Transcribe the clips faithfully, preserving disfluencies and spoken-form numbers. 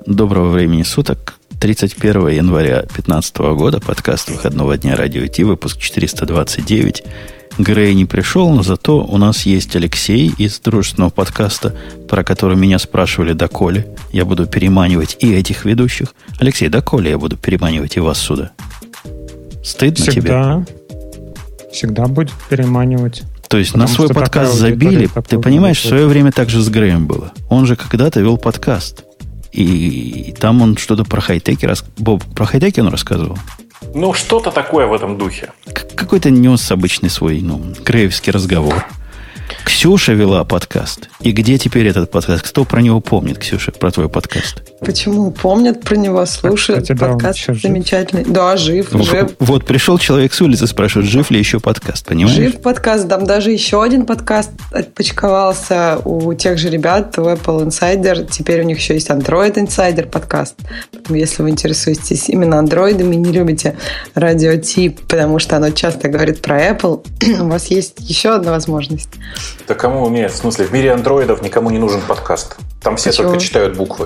Доброго времени суток. тридцать первого января две тысячи пятнадцатого года. Подкаст выходного дня Радио Ти, выпуск четыреста двадцать девять. Грей не пришел, но зато у нас есть Алексей из дружественного подкаста, про который меня спрашивали доколе. Я буду переманивать и этих ведущих. Алексей, доколе я буду переманивать и вас сюда? Стыдно Всегда. тебе? Всегда будет переманивать. То есть на свой подкаст забили. Ты понимаешь, в свое время так же с Греем было. Он же когда-то вел подкаст. И там он что-то про хай-теки рассказывал. Боб, про хай-теки он рассказывал? Ну, что-то такое в этом духе. К- какой-то нес обычный свой, ну, греевский разговор. Ксюша вела подкаст. И где теперь этот подкаст? Кто про него помнит, Ксюша, про твой подкаст? Почему? Помнят про него, слушают. Кстати, да, подкаст жив. замечательный. Да, жив, Вот, жив. вот пришел человек с улицы, спрашивает, жив ли еще подкаст, понимаешь? Жив подкаст. Там даже еще один подкаст отпочковался у тех же ребят, у Apple Insider. Теперь у них еще есть Android Insider подкаст. Поэтому, если вы интересуетесь именно андроидами, не любите Радио Ти, потому что оно часто говорит про Apple, у вас есть еще одна возможность. Да кому умеет? В смысле, в мире андроидов никому не нужен подкаст. Там все Почему? только читают буквы.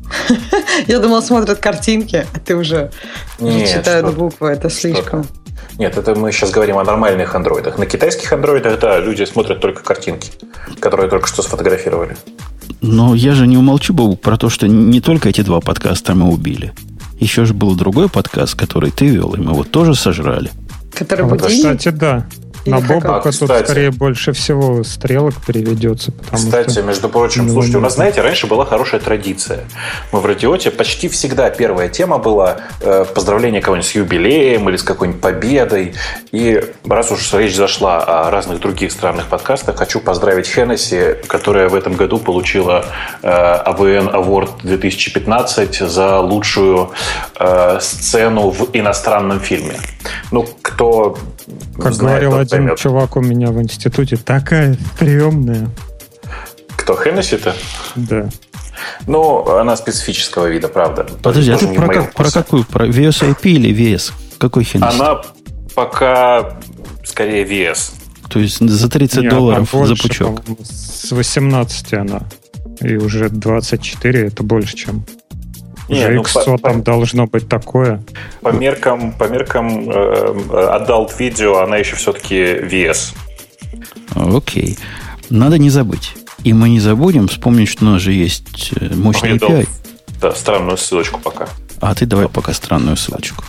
Я думала, смотрят картинки, а ты уже, уже Нет, читают что- буквы. Это слишком. что-то. Нет, это мы сейчас говорим о нормальных андроидах. На китайских андроидах, да, люди смотрят только картинки, которые только что сфотографировали. Но я же не умолчу, Бобук, про то, что не только эти два подкаста мы убили. Еще же был другой подкаст, который ты вел, и мы его тоже сожрали. Который Вот, будильник? кстати, да. Или На как? Бобука А, тут кстати. скорее больше всего стрелок переведется. Потому Кстати, что... между прочим, Ну, слушайте, у ну, нас, знаете, раньше была хорошая традиция. Мы в Радиоте почти всегда первая тема была э, поздравление кого-нибудь с юбилеем или с какой-нибудь победой. И раз уж речь зашла о разных других странных подкастах, хочу поздравить Хеннесси, которая в этом году получила э, эй ви эн Award две тысячи пятнадцать за лучшую э, сцену в иностранном фильме. Ну, кто Как знает, говорил тот один поймет. чувак у меня в институте, такая стрёмная. Кто, Хеннесси-то? Да. Ну, она специфического вида, правда. Подожди, а Тоже ты не про, в моем как- про вкусе. какую? Про ви эс ай пи или ви эс? Какой Хеннесси? Она пока скорее ви эс. То есть за тридцать Не, долларов она больше, за пучок. по-моему, С восемнадцати она. И уже двадцать четыре это больше, чем... Не, Уже ну, икс по- там по- должно быть такое. По меркам, по меркам э, Adult видео она еще все-таки ви эс. Окей. Надо не забыть. И мы не забудем вспомнить, что у нас же есть э, мощный Я эй пи дал, ай. да, странную ссылочку пока. А ты давай пока странную ссылочку.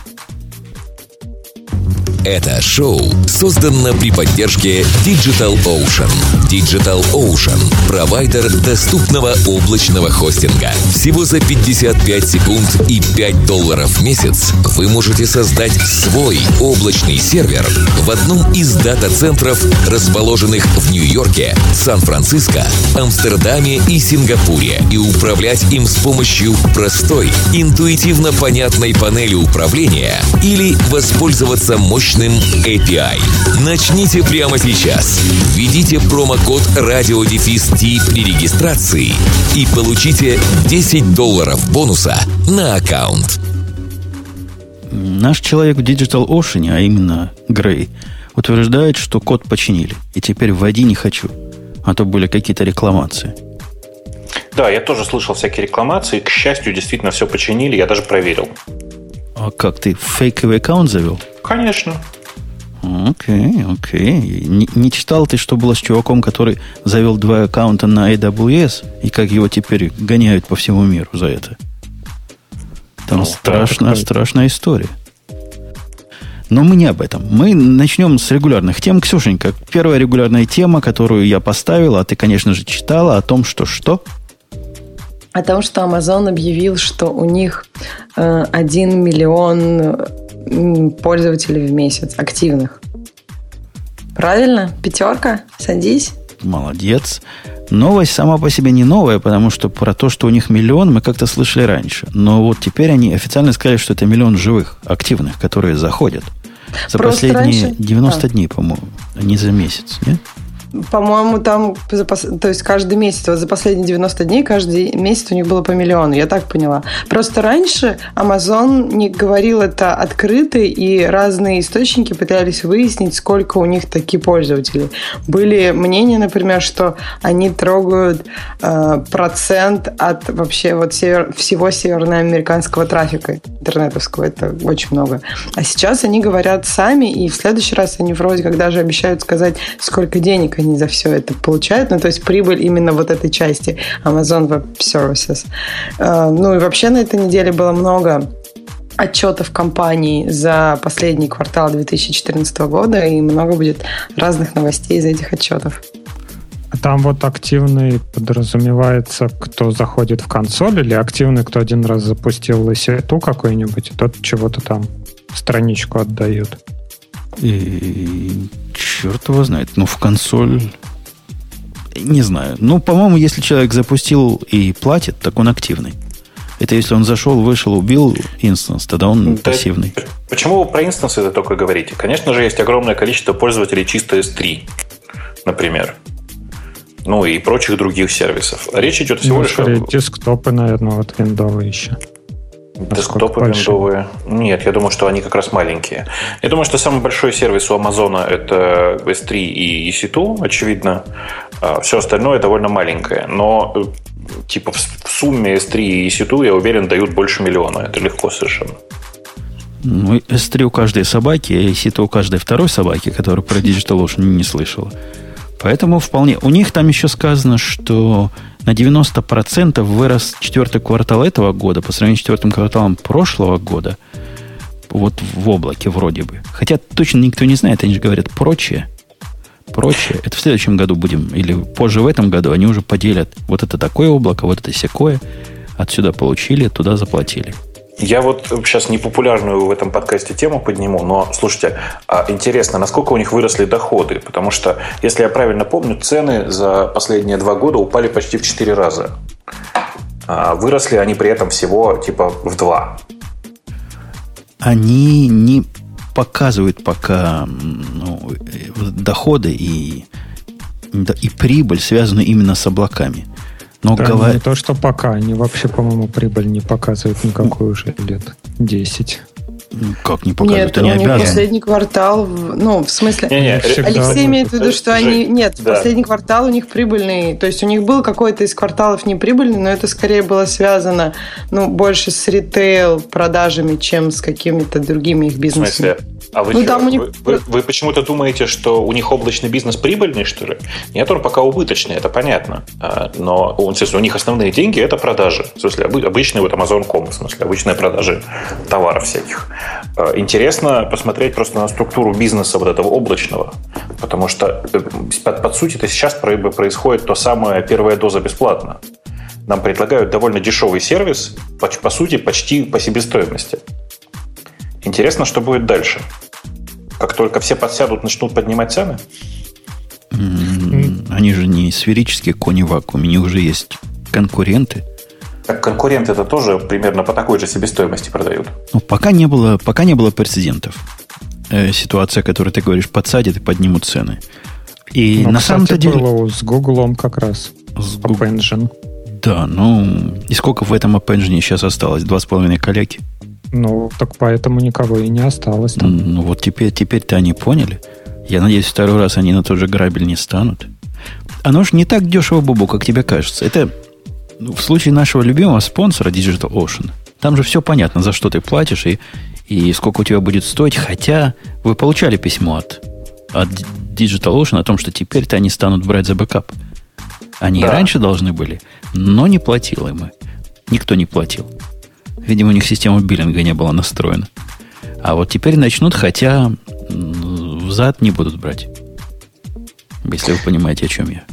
Это шоу создано при поддержке DigitalOcean. DigitalOcean – провайдер доступного облачного хостинга. Всего за пятьдесят пять секунд и пять долларов в месяц вы можете создать свой облачный сервер в одном из дата-центров, расположенных в Нью-Йорке, Сан-Франциско, Амстердаме и Сингапуре, и управлять им с помощью простой, интуитивно понятной панели управления или воспользоваться мощным эй пи ай. Начните прямо сейчас. Введите промокод радиодефис-ти при регистрации и получите десять долларов бонуса на аккаунт. Наш человек в DigitalOcean, а именно Грей, утверждает, что код починили. И теперь вводи не хочу. А то были какие-то рекламации. Да, я тоже слышал всякие рекламации. К счастью, действительно все починили. Я даже проверил. А как, ты фейковый аккаунт завел? Конечно. Окей, окей. Не, не читал ты, что было с чуваком, который завел два аккаунта на эй дабл ю эс, и как его теперь гоняют по всему миру за это? Там Ну, страшная, так, так. страшная история. Но мы не об этом. Мы начнем с регулярных тем. Ксюшенька, первая регулярная тема, которую я поставил, а ты, конечно же, читала, о том, что что? О том, что Amazon объявил, что у них э, один миллион м, пользователей в месяц активных. Правильно? Пятерка? Садись. Молодец. Новость сама по себе не новая, потому что про то, что у них миллион, мы как-то слышали раньше. Но вот теперь они официально сказали, что это миллион живых, активных, которые заходят. За Просто последние раньше- девяносто а. дней, по-моему, а не за месяц, нет? По-моему, там, то есть каждый месяц, вот за последние девяносто дней, каждый месяц у них было по миллиону, я так поняла. Просто раньше Amazon не говорил это открыто, и разные источники пытались выяснить, сколько у них такие пользователи. Были мнения, например, что они трогают э, процент от вообще вот север, всего северноамериканского трафика интернетовского. Это очень много. А сейчас они говорят сами, и в следующий раз они вроде как даже обещают сказать, сколько денег они за все это получают. Ну, то есть прибыль именно вот этой части Amazon Web Services. Э, ну, и вообще на этой неделе было много отчетов компаний за последний квартал две тысячи четырнадцатого года, и много будет разных новостей из этих отчетов. А там вот активный подразумевается, кто заходит в консоль, или активный, кто один раз запустил лесету какой-нибудь, и тот чего-то там страничку отдает. И черт его знает. Ну, в консоль... Не знаю. Ну, по-моему, если человек запустил и платит, так он активный. Это если он зашел, вышел, убил инстанс, тогда он да, пассивный. Почему вы про инстансы это только говорите? Конечно же, есть огромное количество пользователей чисто эс три, например. Ну, и прочих других сервисов. Речь идет всего ну, лишь о... Десктопы, наверное, вот виндовые еще. Десктопы виндовые. Нет, я думаю, что они как раз маленькие. Я думаю, что самый большой сервис у Амазона это эс три и и си два, очевидно. Все остальное довольно маленькое. Но типа в сумме эс три и и си два, я уверен, дают больше миллиона. Это легко совершенно. Ну, эс три у каждой собаки, а и си два у каждой второй собаки, которая про DigitalOcean не слышала. Поэтому вполне... У них там еще сказано, что на девяносто процентов вырос четвертый квартал этого года по сравнению с четвертым кварталом прошлого года. Вот в облаке вроде бы. Хотя точно никто не знает. Они же говорят прочее. Прочее. Это в следующем году будем. Или позже в этом году они уже поделят. Вот это такое облако, вот это сякое. Отсюда получили, туда заплатили. Я вот сейчас непопулярную в этом подкасте тему подниму, но, слушайте, интересно, насколько у них выросли доходы, потому что, если я правильно помню, цены за последние два года упали почти в четыре раза. А выросли они при этом всего типа в два. Они не показывают пока ну, доходы и, и прибыль связаны именно с облаками. Но да, говор... не то, что пока. Они вообще, по-моему, прибыль не показывают никакую уже лет десять. Как не показывают? Нет, они у них обязаны. Последний квартал, ну, в смысле, не, не, Алексей имеет в виду, что они, нет, да. последний квартал у них прибыльный, то есть у них был какой-то из кварталов неприбыльный, но это скорее было связано, ну, больше с ритейл продажами, чем с какими-то другими их бизнесами. В смысле? А вы, ну, что, них... вы, вы, вы почему-то думаете, что у них облачный бизнес прибыльный, что ли? Нет, он пока убыточный, это понятно. Но в смысле, у них основные деньги – это продажи. В смысле, обычные вот амазон точка ком, в смысле, обычные продажи товаров всяких. Интересно посмотреть просто на структуру бизнеса вот этого облачного, потому что, под, под суть, это сейчас происходит то самое первая доза бесплатно. Нам предлагают довольно дешевый сервис, по, по сути, почти по себестоимости. Интересно, что будет дальше. Как только все подсядут, начнут поднимать цены? Mm-hmm. Они же не сферические кони в вакууме, у них уже есть конкуренты. Так конкуренты это тоже примерно по такой же себестоимости продают. Ну, пока не было, пока не было прецедентов. Э, ситуация, о которой ты говоришь, подсадят и поднимут цены. И ну, на кстати, самом-то деле... было с Гуглом как раз. С App Engine. Да, ну... И сколько в этом App Engine сейчас осталось? Два с половиной каляки? Ну, так поэтому никого и не осталось там. Ну, вот теперь, теперь-то они поняли. Я надеюсь, второй раз они на тот же грабель не станут. Оно ж не так дешево, Бобу, как тебе кажется. Это в случае нашего любимого спонсора DigitalOcean. Там же все понятно, за что ты платишь и, и сколько у тебя будет стоить. Хотя вы получали письмо от, от DigitalOcean о том, что теперь-то они станут брать за бэкап. Они да. и раньше должны были, но не платил им. Никто не платил. Видимо, у них система биллинга не была настроена. А вот теперь начнут, хотя взад не будут брать. Если вы понимаете, о чем я.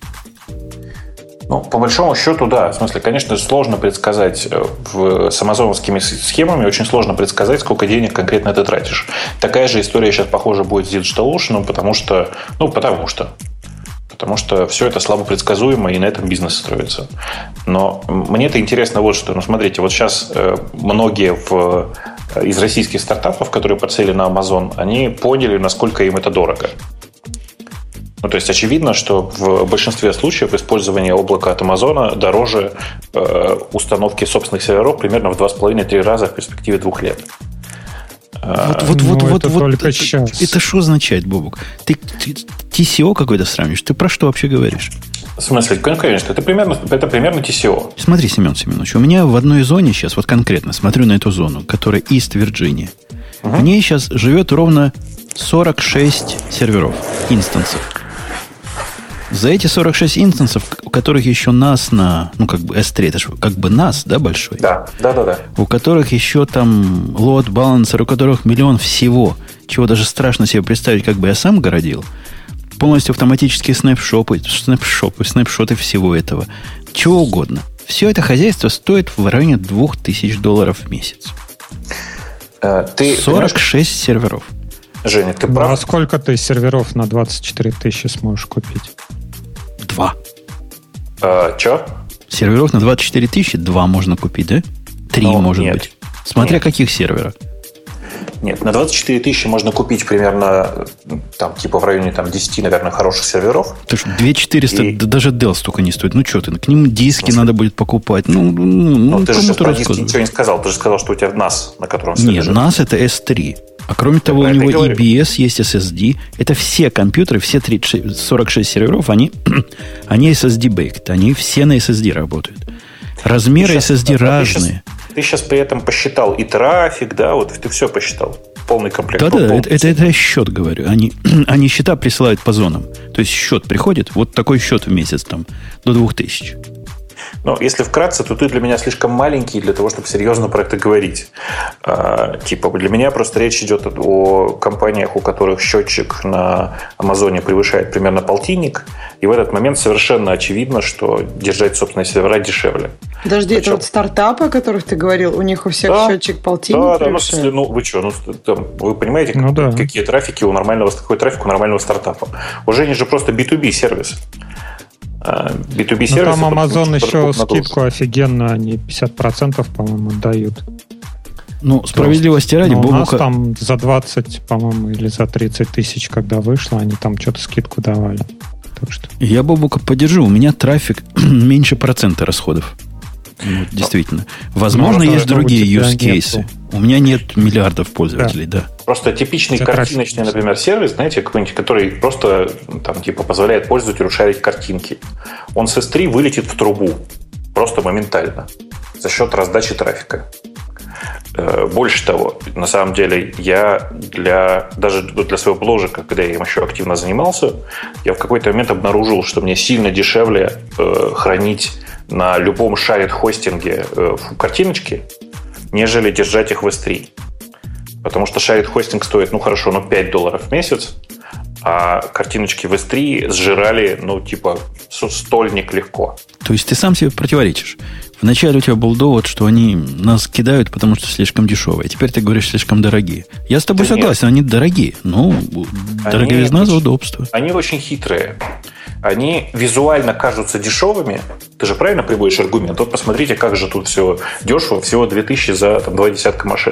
Ну, по большому счету, да. В смысле, конечно, сложно предсказать в, с амазоновскими схемами, очень сложно предсказать, сколько денег конкретно ты тратишь. Такая же история сейчас, похоже, будет с DigitalOcean, потому что, ну, потому что Потому что все это слабо предсказуемо, и на этом бизнес строится. Но мне-то интересно вот что. Ну, смотрите, вот сейчас многие в, из российских стартапов, которые подсели на Amazon, они поняли, насколько им это дорого. Ну, то есть очевидно, что в большинстве случаев использование облака от Амазона дороже э, установки собственных серверов примерно в два с половиной - три раза в перспективе двух лет. Вот, вот, ну, вот, вот, это вот. только Это, сейчас. это что означает, Бобук? Ты, ты ти си о какой-то сравнишь? Ты про что вообще говоришь? В смысле, конечно, это примерно, это примерно ти си о. Смотри, Семен Семенович, у меня в одной зоне сейчас, вот конкретно, смотрю на эту зону, которая Ист Вирджиния. Угу. В ней сейчас живет ровно сорок шесть серверов, инстансов. За эти сорок шесть инстансов, у которых еще нас на, ну, как бы эс три, это же как бы нас, да, большой? Да, да, да, да. У которых еще там лот, балансер, у которых миллион всего, чего даже страшно себе представить, как бы я сам городил. Полностью автоматические снапшоты, снапшоты, снапшоты всего этого. Чего угодно. Все это хозяйство стоит в районе двух тысяч долларов в месяц. А, ты сорок шесть серверов. Женя, ты ну, прав? А сколько ты серверов на двадцать четыре тысячи сможешь купить? Два. А, че? Серверов на двадцать четыре тысячи два можно купить, да? Три, ну, может нет. быть. Смотря нет. каких серверов. Нет, на двадцать четыре тысячи можно купить примерно там, типа в районе там, десять, наверное, хороших серверов. Ты что, две тысячи четыреста, И... да даже Dell столько не стоит. Ну что ты, к ним диски надо будет покупать. Ну, ну, ну ну ты же сейчас про диски рассказывай. ничего не сказал. Ты же сказал, что у тебя нас, на котором все Нет, лежит. нас это эс три. А кроме того, у него и би эс есть эс эс ди. Это все компьютеры, все тридцать, сорок шесть серверов, они, они эс эс ди-baked. Они все на эс эс ди работают. Размеры сейчас, эс эс ди а разные. Ты сейчас, ты сейчас при этом посчитал и трафик, да, вот ты все посчитал. Полный комплект. Да-да, это, это, это я счет говорю. Они, они счета присылают по зонам. То есть счет приходит, вот такой счет в месяц там, до двух тысяч. Но если вкратце, то ты для меня слишком маленький для того, чтобы серьезно про это говорить. А, типа, для меня просто речь идет о компаниях, у которых счетчик на Амазоне превышает примерно полтинник, и в этот момент совершенно очевидно, что держать собственные сервера дешевле. Подожди, Причем... это вот стартапы, о которых ты говорил, у них у всех да, счетчик полтинник да, превышает? да, ну, ну вы что, ну, там, вы понимаете, ну, да. какие трафики у нормального, какой трафик у нормального стартапа? Уже они же просто би ту би сервис. би ту би сервис. Ну, там Amazon еще скидку офигенно, они пятьдесят процентов, по-моему, дают. Ну, справедливости ради, у нас Бобука... там за двадцать, по-моему, или за тридцать тысяч, когда вышло, они там что-то скидку давали. Так что... Я Бобука поддержу. У меня трафик меньше процента расходов. Ну, действительно. Возможно, ну, есть другие use нету. cases. У меня нет миллиардов пользователей, да. да. Просто типичный Это картиночный, трафик. например, сервис, знаете, какой-нибудь, который просто там, типа, позволяет пользователю шарить картинки. Он с эс три вылетит в трубу. Просто моментально. За счет раздачи трафика. Больше того, на самом деле, я для, даже для своего бложика, когда я им еще активно занимался, я в какой-то момент обнаружил, что мне сильно дешевле э, хранить на любом шарит-хостинге э, картиночки, нежели держать их в эс три. Потому что шарит-хостинг стоит, ну хорошо, ну пять долларов в месяц, а картиночки в эс три сжирали, ну типа, стольник легко. То есть ты сам себе противоречишь. Вначале у тебя был довод, что они нас кидают, потому что слишком дешевые. Теперь ты говоришь, слишком дорогие. Я с тобой да согласен, нет. они дорогие. Ну, дороговизна за удобство. Они очень хитрые. Они визуально кажутся дешевыми. Ты же правильно приводишь аргумент? Вот посмотрите, как же тут все дешево. Всего две тысячи за там, два десятка машин.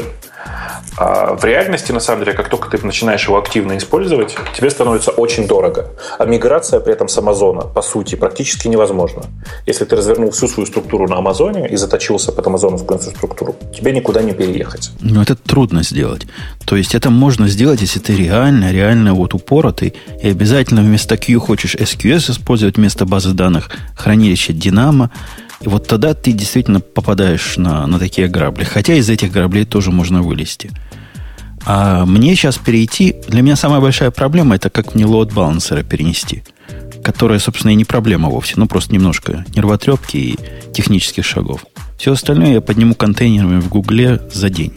А в реальности, на самом деле, как только ты начинаешь его активно использовать, тебе становится очень дорого. А миграция при этом с Амазона, по сути, практически невозможна. Если ты развернул всю свою структуру на Амазоне и заточился под амазоновскую инфраструктуру, тебе никуда не переехать. Но это трудно сделать. То есть это можно сделать, если ты реально, реально вот упоротый и обязательно вместо Q хочешь эс кью эс использовать вместо базы данных хранилища Dynamo. И вот тогда ты действительно попадаешь на, на такие грабли. Хотя из этих граблей тоже можно вылезти. А мне сейчас перейти... Для меня самая большая проблема это как мне лоуд-балансера перенести. Которая, собственно, и не проблема вовсе. Ну, просто немножко нервотрепки и технических шагов. Все остальное я подниму контейнерами в Гугле за день.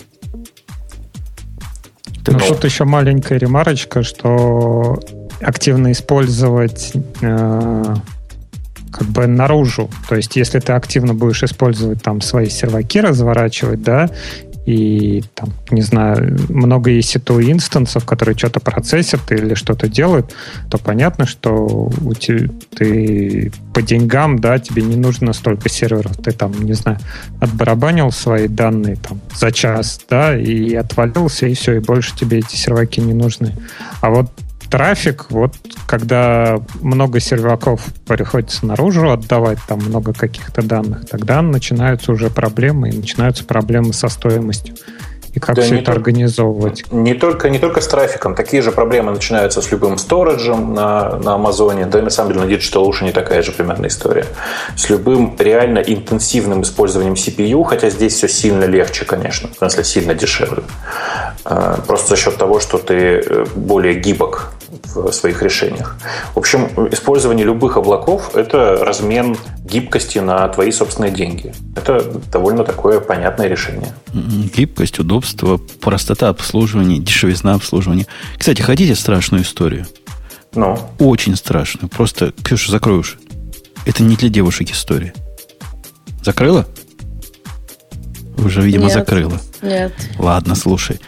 Ну, ну, тут еще маленькая ремарочка, что активно использовать... Э- как бы наружу. То есть, если ты активно будешь использовать там свои серваки, разворачивать, да, и там, не знаю, много и си ту инстансов, которые что-то процессят или что-то делают, то понятно, что у тебя, ты по деньгам, да, тебе не нужно столько серверов. Ты там, не знаю, отбарабанил свои данные там за час, да, и отвалился, и все, и больше тебе эти серваки не нужны. А вот трафик, вот когда много серваков приходится наружу отдавать, там много каких-то данных, тогда начинаются уже проблемы, и начинаются проблемы со стоимостью. И как да, все это только, организовывать? Не только, не только с трафиком. Такие же проблемы начинаются с любым сториджем на, на Амазоне. Да и на самом деле на DigitalOcean не такая же примерно история. С любым реально интенсивным использованием си пи ю, хотя здесь все сильно легче, конечно. В смысле, сильно дешевле. Просто за счет того, что ты более гибок в своих решениях. В общем, использование любых облаков – это размен гибкости на твои собственные деньги. Это довольно такое понятное решение. Гибкость, удобство, простота обслуживания, дешевизна обслуживания. Кстати, хотите страшную историю? Ну? Очень страшную. Просто, Ксюша, закрой уши. Это не для девушек история. Закрыла? Уже, видимо, Нет. закрыла. Нет. Ладно, слушай.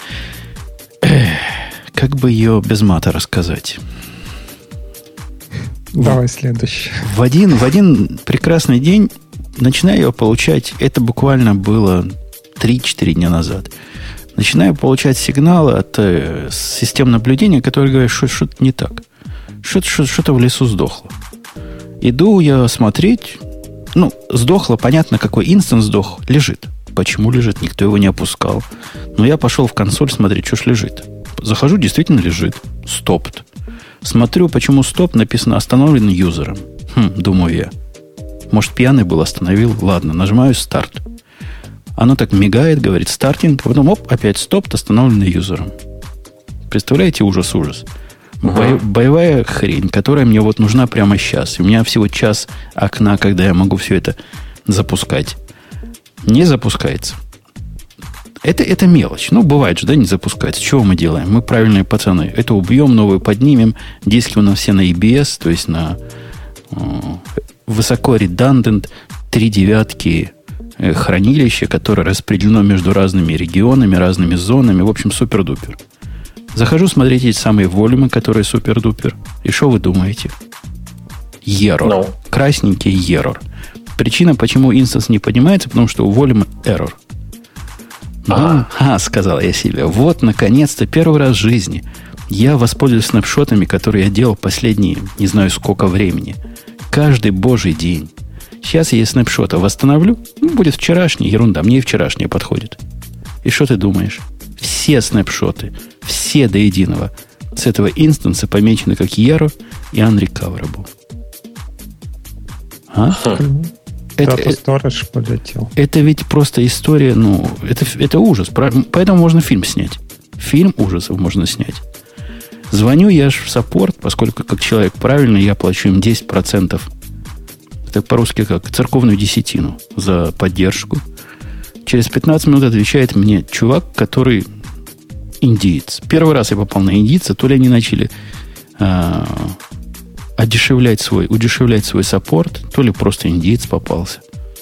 Как бы ее без мата рассказать? Давай следующий. В один, в один прекрасный день начинаю ее получать. Это буквально было три-четыре дня назад. Начинаю получать сигналы от э, систем наблюдения, которые говорят, что что-то не так. Что-то, что-то в лесу сдохло. Иду я смотреть. Ну, сдохло, понятно, какой инстанс сдох. Лежит. Почему лежит? Никто его не опускал. Но я пошел в консоль смотреть, что ж лежит. Захожу, действительно лежит. Стопт. Смотрю, почему стоп написано остановлен юзером. Хм, думаю я. Может, пьяный был, остановил. Ладно, нажимаю старт. Оно так мигает, говорит стартинг, а потом оп, опять стоп, остановлен юзером. Представляете, ужас-ужас. Uh-huh. Бо- боевая хрень, которая мне вот нужна прямо сейчас. И у меня всего час окна, когда я могу все это запускать. Не запускается. Это, это мелочь. Ну, бывает же, да, не запускается. Чего мы делаем? Мы правильные пацаны. Это убьем, новую поднимем. Диски у нас все на и би эс, то есть на э, высоко redundant, три девятки э, хранилище, которое распределено между разными регионами, разными зонами. В общем, супер-дупер. Захожу смотреть эти самые волюмы, которые супер-дупер. И что вы думаете? Error. No. Красненький error. Причина, почему инстанс не поднимается, потому что у волюма error. Ну, а, сказал я себе, вот, наконец-то, первый раз в жизни я воспользуюсь снапшотами, которые я делал последние, не знаю, сколько времени. Каждый божий день. Сейчас я снапшота восстановлю, ну, будет вчерашний, ерунда, мне и вчерашнее подходит. И что ты думаешь? Все снапшоты, все до единого с этого инстанса помечены как error и unrecoverable. А? Это, это, полетел. это ведь просто история, ну, это, это ужас. Поэтому можно фильм снять. Фильм ужасов можно снять. Звоню я же в саппорт, поскольку как человек правильный, я плачу им десять процентов. Это по-русски как церковную десятину за поддержку. Через пятнадцать минут отвечает мне чувак, который индиец. Первый раз я попал на индийца, то ли они начали а, одешевлять свой, удешевлять свой саппорт, то ли просто индиец попался.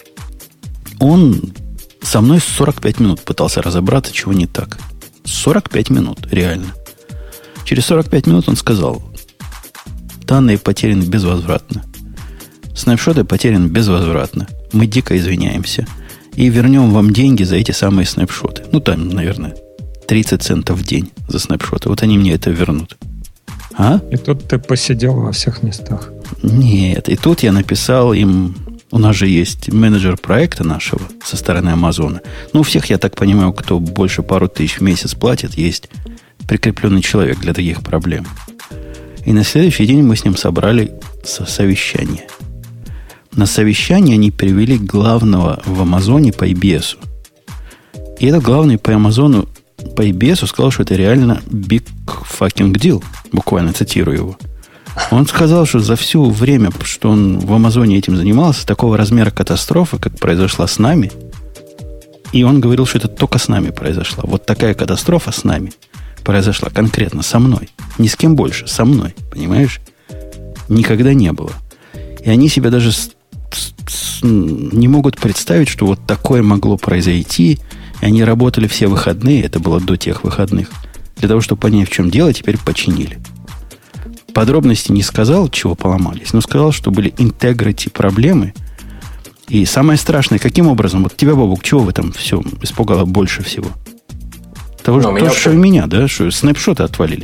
Он со мной сорок пять минут пытался разобраться, чего не так. сорок пять минут, реально. Через сорок пять минут он сказал: данные потеряны безвозвратно. Снапшоты потеряны безвозвратно. Мы дико извиняемся. И вернем вам деньги за эти самые снапшоты. Ну, там, наверное, тридцать центов в день за снапшоты. Вот они мне это вернут. А? И тут ты посидел во всех местах. Нет, и тут я написал им... У нас же есть менеджер проекта нашего со стороны Амазона. Ну, у всех, я так понимаю, кто больше пару тысяч в месяц платит, есть прикрепленный человек для таких проблем. И на следующий день мы с ним собрали совещание. На совещании они привели главного в Амазоне по ай би эс. И этот главный по Амазону по ай би эс сказал, что это реально big fucking deal. Буквально цитирую его. Он сказал, что за все время, что он в Амазоне этим занимался, такого размера катастрофы, как произошла с нами, и он говорил, что это только с нами произошла. Вот такая катастрофа с нами произошла конкретно со мной. Ни с кем больше, со мной. Понимаешь? Никогда не было. И они себя даже с, с, не могут представить, что вот такое могло произойти. И они работали все выходные, это было до тех выходных, для того, чтобы понять, в чем дело, теперь починили. Подробности не сказал, чего поломались, но сказал, что были integrity проблемы. И самое страшное, каким образом, вот тебя, Бобук, чего в этом все испугало больше всего? Того, ну, что, то, что у меня, да, что снапшоты отвалились.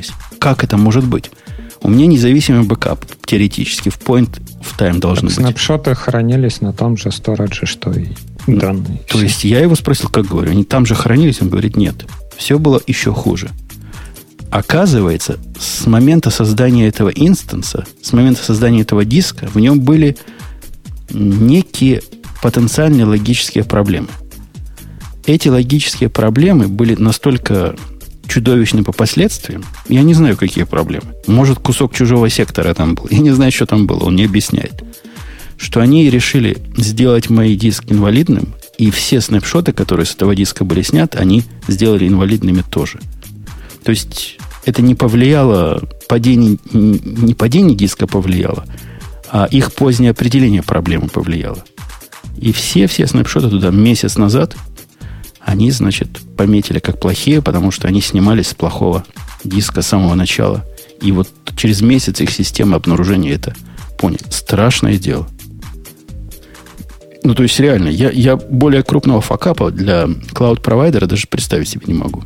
как это может быть? У меня независимый бэкап теоретически в point of time должен быть. Снапшоты хранились на том же сторидже, что и данные. То Все. есть я его спросил, как говорю, они там же хранились? Он говорит, нет. Все было еще хуже. Оказывается, с момента создания этого инстанса, с момента создания этого диска, в нем были некие потенциальные логические проблемы. Эти логические проблемы были настолько чудовищны по последствиям. Я не знаю, какие проблемы. Может, кусок чужого сектора там был. Я не знаю, что там было. Он не объясняет. Что они решили сделать мой диск инвалидным, и все снапшоты, которые с этого диска были сняты, они сделали инвалидными тоже. То есть это не повлияло, падение, не падение диска повлияло, а их позднее определение проблемы повлияло. И все-все снапшоты туда месяц назад они, значит, пометили как плохие, потому что они снимались с плохого диска с самого начала. И вот через месяц их система обнаружения это поняли. Страшное дело. Ну, то есть, реально, я, я более крупного факапа для клауд-провайдера даже представить себе не могу.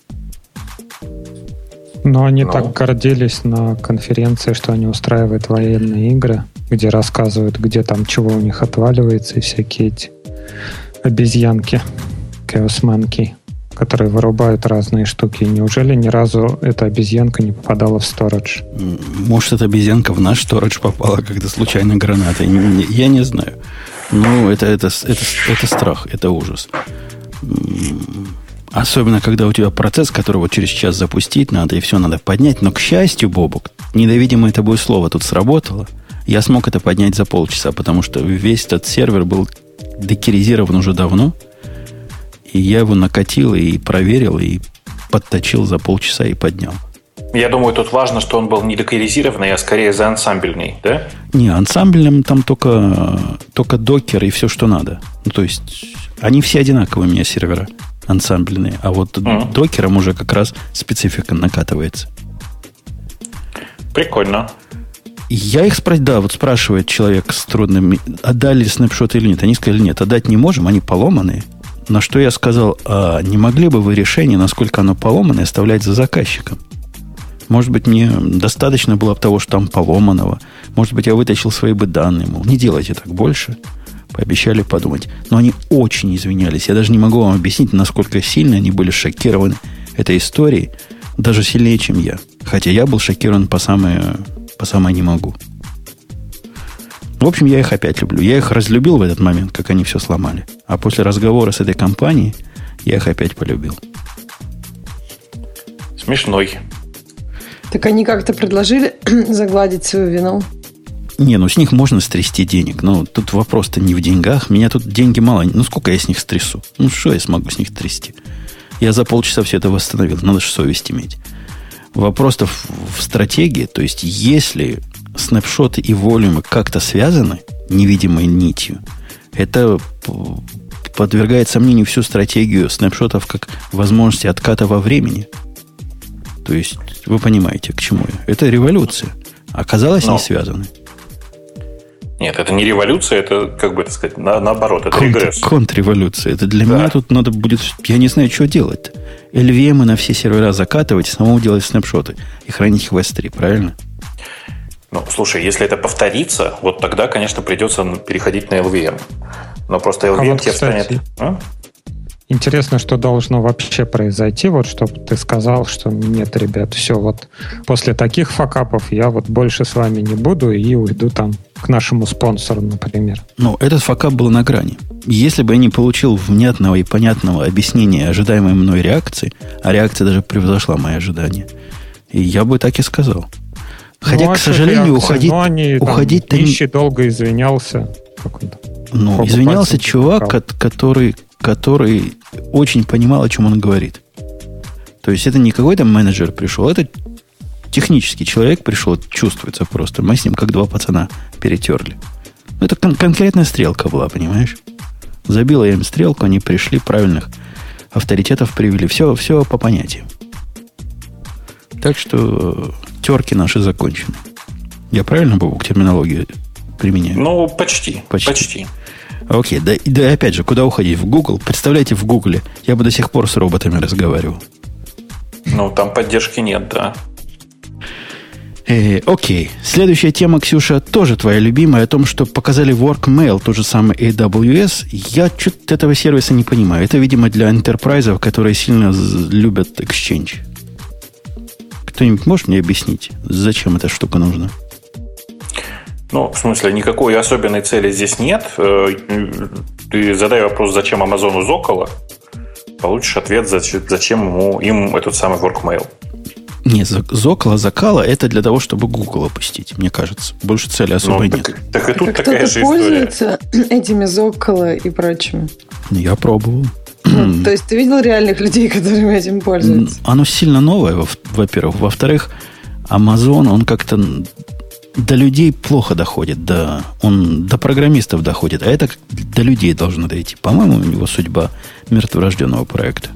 Но они ну. так гордились на конференции, что они устраивают военные игры, где рассказывают, где там чего у них отваливается, и всякие эти обезьянки. Chaos Monkey, которые вырубают разные штуки. Неужели ни разу эта обезьянка не попадала в сторидж? Может, эта обезьянка в наш сторидж попала, когда случайно граната. Я не знаю. Ну, это, это, это, это страх, это ужас. Особенно, когда у тебя процесс, который вот через час запустить надо, и все надо поднять. Но, к счастью, Бобук, недовидимое тобой слово тут сработало. Я смог это поднять за полчаса, потому что весь этот сервер был декеризирован уже давно. И я его накатил и проверил, и подточил за полчаса и поднял. Я думаю, тут важно, что он был не докеризированный, а скорее заансамбльный, да? Не, ансамбльным там только, только докер и все, что надо. Ну, то есть, они все одинаковые у меня сервера ансамбльные. А вот mm. докером уже как раз специфика накатывается. Прикольно. Я их спросил, да, вот спрашивает человек с трудными, отдали снапшоты или нет. Они сказали, нет, отдать не можем, они поломанные. На что я сказал, а не могли бы вы решение, насколько оно поломанное, оставлять за заказчиком? Может быть, мне достаточно было бы того, что там поломанного. Может быть, я вытащил свои бы данные. Мол, не делайте так больше. Пообещали подумать. Но они очень извинялись. Я даже не могу вам объяснить, насколько сильно они были шокированы этой историей. Даже сильнее, чем я. Хотя я был шокирован по самое, по самое не могу. В общем, я их опять люблю. Я их разлюбил в этот момент, как они все сломали. А после разговора с этой компанией я их опять полюбил. Смешной. Так они как-то предложили загладить свою вину? Не, ну с них можно стрясти денег. Но тут вопрос-то не в деньгах. Меня тут деньги мало. Ну сколько я с них стрясу? Ну что я смогу с них трясти? Я за полчаса все это восстановил. Надо же совесть иметь. Вопрос-то в, в стратегии. То есть, если снапшоты и волюмы как-то связаны невидимой нитью, это подвергает сомнению всю стратегию снапшотов как возможности отката во времени. То есть, вы понимаете, к чему я. Это революция. Оказалось, Но. не связаны. Нет, это не революция, это, как бы это сказать, на, наоборот, это Контр, регресс. Контрреволюция. Это для да. меня тут надо будет... Я не знаю, что делать. эл ви эм на все сервера закатывать, самому делать снапшоты и хранить их в эс три, правильно? Ну, слушай, если это повторится, вот тогда, конечно, придется переходить на эл ви эм. Но просто эл ви эм а вот, тебе кстати, станет... А? Интересно, что должно вообще произойти, вот чтобы ты сказал, что нет, ребят, все, вот после таких факапов я вот больше с вами не буду и уйду там к нашему спонсору, например. Ну, этот факап был на грани. Если бы я не получил внятного и понятного объяснения ожидаемой мной реакции, а реакция даже превзошла мои ожидания, и я бы так и сказал. Хотя, ну, а к сожалению, уходить... Ну, они, уходить там, нищий долго извинялся. Ну, извинялся чувак, который... который очень понимал, о чем он говорит. То есть, это не какой-то менеджер пришел, это технический человек пришел, чувствуется просто. Мы с ним как два пацана перетерли. Это кон- конкретная стрелка была, понимаешь? Забила я им стрелку, они пришли, правильных авторитетов привели. Все, все по понятиям. Так что терки наши закончены. Я правильно, Бобук, терминологию применяю? Ну, почти. Почти. почти. Окей, да, да опять же, куда уходить? В Google? Представляете, в Google я бы до сих пор с роботами разговаривал. Ну, там поддержки нет, да. Э, окей. Следующая тема, Ксюша, тоже твоя любимая, о том, что показали WorkMail, тот же самый эй дабл ю эс. Я что-то этого сервиса не понимаю. Это, видимо, для энтерпрайзов, которые сильно любят Exchange. Кто-нибудь может мне объяснить, зачем эта штука нужна? Ну, в смысле, никакой особенной цели здесь нет. Ты задай вопрос, зачем Амазону Зокола, получишь ответ, зачем ему, им этот самый WorkMail. Нет, Зокола, Закала – это для того, чтобы Google опустить, мне кажется. Больше цели особой ну, нет. Так, так и тут так такая же история. Кто-то пользуется этими Зокола и прочими? Я пробовал. Ну, то есть ты видел реальных людей, которые этим пользуются? Оно сильно новое, во-первых. Во-вторых, Amazon, он как-то до людей плохо доходит. До, он до программистов доходит. А это до людей должно дойти. По-моему, у него судьба мертворожденного проекта.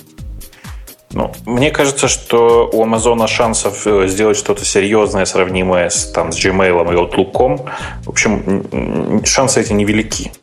Ну, мне кажется, что у Амазона шансов сделать что-то серьезное, сравнимое с, там, с Gmail и Outlook точка ком. В общем, шансы эти невелики.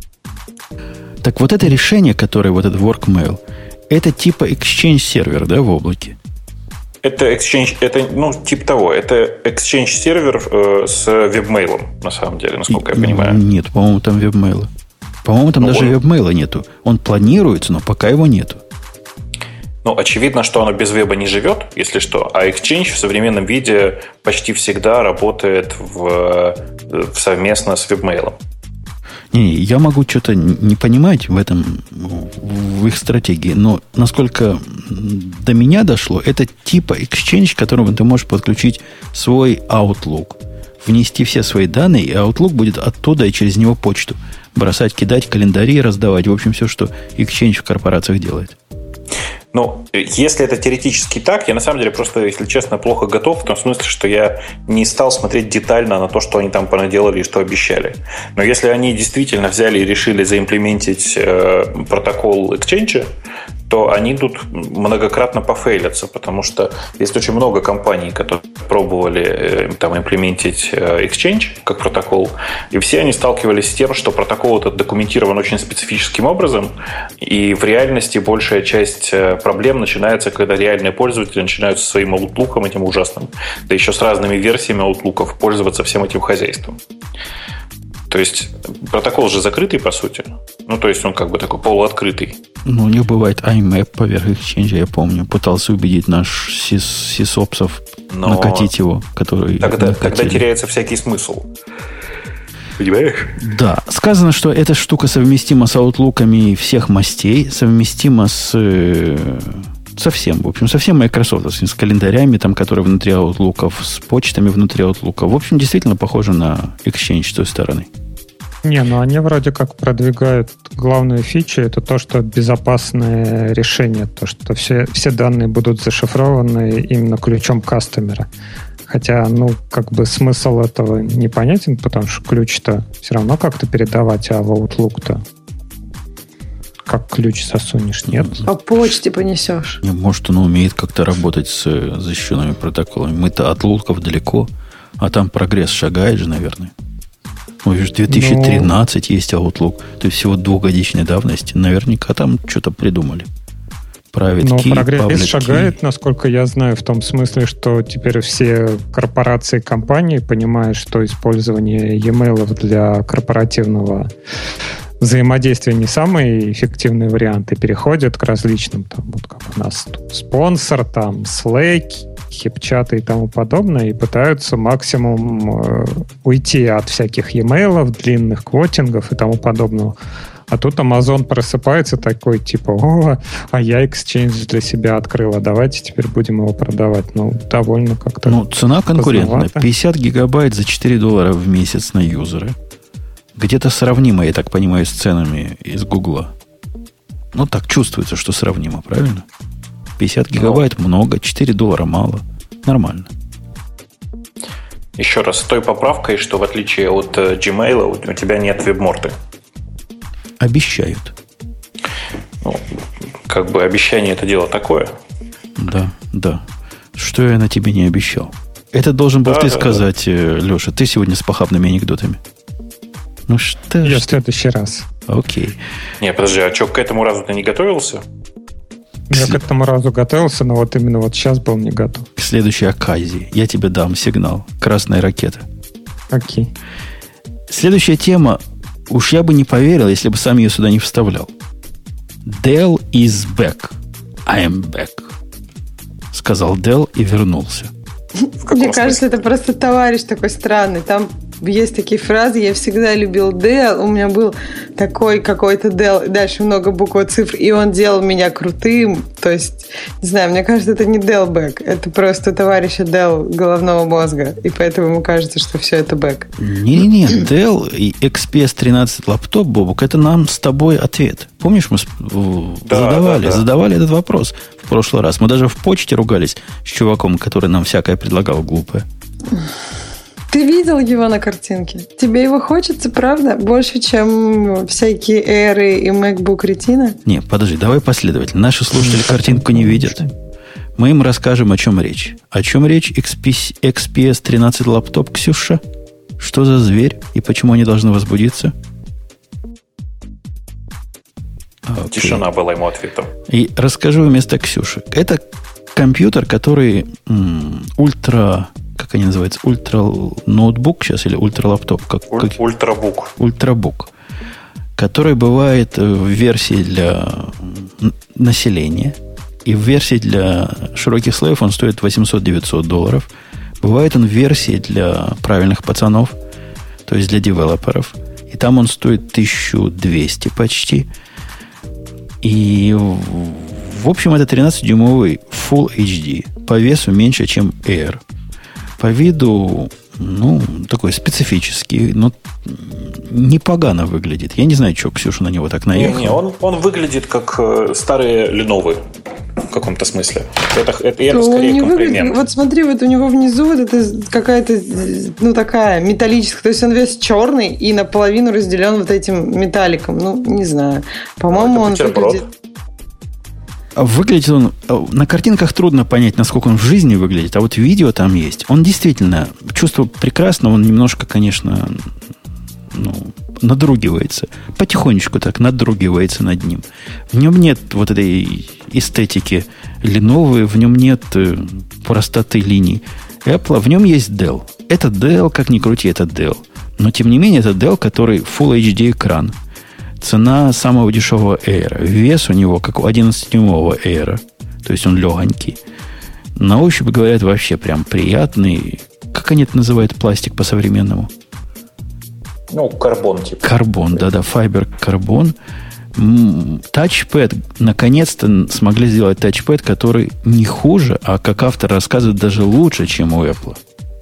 Так вот это решение, которое вот этот WorkMail, это типа Exchange сервер, да, в облаке? Это Exchange, это, ну, типа того, это Exchange сервер э, с вебмейлом, на самом деле, насколько И, я понимаю. Нет, по-моему, там вебмейла. По-моему, там ну, даже он... вебмейла нету. Он планируется, но пока его нету. Ну, очевидно, что оно без веба не живет, если что. А Exchange в современном виде почти всегда работает в, в совместно с вебмейлом. Не, я могу что-то не понимать в этом, в их стратегии, но насколько до меня дошло, это типа Exchange, к которому ты можешь подключить свой Outlook, внести все свои данные, и Outlook будет оттуда и через него почту бросать, кидать, календари раздавать, в общем, все, что Exchange в корпорациях делает. Ну, если это теоретически так, я на самом деле просто, если честно, плохо готов, в том смысле, что я не стал смотреть детально на то, что они там понаделали и что обещали. Но если они действительно взяли и решили заимплементить э, протокол Exchange, то они тут многократно пофейлятся, потому что есть очень много компаний, которые пробовали э, там имплементить э, Exchange как протокол, и все они сталкивались с тем, что протокол этот документирован очень специфическим образом, и в реальности большая часть э, проблем начинается, когда реальные пользователи начинают со своим Outlook этим ужасным, да еще с разными версиями Outlook пользоваться всем этим хозяйством. То есть протокол же закрытый, по сути. Ну, то есть он как бы такой полуоткрытый. Ну, у них бывает IMAP поверх Exchange, я помню. Пытался убедить наш сис, сисопсов Но накатить его, который тогда, тогда теряется всякий смысл. Понимаешь? Да. Сказано, что эта штука совместима с аутлуками всех мастей, совместима с... Совсем, в общем, совсем Microsoft, с календарями, там, которые внутри Outlook'ов, с почтами внутри Outlook'ов. В общем, действительно похоже на Exchange с той стороны. Не, ну они вроде как продвигают главную фичу, это то, что безопасное решение, то, что все, все данные будут зашифрованы именно ключом кастомера. Хотя, ну, как бы смысл этого непонятен, потому что ключ-то все равно как-то передавать, а в Outlook-то как ключ засунешь, нет? По почте понесешь. Не, может, он умеет как-то работать с защищенными протоколами. Мы-то от луков далеко, а там прогресс шагает же, наверное. Ну, видишь, две тысячи тринадцать Но... есть Outlook, то есть всего двухгодичной давности. Наверняка там что-то придумали. Private Но key, прогресс public шагает, key. насколько я знаю, в том смысле, что теперь все корпорации, компании понимают, что использование e-mail для корпоративного взаимодействия не самый эффективный вариант, и переходят к различным, там, вот как у нас тут спонсор, там, Slack, хипчаты и тому подобное, и пытаются максимум э, уйти от всяких e-mail'ов, длинных квотингов и тому подобного. А тут Amazon просыпается такой, типа, о, а я Exchange для себя открыла, давайте теперь будем его продавать. Ну, довольно как-то Ну, цена конкурентная. поздновато. пятьдесят гигабайт за четыре доллара в месяц на юзера. Где-то сравнимо, я так понимаю, с ценами из Гугла. Ну, так чувствуется, что сравнимо, правильно? пятьдесят гигабайт много, четыре доллара мало. Нормально. Еще раз, с той поправкой, что в отличие от Gmail у тебя нет веб-морды. Обещают. Ну, как бы обещание это дело такое. Да, да. Что я на тебе не обещал? Это должен был да, ты да, сказать, да. Леша. Ты сегодня с похабными анекдотами. Ну что Я ж в следующий раз. Окей. Не, подожди, а что, к этому разу ты не готовился? Я к этому разу готовился, но вот именно вот сейчас был не готов. К следующей оказии я тебе дам сигнал. Красная ракета. Окей. Следующая тема. Уж я бы не поверил, если бы сам ее сюда не вставлял. Dell is back. I am back. Сказал Dell и вернулся. Мне кажется, это просто товарищ такой странный. Там есть такие фразы. Я всегда любил Dell. У меня был такой какой-то Dell. Дальше много букв и цифр. И он делал меня крутым. То есть, не знаю, мне кажется, это не Dell back. Это просто товарища Dell головного мозга. И поэтому ему кажется, что все это back. Не-не-не. Dell и икс пи эс тринадцать лаптоп, Бобук, это нам с тобой ответ. Помнишь, мы да, задавали, да, да. задавали этот вопрос в прошлый раз. Мы даже в почте ругались с чуваком, который нам всякое предлагал глупое. Ты видел его на картинке? Тебе его хочется, правда? Больше, чем всякие Air и MacBook Retina? Не, подожди, давай последовательно. Наши слушатели картинку не видят. Мы им расскажем, о чем речь. О чем речь икс пи эс тринадцать лаптоп, Ксюша? Что за зверь? И почему они должны возбудиться? Okay. Тишина была ему ответом. И расскажу вместо Ксюши. Это компьютер, который м, ультра... Как они называются? Ультра ноутбук сейчас или ультра лаптоп? Как, Уль, как... Ультрабук. Ультрабук. Который бывает в версии для населения. И в версии для широких слоев он стоит восемьсот-девятьсот долларов. Бывает он в версии для правильных пацанов, то есть для девелоперов. И там он стоит тысячу двести почти. И, в общем, это тринадцатидюймовый Full эйч ди. По весу меньше, чем Air. По виду, ну, такой специфический, но непогано выглядит. Я не знаю, что Ксюша на него так наехала. Не, не, он, он выглядит как старые Lenovo в каком-то смысле. Это, это, это скорее комплимент. Выглядит, вот смотри, вот у него внизу вот это какая-то, ну, такая металлическая. То есть он весь черный и наполовину разделен вот этим металликом. Ну, не знаю. По-моему, он выглядит... Выглядит он... На картинках трудно понять, насколько он в жизни выглядит, а вот видео там есть. Он действительно... Чувство прекрасно, он немножко, конечно, ну, надругивается. Потихонечку так надругивается над ним. В нем нет вот этой эстетики Lenovo, в нем нет простоты линий Apple, в нем есть Dell. Это Dell, как ни крути, это Dell. Но, тем не менее, это Dell, который Full эйч ди экран. Цена самого дешевого Air. Вес у него, как у одиннадцатидюймового Air. То есть он легонький. На ощупь, говорят, вообще прям приятный. Как они это называют, пластик по-современному? Ну, карбон типа. Карбон, да-да, файбер карбон. Тачпэд. Наконец-то смогли сделать тачпэд, который не хуже, а, как автор рассказывает, даже лучше, чем у Apple.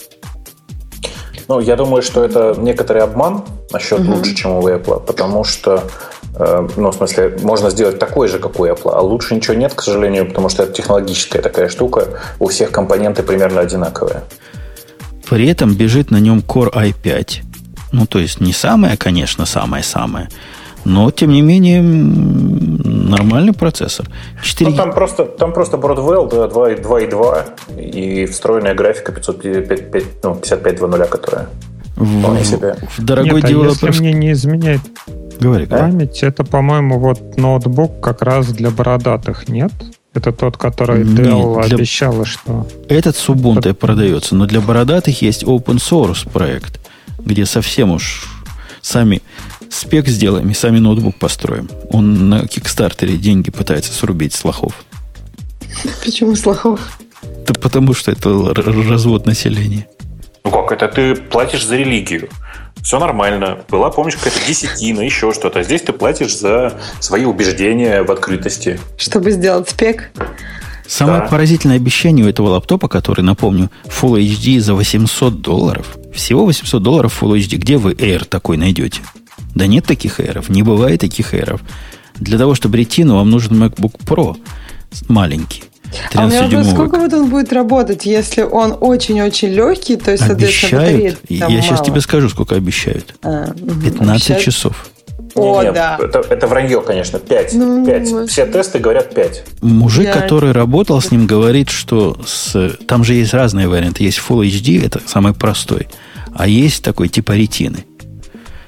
Ну, я думаю, что это некоторый обман насчет uh-huh. лучше, чем у Apple, потому что, э, ну, в смысле, можно сделать такой же, как у Apple, а лучше ничего нет, к сожалению, потому что это технологическая такая штука, у всех компоненты примерно одинаковые. При этом бежит на нем Core ай пять. Ну, то есть не самое, конечно, самое-самое, но, тем не менее, нормальный процессор. четыре... Ну, там просто, там просто Broadwell да, два и два и встроенная графика пятьсот пятьдесят пять, ну, пятьдесят пять два ноль, которая вполне себе. В дорогой Нет, девелопер... а если мне не изменяет говори, память, это, по-моему, вот ноутбук как раз для бородатых, нет? Это тот, который Dell Нет, для... обещала, что... Этот с Ubuntu это... продается, но для бородатых есть open source проект, где совсем уж сами... Спек сделаем и сами ноутбук построим. Он на Кикстартере деньги пытается срубить с лохов. Почему с лохов? Да потому что это развод населения. Ну как, это ты платишь за религию. Все нормально. Была, помнишь, какая-то десятина, еще что-то. А здесь ты платишь за свои убеждения в открытости. Чтобы сделать спек? Самое да. поразительное обещание у этого лаптопа, который, напомню, Full эйч ди за восемьсот долларов. Всего восемьсот долларов Full эйч ди. Где вы Air такой найдете? Да нет таких Air'ов, не бывает таких Air'ов. Для того, чтобы Retina, вам нужен MacBook Pro маленький. А у меня вопрос, сколько вот он будет работать, если он очень-очень легкий, то есть, соответственно, обещают, я мало. Сейчас тебе скажу, сколько обещают. А, пятнадцать обещают? Часов. О, нет, да. Это, это вранье, конечно, пять. Ну, пять. Все тесты говорят пять. Мужик, я... который работал с ним, говорит, что с... там же есть разные варианты. Есть Full эйч ди, это самый простой, а есть такой типа ретины.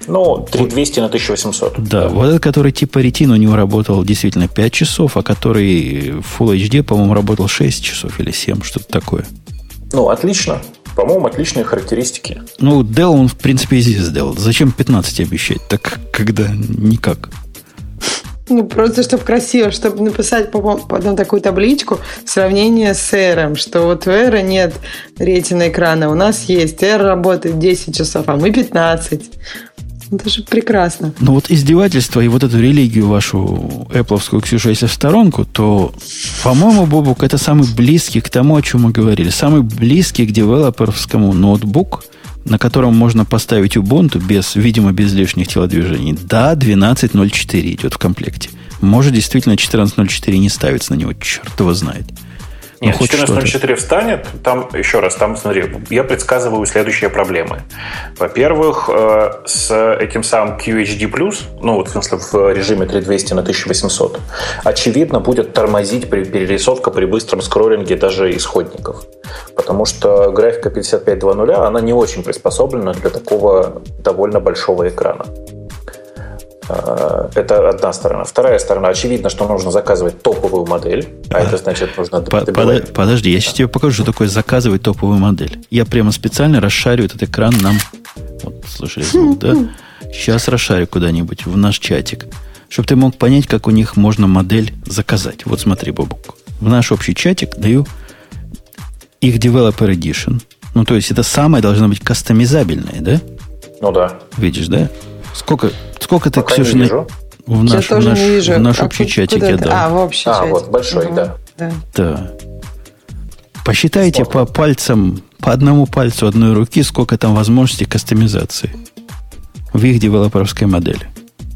Ну, три тысячи двести на тысяча восемьсот. Да, вот этот, который типа Retina у него работал действительно пять часов, а который Full эйч ди, по-моему, работал шесть часов или семь, что-то такое. Ну, отлично. По-моему, отличные характеристики. Ну, Dell он, в принципе, и здесь сделал. Зачем пятнадцать обещать? Так когда никак. Ну, просто, чтобы красиво, чтобы написать потом такую табличку сравнение с Air, что вот у Air нет ретина экрана, у нас есть. Air работает десять часов, а мы пятнадцать. Это же прекрасно. Ну, вот издевательство и вот эту религию вашу Apple-овскую, Ксюша, если в сторонку, то, по-моему, Бобук, это самый близкий к тому, о чем мы говорили. Самый близкий к девелоперскому ноутбук, на котором можно поставить Ubuntu без, видимо, без лишних телодвижений. Да, двенадцать ноль четыре идет в комплекте. Может, действительно, четырнадцать ноль четыре не ставится на него. Черт его знает. Нет, четырнадцать ноль четыре встанет. Там, еще раз, там, смотри, я предсказываю следующие проблемы. Во-первых, с этим самым кью эйч ди плюс, ну, вот, в смысле, в режиме три тысячи двести на тысяча восемьсот, очевидно, будет тормозить при перерисовка при быстром скроллинге даже исходников. Потому что графика пятьдесят пять два ноль, она не очень приспособлена для такого довольно большого экрана. Это одна сторона. Вторая сторона. Очевидно, что нужно заказывать топовую модель. А, а это значит, нужно добивать. Подожди, я сейчас тебе покажу, что такое заказывать топовую модель. Я прямо специально расшарю этот экран нам. Вот, слушали звук, да? Сейчас расшарю куда-нибудь в наш чатик, чтобы ты мог понять, как у них можно модель заказать. Вот смотри, Бобук. В наш общий чатик даю их Developer Edition. Ну, то есть, это самое должно быть кастомизабельное, да? Ну, да. Видишь, да? Сколько, сколько ты, Пока Ксюша, не вижу. В наш, в наш, в наш а общий чатик я дал. А, в общий а, чатик. вот, большой, угу. да. да. Да. Посчитайте Смотрим. по пальцам, по одному пальцу одной руки, сколько там возможностей кастомизации в их девелоперской модели.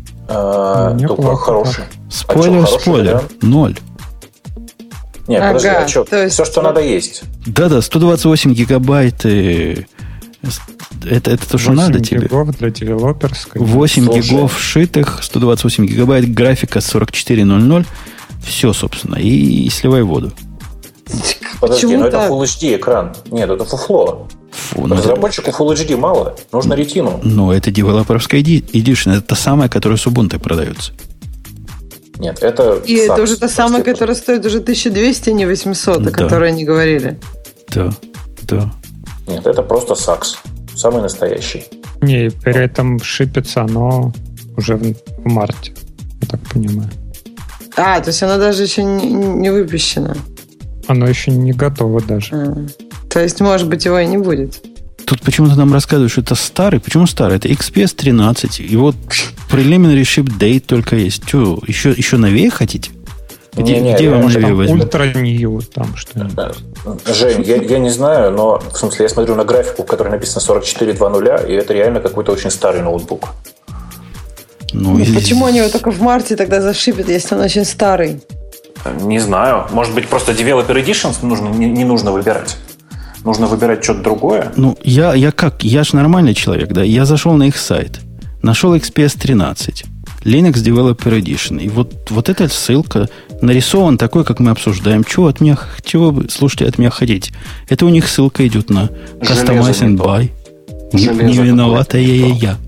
А, только хороший. Спойлер, а спойлер. Да? Ноль. Нет, ага, подожди, а что? Есть... Все, что надо, есть. Да-да, сто двадцать восемь гигабайт. И... Это, это то, что надо тебе. восемь гигов для девелоперской. восемь гигов вшитых, сто двадцать восемь гигабайт, графика сорок четыре ноль ноль. Все, собственно. И, и сливай воду. Подожди, но это Full эйч ди экран. Нет, это фуфло. Фу, разработчику это... Full эйч ди мало. Нужно ретину. Но это девелоперская Edition. Это та самая, которая с Ubuntu продается. Нет, это... И это уже та самая, которая стоит уже тысяча двести, а не восемьсот, да. О которой они говорили. Да, да. Нет, это просто сакс. Самый настоящий. Не, при этом шипится оно уже в, в марте, я так понимаю. А, то есть оно даже еще не, не выпущено. Оно еще не готово даже. А, то есть, может быть, его и не будет. Тут почему-то нам рассказывают, что это старый. Почему старый? Это икс пи эс тринадцать. И вот preliminary ship date только есть. Что, еще, еще новее хотите? Где, не, не, где вам новее возьмут? Ультра Нью там что-нибудь. Жень, я, я не знаю, но в смысле я смотрю на графику, в которой написано сорок четыре два ноль, и это реально какой-то очень старый ноутбук. Ну, ну, и... Почему они его только в марте тогда зашибят, если он очень старый? Не знаю. Может быть, просто Developer Edition нужно, не, не нужно выбирать. Нужно выбирать что-то другое. Ну, я, я как? Я же нормальный человек, да? Я зашел на их сайт, нашел икс пи эс тринадцать, Linux Developer Edition. И вот, вот эта ссылка нарисован такой, как мы обсуждаем. Чего от меня, чего вы, слушайте, от меня хотите? Это у них ссылка идет на Customize and Buy. Не, не виновата я, я, я.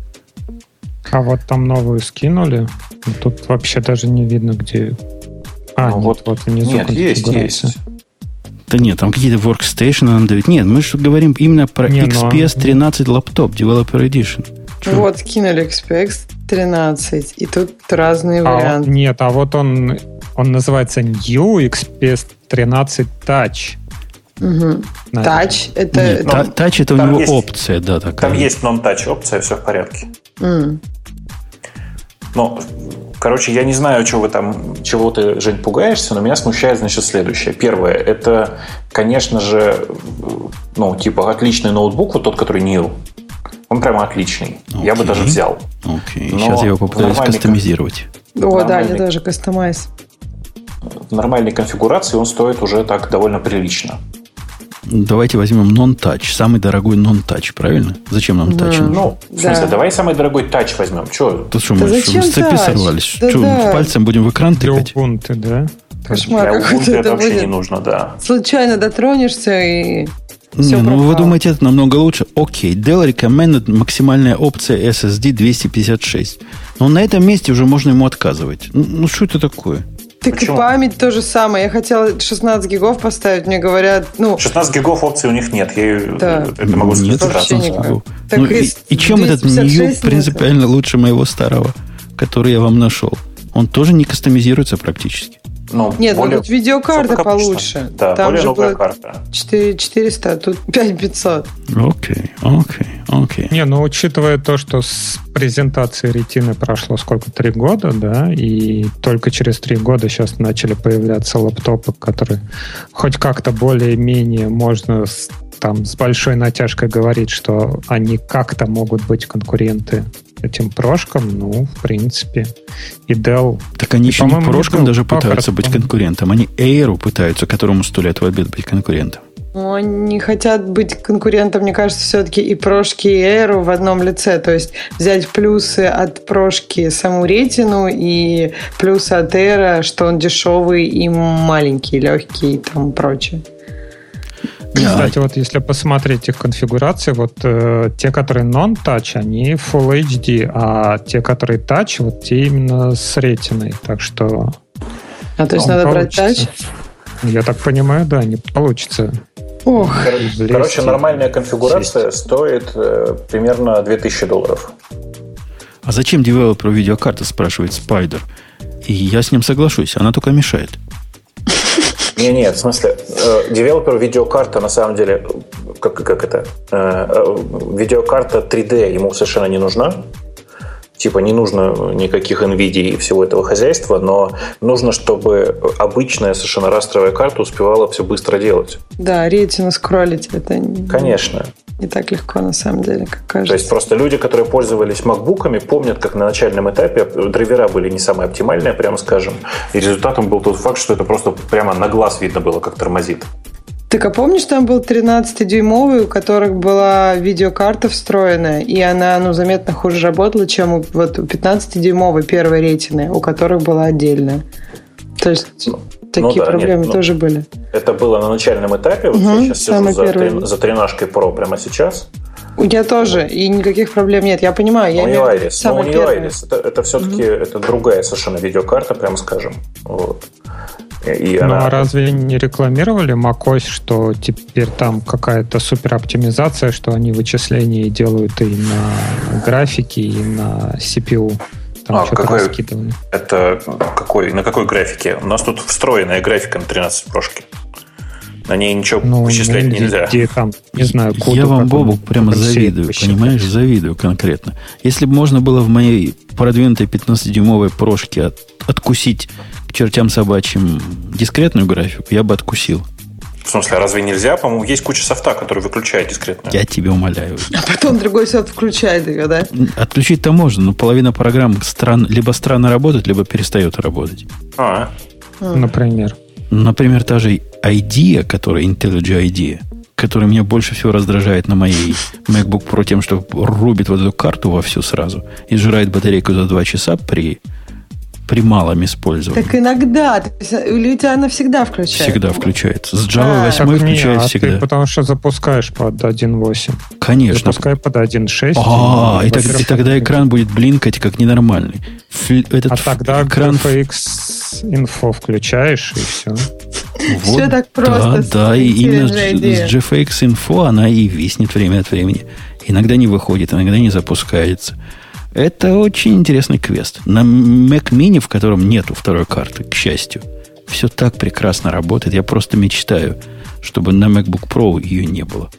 А вот там новую скинули. Тут вообще даже не видно, где... А, ну, нет, вот, вот внизу нет, есть, есть. Да нет, там какие-то workstation нам дают. Нет, мы же говорим именно про не, икс пи эс тринадцать лаптоп, Developer Edition. Чё? Вот, кинули икс пи эс тринадцать, и тут разные а, варианты. Нет, а вот он, он называется New икс пи эс тринадцать Touch. Угу. Touch это... Нет, это... Touch это у него есть, опция, да, такая. Там есть non-touch опция, все в порядке. Mm. Ну, короче, я не знаю, чего вы там, чего ты, Жень, пугаешься, но меня смущает, значит, следующее. Первое, это, конечно же, ну, типа, отличный ноутбук, вот тот, который New. Он прямо отличный. Okay. Я бы даже взял. Окей, okay. Сейчас я его попытаюсь кастомизировать. О, да, я тоже кастомайз. В нормальной конфигурации он стоит уже так довольно прилично. Давайте возьмем non-touch, самый дорогой non-touch, правильно? Зачем нам да. touch? Ну, в смысле, да. давай самый дорогой touch возьмем. Че? Тут что, да мы что, с цепи сорвались? Да, что, да. пальцем будем в экран тыкать? Для Ubuntu, да? Кошмар Для Ubuntu это, это вообще будет. Не нужно, да. Случайно дотронешься и... Все Не, ну пропало. вы думаете, это намного лучше? Окей, Dell recommended максимальная опция эс эс ди двести пятьдесят шесть. Но на этом месте уже можно ему отказывать. Ну, ну что это такое? Так Почему? и память то же самое. Я хотела шестнадцать гигов поставить, мне говорят, ну... шестнадцать гигов опций у них нет. Я Да. это могу Нет, сказать вообще сразу. никак. Ну, Так и, из и чем этот двести пятьдесят Нью шесть принципиально лучше моего старого, который я вам нашел? Он тоже не кастомизируется практически. Ну, Нет, более- ну тут видеокарта всё как обычно. получше. Да, Там более же новая было карта. четыре тысячи четыреста, а тут пять тысяч пятьсот. Окей, окей, окей. Не, ну учитывая то, что с презентации ретины прошло сколько, три года, да, и только через три года сейчас начали появляться лаптопы, которые хоть как-то более-менее можно с, там с большой натяжкой говорить, что они как-то могут быть конкуренты этим прошкам, ну, в принципе, и Dell... Так они И, еще не по-моему, прошкам не даже был пытаются Packard, быть по-моему. конкурентом. Они Air пытаются, которому сто лет в обед быть конкурентом. Ну, они хотят быть конкурентом, мне кажется, все-таки и прошки, и Air в одном лице. То есть взять плюсы от прошки саму ретину и плюсы от Air, что он дешевый и маленький, легкий и там прочее. Кстати, вот если посмотреть их конфигурации, вот э, те, которые non-touch, они Full эйч ди, а те, которые touch, вот те именно с ретиной. Так что... А то есть ну, надо брать получится. тач? Я так понимаю, да, не получится. Ох, Кор- Короче, нормальная конфигурация стоит э, примерно две тысячи долларов. А зачем девелоперу видеокарта, спрашивает Спайдер. И я с ним соглашусь, она только мешает. Не, нет, в смысле, э, девелоперу видеокарта на самом деле, как, как это, э, э, видеокарта три дэ ему совершенно не нужна. Типа не нужно никаких NVIDIA и всего этого хозяйства, но нужно, чтобы обычная совершенно растровая карта успевала все быстро делать. да, ретину скроллить это не, Конечно. не так легко на самом деле, как То есть кажется. просто люди, которые пользовались макбуками, помнят, как на начальном этапе драйвера были не самые оптимальные, прямо скажем. И результатом был тот факт, что это просто прямо на глаз видно было, как тормозит. Так, а помнишь, там был тринадцатидюймовый, у которых была видеокарта встроенная, и она, ну, заметно хуже работала, чем у, вот, у пятнадцатидюймовой первой ретины, у которых была отдельная. То есть Ну, такие да, проблемы нет, ну, тоже были. Это было на начальном этапе. Вот Угу, я сейчас сижу самый за, первый. трин- за тринашкой Pro прямо сейчас. У меня тоже, и никаких проблем нет. Я понимаю, я Но у имею в виду Iris, но у самый нее первый. Iris, это, это все-таки это другая совершенно видеокарта, прямо скажем. Вот. И Ну, она... а разве не рекламировали macOS, что теперь там какая-то супер оптимизация, что они вычисления делают и на графике, и на си пи ю? Там А, что-то какой- раскидывали. Это какой, на какой графике? У нас тут встроенная графика на тринадцать прошки. На ней ничего Ну, вычислять ну, нельзя. где там, не знаю, коду Я вам, какому, Бобук, прямо Алексей, завидую, посчитать. понимаешь? Завидую конкретно. Если бы можно было в моей продвинутой пятнадцатидюймовой прошке от- откусить к чертям собачьим дискретную графику, я бы откусил. В смысле, а разве нельзя? По-моему, есть куча софта, который выключает дискретно. Я тебя умоляю. А потом другой сет включает ее, да? Отключить-то можно, но половина программ стран, либо странно работает, либо перестает работать. А, Например. Например, та же IDEA, которая IntelliJ IDEA, которая меня больше всего раздражает на моей MacBook Pro тем, что рубит вот эту карту вовсю сразу и сжирает батарейку за два часа при, при малом использовании. Так иногда. То есть, или у тебя она всегда включает? Всегда включается. С Java А, восемь Так не, включается а всегда. ты потому что запускаешь под один восемь. Конечно. Запускай под один шесть. А, и, так- и во-первых, тогда это- экран будет блинкать как ненормальный. Фли- этот А ф- тогда экран... джи эф икс инфо включаешь, и все. Вот, Всё так просто Да, с да, и именно с, IntelliJ IDEA. с джи эф икс Info она и виснет время от времени. Иногда не выходит, иногда не запускается. Это очень интересный квест. На Mac Mini, в котором нету второй карты, к счастью, все так прекрасно работает. Я просто мечтаю, чтобы на MacBook Pro ее не было.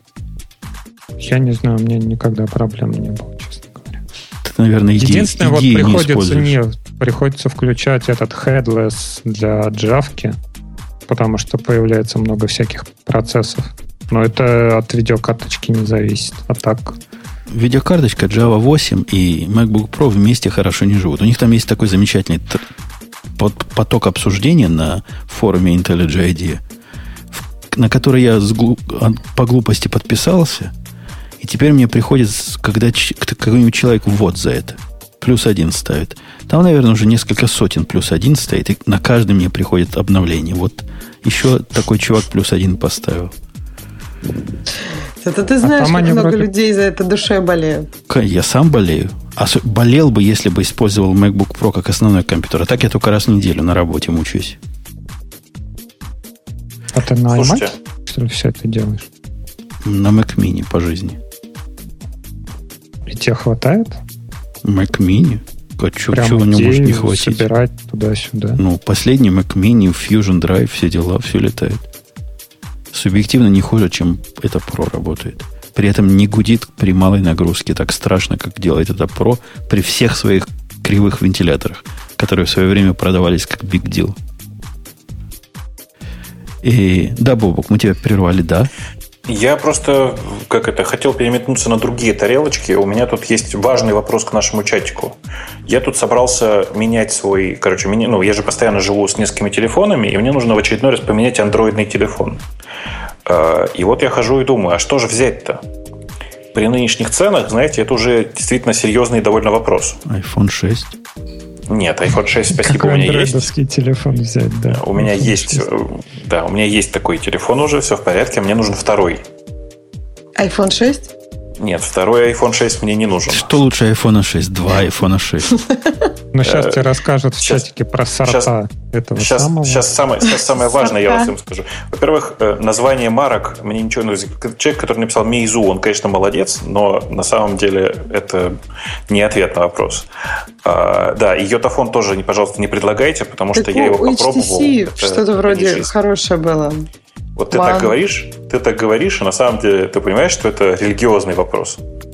Я не знаю, у меня никогда проблем не было, честно говоря. Ты, наверное, иде- Единственное, вот идеи не приходится, используешь. не, приходится включать этот headless для джавки, потому что появляется много всяких процессов. Но это от видеокарточки не зависит. А так... Видеокарточка Java восемь и MacBook Pro вместе хорошо не живут. У них там есть такой замечательный т- под- поток обсуждения на форуме IntelliJ IDEA, в- на который я с глу- от- по глупости подписался, и теперь мне приходится, когда ч- кто- какой-нибудь человек вот за это, плюс один ставит. Там, наверное, уже несколько сотен плюс один стоит, и на каждый мне приходит обновление. Вот еще такой чувак плюс один поставил. Это ты знаешь, а как много вроде... людей за это душой болеют. Я сам болею. А болел бы, если бы использовал MacBook Pro как основной компьютер. А так я только раз в неделю на работе мучаюсь. А ты на Слушайте. iMac, что ли, все это делаешь? На Mac Mini по жизни. И тебе хватает? Mac Mini? А чё, Прям чё у него может не идею хватить? собирать туда-сюда. Ну, последний Mac Mini, Fusion Drive, все дела, все летает. Субъективно не хуже, чем это Pro работает. При этом не гудит при малой нагрузке так страшно, как делает это Pro при всех своих кривых вентиляторах, которые в свое время продавались как big deal. И да, Бобок, мы тебя прервали, да? Я просто, как это, хотел переметнуться на другие тарелочки. У меня тут есть важный вопрос к нашему чатику. Я тут собрался менять свой, короче, меня, ну, я же постоянно живу с несколькими телефонами, и мне нужно в очередной раз поменять андроидный телефон. И вот я хожу и думаю, а что же взять-то? При нынешних ценах, знаете, это уже действительно серьезный и довольно вопрос. айфон шесть. Нет, айфон шесть, спасибо, Какой у меня есть. андроидовский телефон взять, да. У меня есть, да, у меня есть такой телефон уже, все в порядке, а мне нужен второй. айфон шесть? Нет, второй айфон шесть мне не нужен. Что лучше айфон шесть? Два айфон шесть. Ну, сейчас тебе расскажут в сейчас- чатике про сейчас- сорта этого Сейчас, самого. сейчас, самое, сейчас самое важное я Сорта. вас им скажу. Во-первых, э, название марок мне ничего не... Человек, который написал Meizu, он, конечно, молодец, но на самом деле это не ответ на вопрос. А, да, и Йотафон тоже, не, пожалуйста, не предлагайте, потому что Так я его у попробовал. эйч ти си Это- что-то это вроде не жизнь. хорошее было. Вот ты Ладно. так говоришь, ты так говоришь, и на самом деле ты понимаешь, что это религиозный вопрос.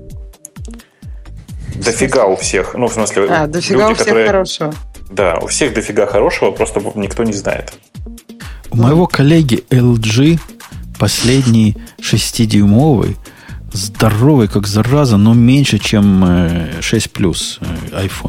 Дофига у всех. Ну, в смысле, А, дофига люди, у всех которые... хорошего. Да, у всех дофига хорошего, просто никто не знает. У моего коллеги эл джи последний шестидюймовый, здоровый как зараза, но меньше, чем э, шесть плюс э, iPhone.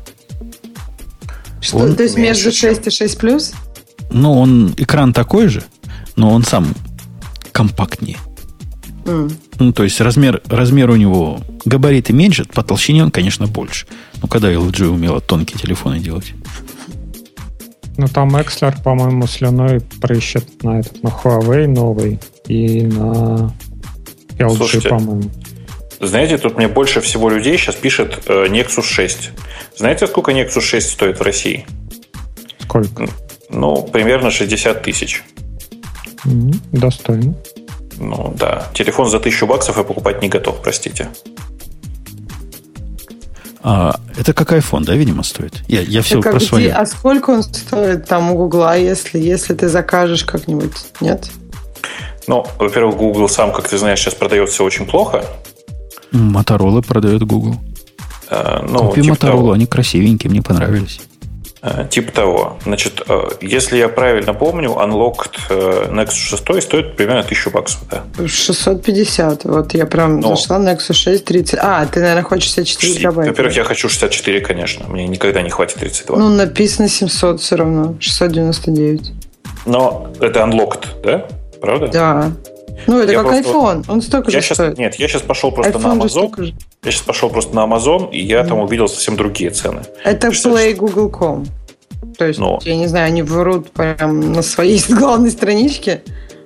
Что, Он то есть меньше, между чем- шесть и шесть плюс? Ну, он экран такой же, но он сам компактнее. М. Ну, то есть размер, размер у него габариты меньше, по толщине он, конечно, больше. Ну, когда эл джи умела тонкие телефоны делать. Ну, там Экслер, по-моему, слюной прыщет на этот, на Huawei новый и на эл джи, Слушайте, по-моему. Знаете, тут мне больше всего людей сейчас пишет э, Nexus шесть. Знаете, сколько Nexus шесть стоит в России? Сколько? Ну, примерно шестьдесят тысяч. М, Достойно. Ну, да. Телефон за тысячу баксов я покупать не готов, простите. А, это как iPhone, да, видимо, стоит? Я, я все Так, а, про где- свое. а сколько он стоит там у Гугла, если, если ты закажешь как-нибудь? Нет? Ну, во-первых, Google сам, как ты знаешь, сейчас продает все очень плохо. Motorola продает Google. Э, ну, Купи типа Motorola, того. они красивенькие, мне понравились. Э, Типа того. Значит, э, если я правильно помню, Unlocked э, Nexus шесть стоит примерно тысячу баксов, да. шестьсот пятьдесят. Вот я прям Ну. зашла на Nexus шесть тридцать. А, ты, наверное, хочешь шестьдесят четыре гигабайта. Во-первых, я хочу шестьдесят четыре, конечно. Мне никогда не хватит тридцать два. Ну, написано семьсот все равно. шестьсот девяносто девять. Но это Unlocked, да? Правда? Да. Ну, это Я как просто- iPhone. Он столько Я же сейчас, стоит. нет, я сейчас пошел просто на iPhone же Amazon. столько же. Я сейчас пошел просто на Amazon, и я там увидел совсем другие цены. Это шестьдесят Play Google точка com. То есть, Ну. я не знаю, они врут прям на своей главной страничке.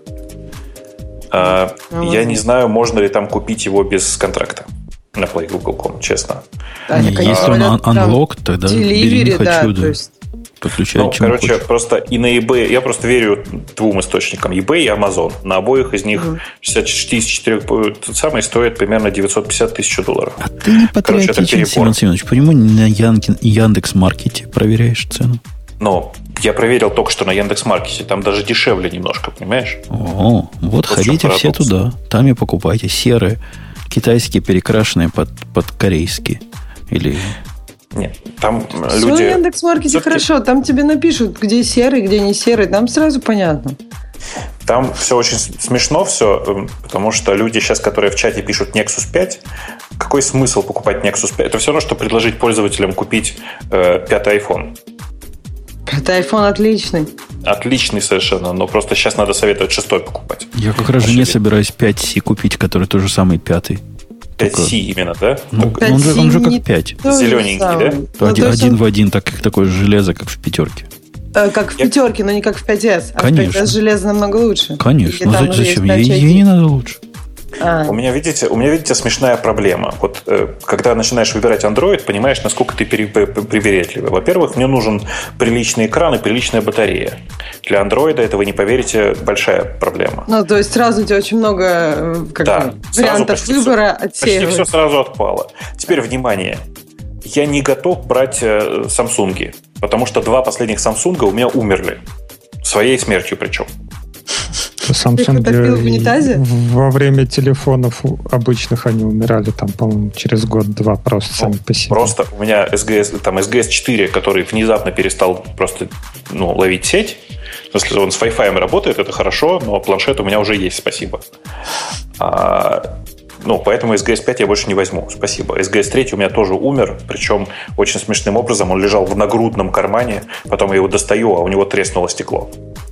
А, Ну, я ладно. не знаю, можно ли там купить его без контракта на play google точка com, честно. Да, Не, так они если он говорят, un- там unlocked, тогда бери, не delivery, да, хочу, да. то есть Подключай, Ну, чем короче, хочешь. просто и на eBay, я просто верю двум источникам, eBay и Amazon. На обоих из них шестьдесят четыре тот самый стоит примерно девятьсот пятьдесят тысяч долларов. А ты не Короче, это патриотичен, перебор. Семен Семенович. Почему на Ян- Яндекс.Маркете проверяешь цену? Но я проверил только что на Яндекс.Маркете, там даже дешевле немножко, понимаешь? О, вот Вот в ходите чем все парадокс. туда. Там и покупайте серые, китайские, перекрашенные под, под корейские. Или... Нет, там все люди... в Яндекс.Маркете всё-таки- хорошо. Там тебе напишут, где серый, где не серый. Там сразу понятно. Там все очень с- смешно все, потому что люди сейчас, которые в чате пишут Nexus пять, какой смысл покупать Nexus пять? Это все равно, что предложить пользователям купить э, пятый iPhone. Это iPhone отличный. Отличный совершенно, но просто сейчас надо советовать шестой покупать. Я как раз жене Ошибись. собираюсь пять си купить, который тоже самый пятый. пять Только- си именно, да? Ну, Только- он, же, он же пять си как пять. То же Зелененький, самое. да? Ну, один то есть один он- в один, так, такое же железо, как в пятерке. Как в пятерке, но не как в пять эс. А Конечно. в пять эс железо намного лучше. Конечно. Ну, зачем? Ей, ей не надо лучше. А. У меня, видите, у меня, видите, смешная проблема. Вот э, когда начинаешь выбирать Android, понимаешь, насколько ты привередливый. Во-первых, мне нужен приличный экран и приличная батарея. Для Android, это, вы не поверите, большая проблема. Ну, то есть сразу у тебя очень много как да, бы, вариантов выбора отсеивать. Почти все сразу отпало. Теперь, внимание. Я не готов брать Samsung, потому что два последних Samsung у меня умерли. Своей смертью причем. Samsung во время телефонов обычных они умирали там, по-моему, через год-два просто ну, сами по себе. Просто у меня эс джи эс, там эс джи эс четыре, который внезапно перестал просто ну, ловить сеть. Если он с Wi-Fi работает, это хорошо, но планшет у меня уже есть, спасибо. А, ну, поэтому эс джи эс пять я больше не возьму, спасибо. эс джи эс три у меня тоже умер, причем очень смешным образом. Он лежал в нагрудном кармане, потом я его достаю, а у него треснуло стекло.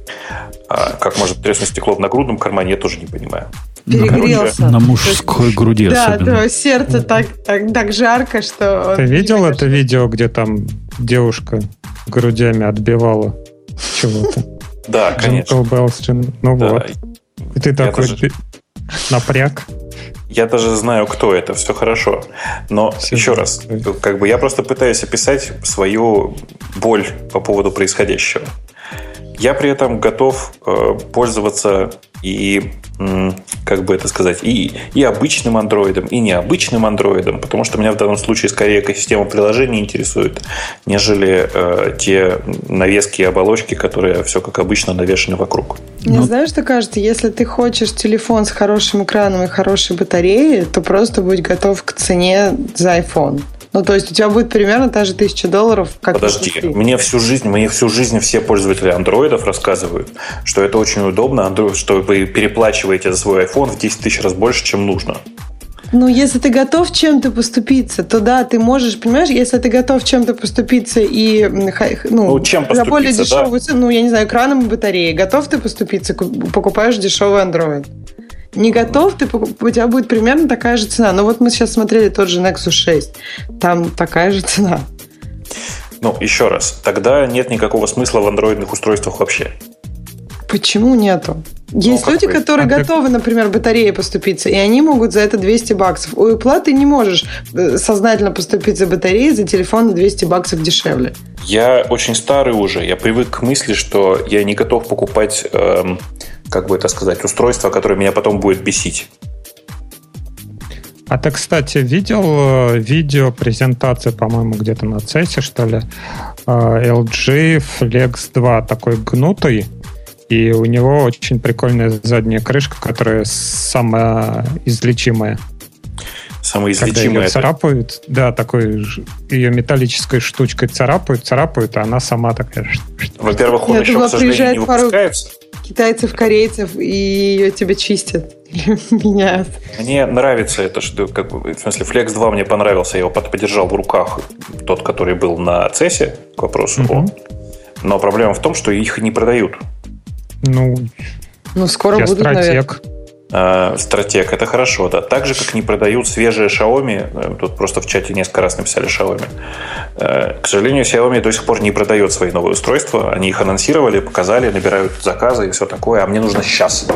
А как может треснуть стекло в нагрудном кармане, я тоже не понимаю. Перегрелся. На мужской груди да, особенно. Да, сердце так, так, так жарко, что... Ты видел это видео, где там девушка грудями отбивала чего-то? Да, конечно. Ну вот. И ты такой напряг. Я даже знаю, кто это, все хорошо. Но все еще раз, как бы я просто пытаюсь описать свою боль по поводу происходящего. Я при этом готов э, пользоваться и, м, как бы это сказать, и, и обычным андроидом, и необычным андроидом, потому что меня в данном случае скорее экосистема приложений интересует, нежели э, те навески и оболочки, которые все как обычно навешаны вокруг. Мне ну, знаешь, что кажется, если ты хочешь телефон с хорошим экраном и хорошей батареей, то просто будь готов к цене за iPhone. Ну, то есть у тебя будет примерно та же тысяча долларов, как Подожди, мне всю жизнь, мне всю жизнь все пользователи андроидов рассказывают, что это очень удобно, что вы переплачиваете за свой iPhone в десять тысяч раз больше, чем нужно. Ну, если ты готов чем-то поступиться, то да, ты можешь, понимаешь, если ты готов чем-то поступиться и ну, ну чем за более дешевую да? цену, ну, я не знаю, экраном и батареей, готов ты поступиться, покупаешь дешевый Android. Не готов, ты, у тебя будет примерно такая же цена. Но вот мы сейчас смотрели тот же Nexus шесть. Там такая же цена. Ну, еще раз. Тогда нет никакого смысла в андроидных устройствах вообще. Почему нету? Есть ну, люди, которые а готовы, например, батареей поступиться, и они могут за это двести баксов. У Apple ты не можешь сознательно поступить за батареей, за телефон на двести баксов дешевле. Я очень старый уже. Я привык к мысли, что я не готов покупать, эм, как бы это сказать, устройство, которое меня потом будет бесить. А ты, кстати, видел видео презентации, по-моему, где-то на цессе, что ли, эл джи Flex два такой гнутый, и у него очень прикольная задняя крышка, которая самоизлечимая. Самоизлечимая. Когда ее царапают, да, такой ее металлической штучкой царапают, царапают, а она сама такая... Во-первых, он Я еще, думала, к сожалению, не выпускается. Китайцев, корейцев, и ее тебе чистят. Меняют. Мне нравится это, что, как бы, в смысле, Flex два мне понравился, я его подержал в руках, тот, который был на цессе, к вопросу uh-huh. о. Но проблема в том, что их не продают. Ну, ну скоро я будут, стратег. А, стратег, это хорошо, да. Так же, как не продают свежие Xiaomi, тут просто в чате несколько раз написали Xiaomi. К сожалению, Xiaomi до сих пор не продает свои новые устройства. Они их анонсировали, показали, набирают заказы и все такое, а мне нужно сейчас.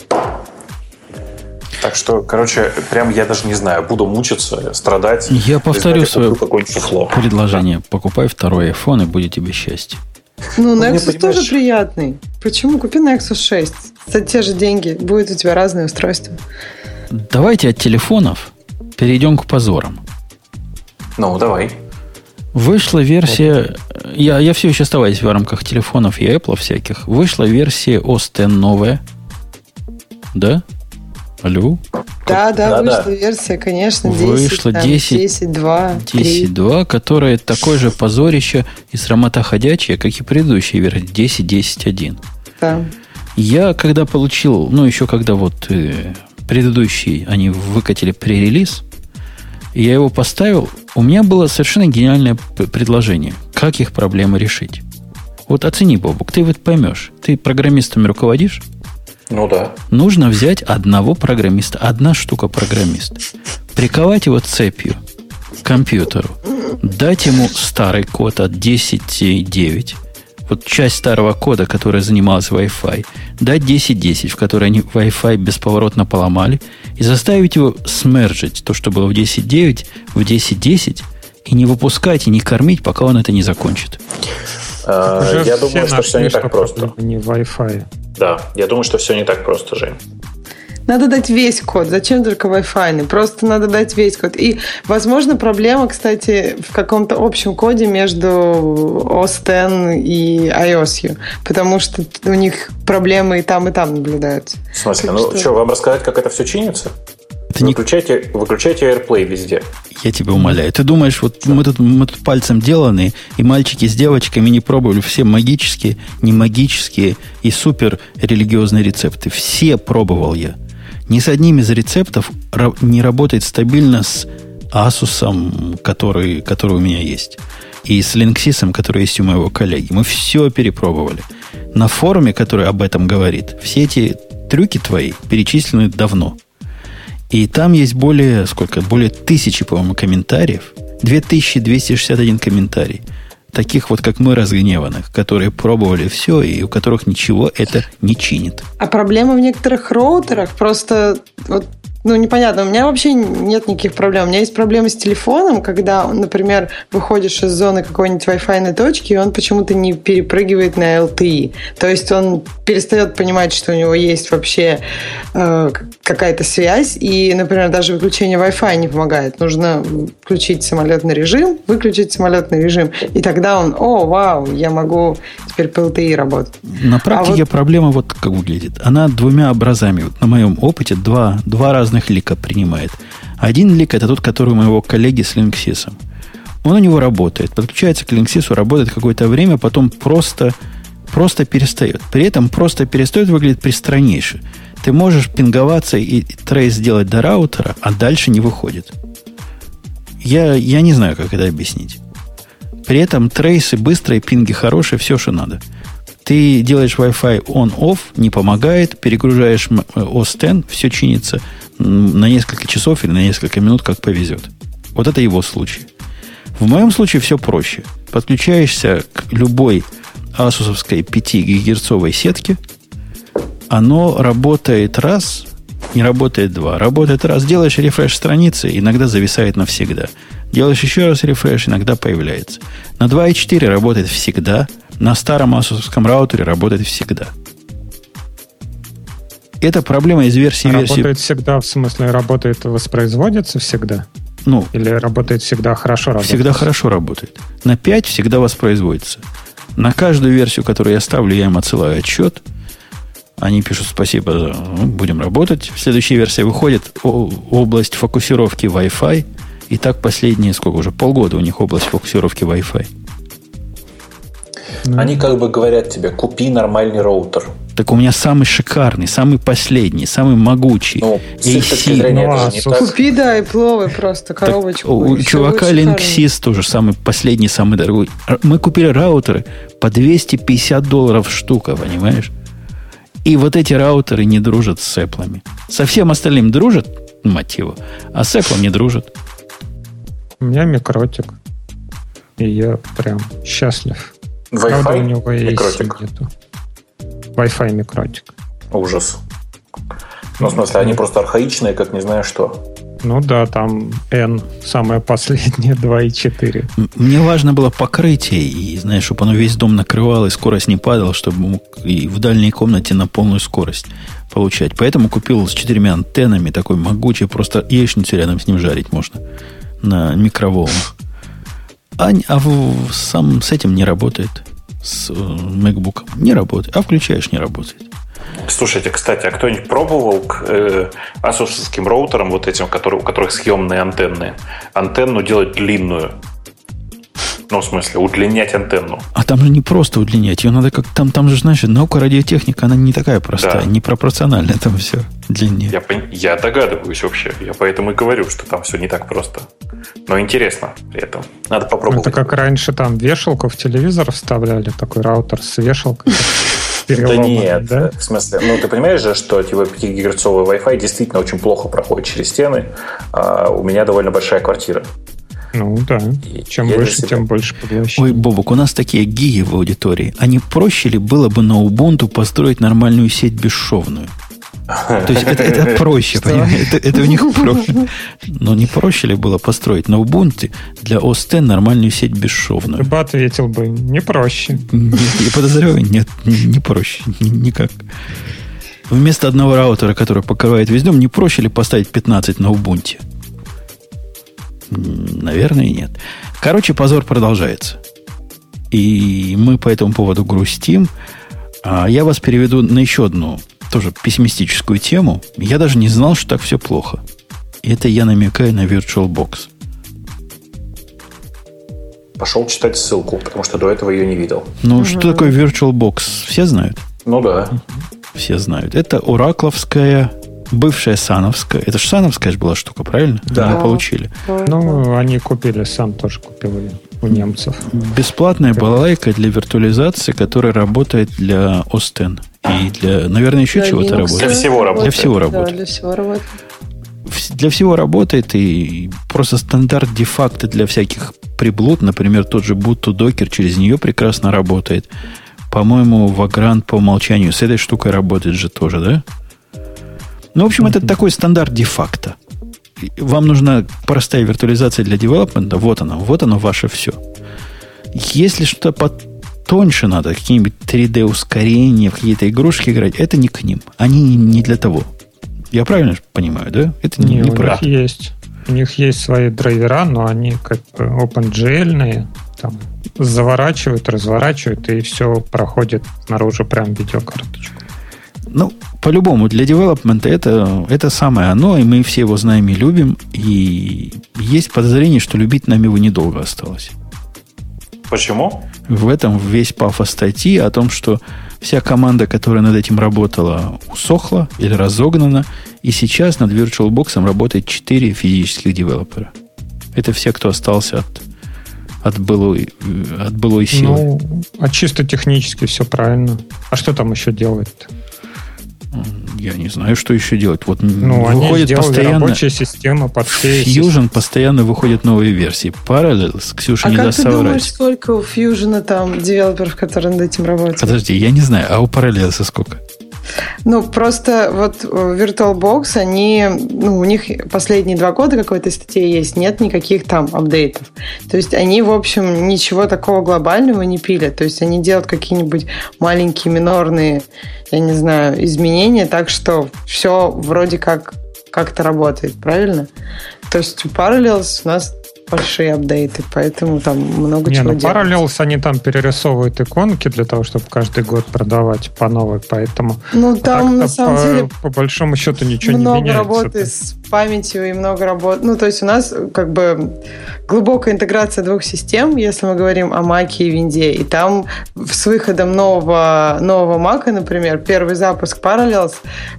Так что, короче, прям я даже не знаю, буду мучиться, страдать. Я повторю свое предложение. Покупай второй iPhone, и будет тебе счастье. Ну, Nexus мне, тоже приятный. Почему? Купи Nexus шесть. За те же деньги будет у тебя разные устройства. Давайте от телефонов перейдем к позорам. Ну, давай. Вышла версия... Я, я все еще оставаюсь в рамках телефонов и Apple всяких. Вышла версия о эс X новая. Да? Алло? Да, да, да вышла да. версия, конечно, десять, вышла десять, десять два, десять два, которая такое же позорище и срамота ходячая, как и предыдущая версия десять десять один. Да. Я когда получил, ну еще когда вот э, предыдущий они выкатили пререлиз, я его поставил, у меня было совершенно гениальное предложение, как их проблемы решить. Вот оцени, Бобук, ты вот поймешь, ты программистами руководишь? Ну да. Нужно взять одного программиста, одна штука программиста, приковать его цепью к компьютеру, дать ему старый код от десять девять, вот часть старого кода, которая занималась Wi-Fi, дать десять десять, в которой они Wi-Fi бесповоротно поломали, и заставить его смержить то, что было в десять девять, в десять десять, и не выпускать, и не кормить, пока он это не закончит. А, я думаю, что все не так просто. Не Wi-Fi. Да, я думаю, что все не так просто, Жень. Надо дать весь код. Зачем только Wi-Fi? Просто надо дать весь код. И, возможно, проблема, кстати, в каком-то общем коде между о эс десять и iOS. Потому что у них проблемы и там, и там наблюдаются. В смысле? Так ну, что... что, вам рассказать, как это все чинится? Это выключайте, не... выключайте AirPlay везде. Я тебя умоляю. Ты думаешь, вот мы тут, мы тут пальцем деланные, и мальчики с девочками не пробовали все магические, не магические и супер религиозные рецепты. Все пробовал я. Ни с одним из рецептов не работает стабильно с Asus, который, который у меня есть. И с Linksys, который есть у моего коллеги. Мы все перепробовали. На форуме, который об этом говорит, все эти трюки твои перечислены давно. И там есть более, сколько, более тысячи, по-моему, комментариев. две тысячи двести шестьдесят один комментарий. Таких вот, как мы, разгневанных, которые пробовали все, и у которых ничего это не чинит. А проблема в некоторых роутерах просто... Вот, ну, непонятно. У меня вообще нет никаких проблем. У меня есть проблемы с телефоном, когда, например, выходишь из зоны какой-нибудь Wi-Fi точки, и он почему-то не перепрыгивает на эл ти и. То есть он перестает понимать, что у него есть вообще э, какая-то связь, и, например, даже выключение Wi-Fi не помогает. Нужно включить самолетный режим, выключить самолетный режим, и тогда он, о, вау, я могу теперь по эл ти и работать. На практике а вот... проблема вот как выглядит. Она двумя образами. Вот на моем опыте два, два разных лика принимает. Один лик это тот, который у моего коллеги с Linksys. Он у него работает. Подключается к Linksys, работает какое-то время, потом просто, просто перестает. При этом просто перестает выглядит пристраннейше. Ты можешь пинговаться и трейс сделать до раутера, а дальше не выходит. Я, я не знаю, как это объяснить. При этом трейсы быстрые, пинги хорошие, все, что надо. Ты делаешь Wi-Fi on-off, не помогает, перегружаешь о эс десять, все чинится на несколько часов или на несколько минут, как повезет. Вот это его случай. В моем случае все проще. Подключаешься к любой асусовской пятигигагерцовой сетке, оно работает раз, не работает два. Работает раз, делаешь рефреш страницы, иногда зависает навсегда. Делаешь еще раз рефреш, иногда появляется. На два и четыре работает всегда. На старом асусовском раутере работает всегда. Это проблема из версии в версию. Работает всегда, в смысле, работает, воспроизводится всегда? Ну, или работает всегда хорошо работает? Всегда хорошо работает. На пять всегда воспроизводится. На каждую версию, которую я ставлю, я им отсылаю отчет. Они пишут спасибо, ну, будем работать. Следующая версия выходит, о, область фокусировки Wi-Fi. И так последние, сколько уже, полгода у них область фокусировки Wi-Fi. Они как бы говорят тебе, купи нормальный роутер. Так у меня самый шикарный, самый последний, самый могучий. Ну, эй си. Ну, а, не так. Купи, да, и пловый просто, коробочку. Так, у чувака Linksys тоже самый последний, самый дорогой. Мы купили раутеры по двести пятьдесят долларов штука, понимаешь? И вот эти раутеры не дружат с Apple. Со всем остальным дружат, мать его, а с Apple не дружат. У меня микротик. И я прям счастлив. Wi-Fi? Правда, у него микротик. Нету. Wi-Fi микротик. Ужас. Ну, в смысле, они просто архаичные, как не знаю что. Ну да, там N, самое последнее, два и четыре. Мне важно было покрытие, и, знаешь, чтобы оно весь дом накрывало, и скорость не падала, чтобы мог и в дальней комнате на полную скорость получать. Поэтому купил с четырьмя антеннами такой могучий, просто яичницу рядом с ним жарить можно на микроволнах. А, а в, сам с этим не работает. С э, MacBook не работает. А включаешь, не работает. Слушайте, кстати, а кто-нибудь пробовал к э, асусовским роутерам, вот этим, которые, у которых съемные антенны, антенну делать длинную? Ну, в смысле, удлинять антенну. А там же не просто удлинять. Ее надо как... Там, там же, знаешь, наука радиотехника, она не такая простая, да. Не пропорциональная там все длиннее. Я, я догадываюсь вообще. Я поэтому и говорю, что там все не так просто. Но интересно при этом. Надо попробовать. Это как раньше там вешалку в телевизор вставляли, такой раутер с вешалкой. Да нет, да? В смысле, ну ты понимаешь же, что типа пятигигагерцовый Wi-Fi действительно очень плохо проходит через стены. А у меня довольно большая квартира. Ну да, чем Я выше, себя... тем больше поглощения. Ой, Бобок, у нас такие гиги в аудитории. А не проще ли было бы на Ubuntu построить нормальную сеть бесшовную? То есть это, это проще, понимаете? Это, это у них проще. Но не проще ли было построить на Ubuntu для о эс икс нормальную сеть бесшовную? Ты бы ответил бы, не проще. Нет, я подозреваю, нет, не проще, никак. Вместо одного раутера, который покрывает весь дом, не проще ли поставить пятнадцать на Ubuntu? Наверное, нет. Короче, позор продолжается. И мы по этому поводу грустим. А я вас переведу на еще одну тоже пессимистическую тему. Я даже не знал, что так все плохо. И это я намекаю на VirtualBox. Пошел читать ссылку, потому что до этого ее не видел. Ну, угу. что такое VirtualBox? Все знают? Ну да. Все знают. Это оракловская, бывшая сановская. Это же сановская же была штука, правильно? Да. Они получили. Ну, они купили, сам тоже купил у немцев. Бесплатная балалайка для виртуализации, которая работает для о эс икс. И для, наверное, еще Для чего-то Linux работает. Для всего работает. Для всего Да, работает. для всего работает. Вс- Для всего работает, и просто стандарт де-факто для всяких приблуд, например, тот же Ubuntu Docker через нее прекрасно работает. По-моему, Vagrant по умолчанию с этой штукой работает же тоже, да? Ну, в общем, это такой стандарт де-факто. Вам нужна простая виртуализация для девелопмента, вот она, вот оно ваше все. Если что-то потоньше надо, какие-нибудь три дэ-ускорения, в какие-то игрушки играть, это не к ним. Они не для того. Я правильно понимаю, да? Это не, Не, не у про них есть. У них есть свои драйвера, но они как бы OpenGL-ные, там заворачивают, разворачивают, и все проходит наружу прям видеокарточку. Ну, по-любому, для девелопмента это, это самое оно, и мы все его знаем и любим, и есть подозрение, что любить нам его недолго осталось. Почему? В этом весь пафос статьи о том, что вся команда, которая над этим работала, усохла или разогнана, и сейчас над VirtualBox работает четыре физических девелопера. Это все, кто остался от, от, былой, от былой силы. Ну, а чисто технически все правильно. А что там еще делать-то? Я не знаю, что еще делать. Вот Ну, они выходит сделали постоянно рабочая система под все Fusion, постоянно выходят новые версии. Parallels, Ксюша А не как даст ты соврать. думаешь, сколько у Fusion там девелоперов, которые над этим работают? Подожди, я не знаю, а у Parallels сколько? Ну, просто вот VirtualBox, они, ну, у них последние два года, как в этой статье есть, нет никаких там апдейтов. То есть они, в общем, ничего такого глобального не пилят. То есть они делают какие-нибудь маленькие минорные, я не знаю, изменения, так что все вроде как как-то работает, правильно? То есть у Parallels у нас большие апдейты, поэтому там много Не, чего ну делать. Parallels, они там перерисовывают иконки для того, чтобы каждый год продавать по новой, поэтому Ну, там, а на так-то самом по, деле, по большому счету ничего много не меняется. работы с памятью и много работы. Ну, то есть у нас как бы глубокая интеграция двух систем, если мы говорим о Mac и Винде. И там с выходом нового, нового Mac, например, первый запуск Parallels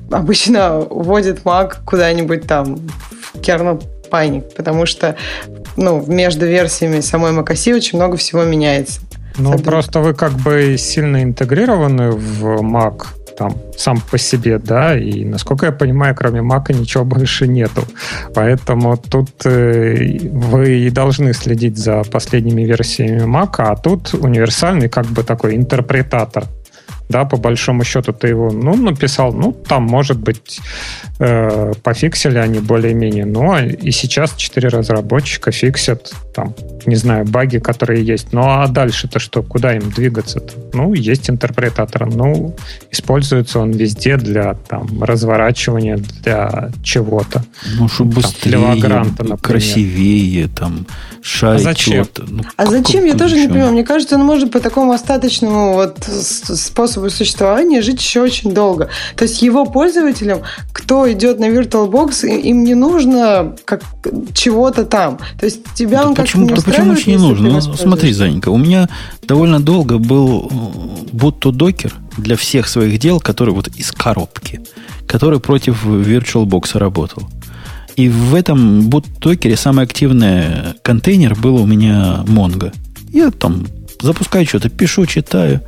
обычно вводит Mac куда-нибудь там в kernel Panic, потому что ну, между версиями самой macOS очень много всего меняется. Ну, Особенно. просто вы как бы сильно интегрированы в Mac там сам по себе, да, и, насколько я понимаю, кроме Mac ничего больше нету. Поэтому тут э, вы и должны следить за последними версиями Mac, а тут универсальный как бы такой интерпретатор. Да, по большому счету ты его, ну, написал, ну, там, может быть, э, пофиксили они более-менее, но и сейчас четыре разработчика фиксят, там, не знаю, баги, которые есть. Ну, а дальше-то что? Куда им двигаться-то? Ну, есть интерпретатор, ну, используется он везде для, там, разворачивания, для чего-то. Ну, чтобы Там, быстрее, для Vagrant, например. красивее, там, шарить А зачем? чего-то. Ну, А как- зачем? Я как- тоже не зачем? понимаю. Мне кажется, он может по такому остаточному вот с- способу существования жить еще очень долго. То есть его пользователям, кто идет на VirtualBox, и- им не нужно как чего-то там. То есть тебя Да он почему, как-то не да почему устраивает, очень не если нужно? ты Ну, воспользуешься? смотри, Занька, у меня довольно долго был э, Ubuntu Docker для всех своих дел, который вот из коробки, который против VirtualBox работал. И в этом Ubuntu Docker самый активный контейнер был у меня Mongo. Я там запускаю что-то, пишу, читаю,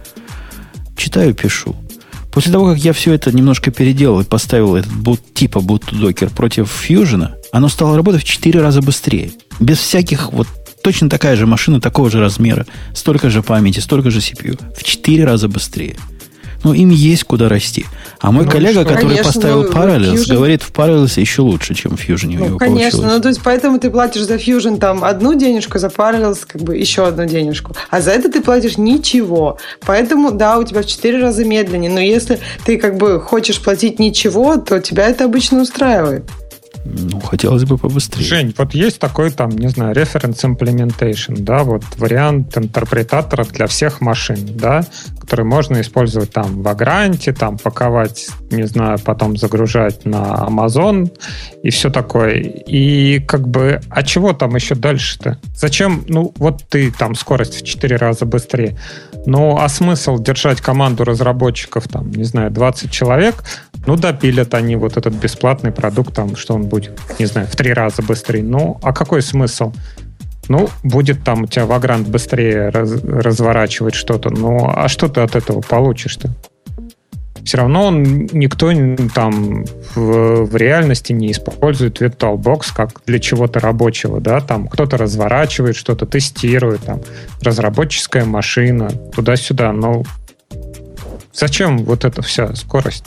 читаю, пишу. После того, как я все это немножко переделал и поставил этот boot, типа Ubuntu Docker против Fusion, оно стало работать в четыре раза быстрее. Без всяких вот точно такая же машина, такого же размера, столько же памяти, столько же си пи ю. В четыре раза быстрее. Ну, им есть куда расти. А мой ну, коллега, что? который конечно, поставил Parallels, Fusion... говорит, в Parallels еще лучше, чем в Fusion ну, у него конечно, получилось. Ну, то есть, поэтому ты платишь за Fusion там одну денежку, за Parallels как бы еще одну денежку. А за это ты платишь ничего. Поэтому, да, у тебя в четыре раза медленнее. Но если ты как бы хочешь платить ничего, то тебя это обычно устраивает. Ну, хотелось бы побыстрее. Жень, вот есть такой там, не знаю, reference implementation, да, вот вариант интерпретатора для всех машин, да, который можно использовать там в Vagrant, там паковать, не знаю, потом загружать на Amazon и все такое. И как бы, а чего там еще дальше-то? Зачем, ну, вот ты там скорость в четыре раза быстрее. Ну, а смысл держать команду разработчиков, там, не знаю, двадцать человек, ну, допилят они вот этот бесплатный продукт, там, что он будет, не знаю, в три раза быстрее. Ну, а какой смысл? Ну, будет там у тебя Vagrant быстрее раз, разворачивать что-то. Ну, а что ты от этого получишь-то? Все равно он, никто там в, в реальности не использует VirtualBox как для чего-то рабочего, да, там кто-то разворачивает, что-то тестирует, там, разработческая машина, туда-сюда, но зачем вот эта вся скорость?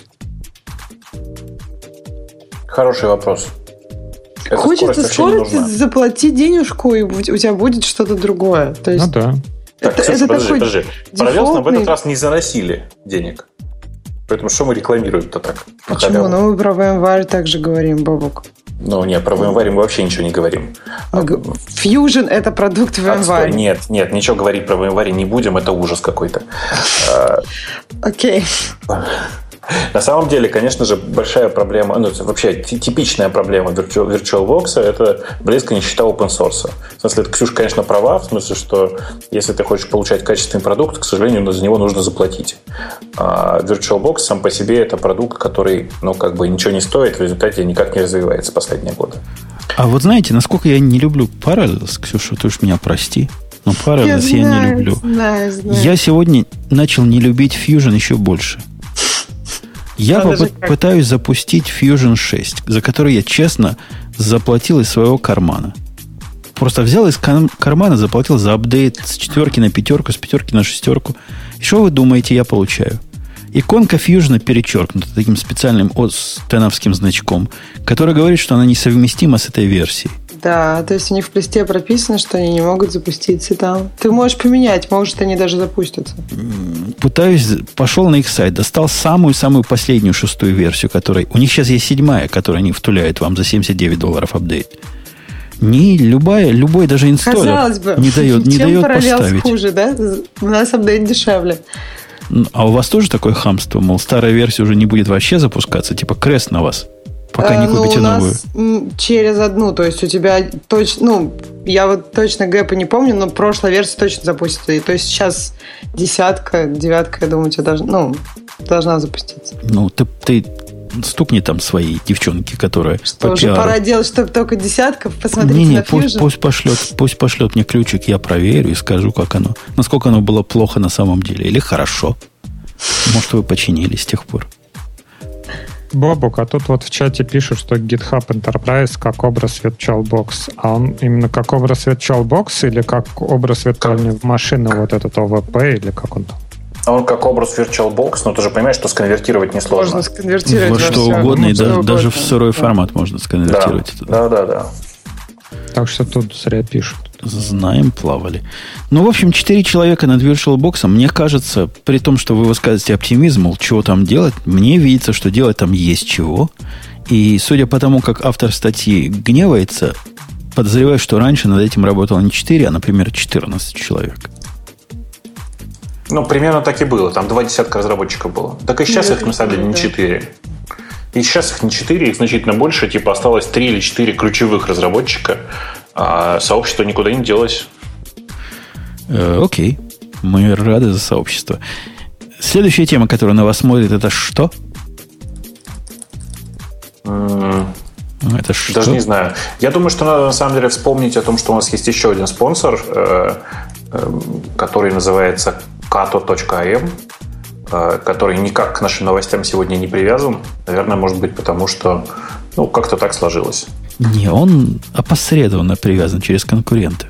Хороший вопрос. Эта Хочется скорость, скорость заплатить денежку, и у тебя будет что-то другое. То есть ну да. Так, это, Ксюша, это подожди, подожди. Parallels нам в этот раз не заносили денег. Поэтому что мы рекламируем-то так? Почему? Ну, мы про VMware также говорим, Бобок. Ну, нет, про VMware мы вообще ничего не говорим. Fusion – это продукт VMware. Нет, нет, ничего говорить про VMware не будем, это ужас какой-то. Окей. На самом деле, конечно же, большая проблема, ну, вообще типичная проблема VirtualBox – это близкая нищета open source. В смысле, Ксюша, конечно, права, в смысле, что если ты хочешь получать качественный продукт, к сожалению, за него нужно заплатить. А VirtualBox сам по себе – это продукт, который, ну, как бы ничего не стоит, в результате никак не развивается последние годы. А вот знаете, насколько я не люблю Parallels, Ксюша, ты уж меня прости, но Parallels я, знаю, я не люблю. Знаю, знаю. Я сегодня начал не любить Fusion еще больше. Я попы- пытаюсь запустить Fusion шесть, за который я честно заплатил из своего кармана. Просто взял из кар- кармана, заплатил за апдейт с четверки на пятерку, с пятерки на шестерку. И что вы думаете, я получаю? Иконка Fusion перечеркнута таким специальным остеновским значком, который говорит, что она несовместима с этой версией. Да, то есть у них в плесте прописано, что они не могут запуститься там. Ты можешь поменять, может, они даже запустятся. Пытаюсь, пошел на их сайт, достал самую-самую последнюю шестую версию, которой... У них сейчас есть седьмая, которую они втуляют вам за семьдесят девять долларов апдейт. Не любая, любой даже инсталлер не дает, не дает поставить. Хуже, да? У нас апдейт дешевле. А у вас тоже такое хамство? Мол, старая версия уже не будет вообще запускаться? Типа крест на вас? Пока не купите ну, у новую. Нас через одну, то есть у тебя точно, ну, я вот точно гэпа не помню, но прошлая версия точно запустится. И, то есть сейчас десятка, девятка, я думаю, у тебя должна, ну, должна запуститься. Ну, ты, ты стукни там своей девчонке, которая что, по уже пиару. Пора делать, чтобы только десятка, посмотрите не, не, на пусть, Fusion. Пусть пошлет, пусть пошлет мне ключик, я проверю и скажу, как оно, насколько оно было плохо на самом деле. Или хорошо. Может, вы починили с тех пор. Бобук, а тут вот в чате пишут, что GitHub Enterprise как образ VirtualBox. А он именно как образ VirtualBox или как образ виртуальной машины, вот этот о вэ пи, или как он там? А он как образ VirtualBox, но ты же понимаешь, что сконвертировать несложно. Можно сконвертировать во что все. угодно, и даже, угодно. даже в сырой формат можно сконвертировать. Да, да, да, да. Так что тут зря пишут. Знаем, плавали. Ну, в общем, четыре человека над VirtualBox, мне кажется, при том, что вы высказываете оптимизм, мол, чего там делать, мне видится, что делать там есть чего. И судя по тому, как автор статьи гневается, подозреваю, что раньше над этим работало не четыре, а, например, четырнадцать человек. Ну, примерно так и было. Там два десятка разработчиков было. Так и сейчас Нет, их, на самом деле, не да. четыре. И сейчас их не четыре, их значительно больше. Типа осталось три или четыре ключевых разработчика, а сообщество никуда не делось. Э, окей. Мы рады за сообщество. Следующая тема, которая на вас смотрит, это что? Mm. Это что? Даже не знаю. Я думаю, что надо на самом деле вспомнить о том, что у нас есть еще один спонсор, э, э, который называется kato точка ай эм, э, который никак к нашим новостям сегодня не привязан. Наверное, может быть, потому что ну, как-то так сложилось. Не, он опосредованно привязан через конкурента.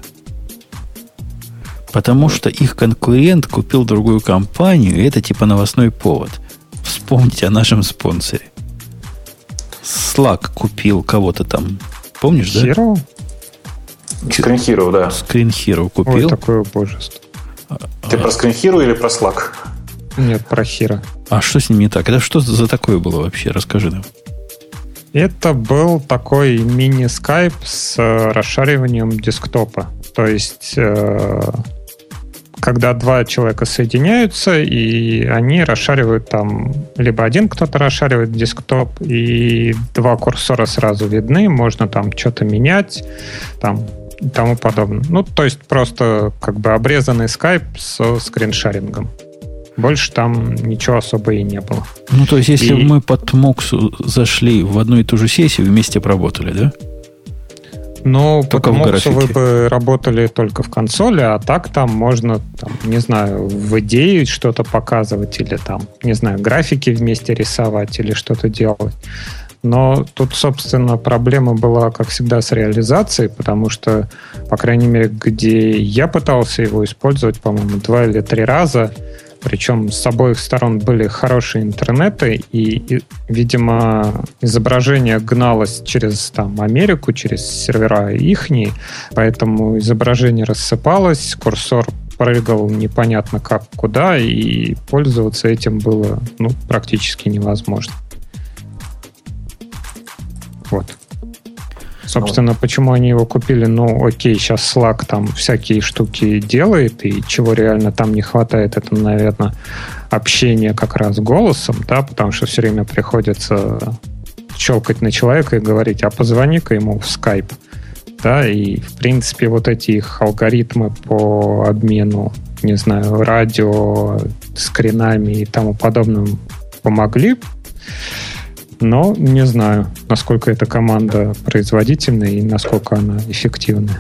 Потому что их конкурент купил другую компанию, и это типа новостной повод. Вспомните о нашем спонсоре. Slack купил кого-то там. Помнишь, Hero? да? Screen Hero, да. Screen Hero купил. Ой, такое убожество. Ты про Screen Hero или про Slack? Нет, про Hero. А что с ним не так? Это что за такое было вообще? Расскажи нам. Это был такой мини-скайп с расшариванием десктопа. То есть, э, когда два человека соединяются, и они расшаривают там... Либо один кто-то расшаривает десктоп, и два курсора сразу видны, можно там что-то менять, там и тому подобное. Ну, то есть, просто как бы обрезанный скайп со скриншарингом. Больше там ничего особо и не было. Ну, то есть, если и... мы под Моксу зашли в одну и ту же сессию, вместе поработали, да? Ну, под Моксу вы бы работали только в консоли, а так там можно, там, не знаю, в идее что-то показывать или там, не знаю, графики вместе рисовать или что-то делать. Но тут, собственно, проблема была, как всегда, с реализацией, потому что, по крайней мере, где я пытался его использовать, по-моему, два или три раза, причем с обоих сторон были хорошие интернеты, и, и, видимо, изображение гналось через там, Америку, через сервера ихние, поэтому изображение рассыпалось, курсор прыгал непонятно как куда, и пользоваться этим было ну, практически невозможно. Вот. Собственно, почему они его купили? Ну, окей, сейчас Slack там всякие штуки делает, и чего реально там не хватает, это, наверное, общение как раз голосом, да, потому что все время приходится щелкать на человека и говорить, а позвони-ка ему в Skype. Да, и, в принципе, вот эти их алгоритмы по обмену, не знаю, радио, скринами и тому подобным помогли. Но не знаю, насколько эта команда производительная и насколько она эффективная.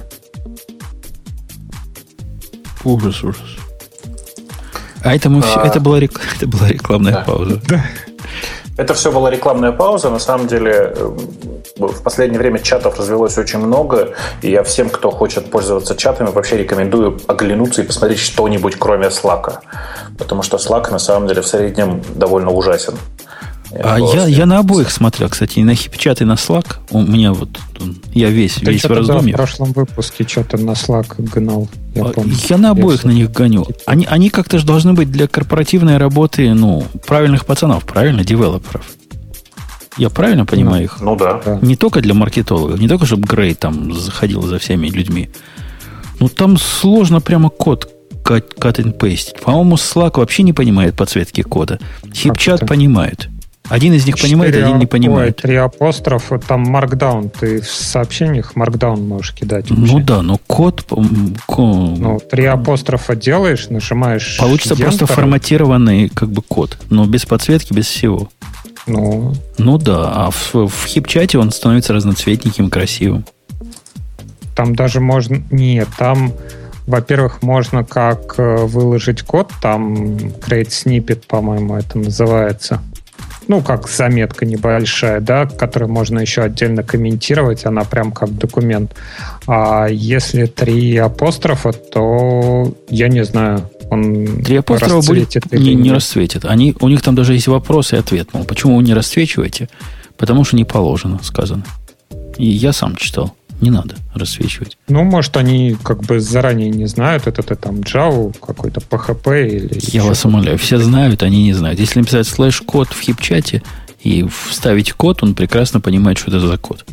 Ужас, ужас. А это, мы а, все, это, была, рек, это была рекламная да. пауза. Да. Это все была рекламная пауза. На самом деле, в последнее время чатов развелось очень много, и я всем, кто хочет пользоваться чатами, вообще рекомендую оглянуться и посмотреть что-нибудь, кроме Slack. Потому что Slack, на самом деле, в среднем довольно ужасен. А я, я на обоих смотрел, кстати, и на HipChat, и на Slack. У меня вот, я весь, Ты весь в раздумьях. В прошлом выпуске что-то на Slack гнал, я помню. Я на обоих я на них гоню. Они, они как-то же должны быть для корпоративной работы, ну, правильных пацанов, правильно, девелоперов. Я правильно понимаю ну, их? Ну да. Не только для маркетологов, не только, чтобы Грей там заходил за всеми людьми. Ну, там сложно прямо код cut and paste. По-моему, Slack вообще не понимает подсветки кода. HipChat понимает. Один из них понимает, один не понимает. Ой, три апострофа, там Markdown. Ты в сообщениях Markdown можешь кидать. Ну да, но код... Ну, три апострофа делаешь, нажимаешь... Получится Enter. Просто форматированный как бы код, но без подсветки, без всего. Ну, ну да, а в, в HipChat он становится разноцветненьким, красивым. Там даже можно... Нет, там... Во-первых, можно как выложить код, там create snippet, по-моему, это называется. Ну, как заметка небольшая, да, которую можно еще отдельно комментировать, она прям как документ. А если три апострофа, то я не знаю, он три апострофа будет не, не расцветит. Они, у них там даже есть вопрос и ответ. Мол, почему вы не расцвечиваете? Потому что не положено, сказано. И я сам читал. Не надо рассвечивать. Ну, может, они как бы заранее не знают, это ты там Java, какой-то пи эйч пи или... Я вас умоляю, все знают, они не знают. Если написать слэш-код в HipChat и вставить код, он прекрасно понимает, что это за код.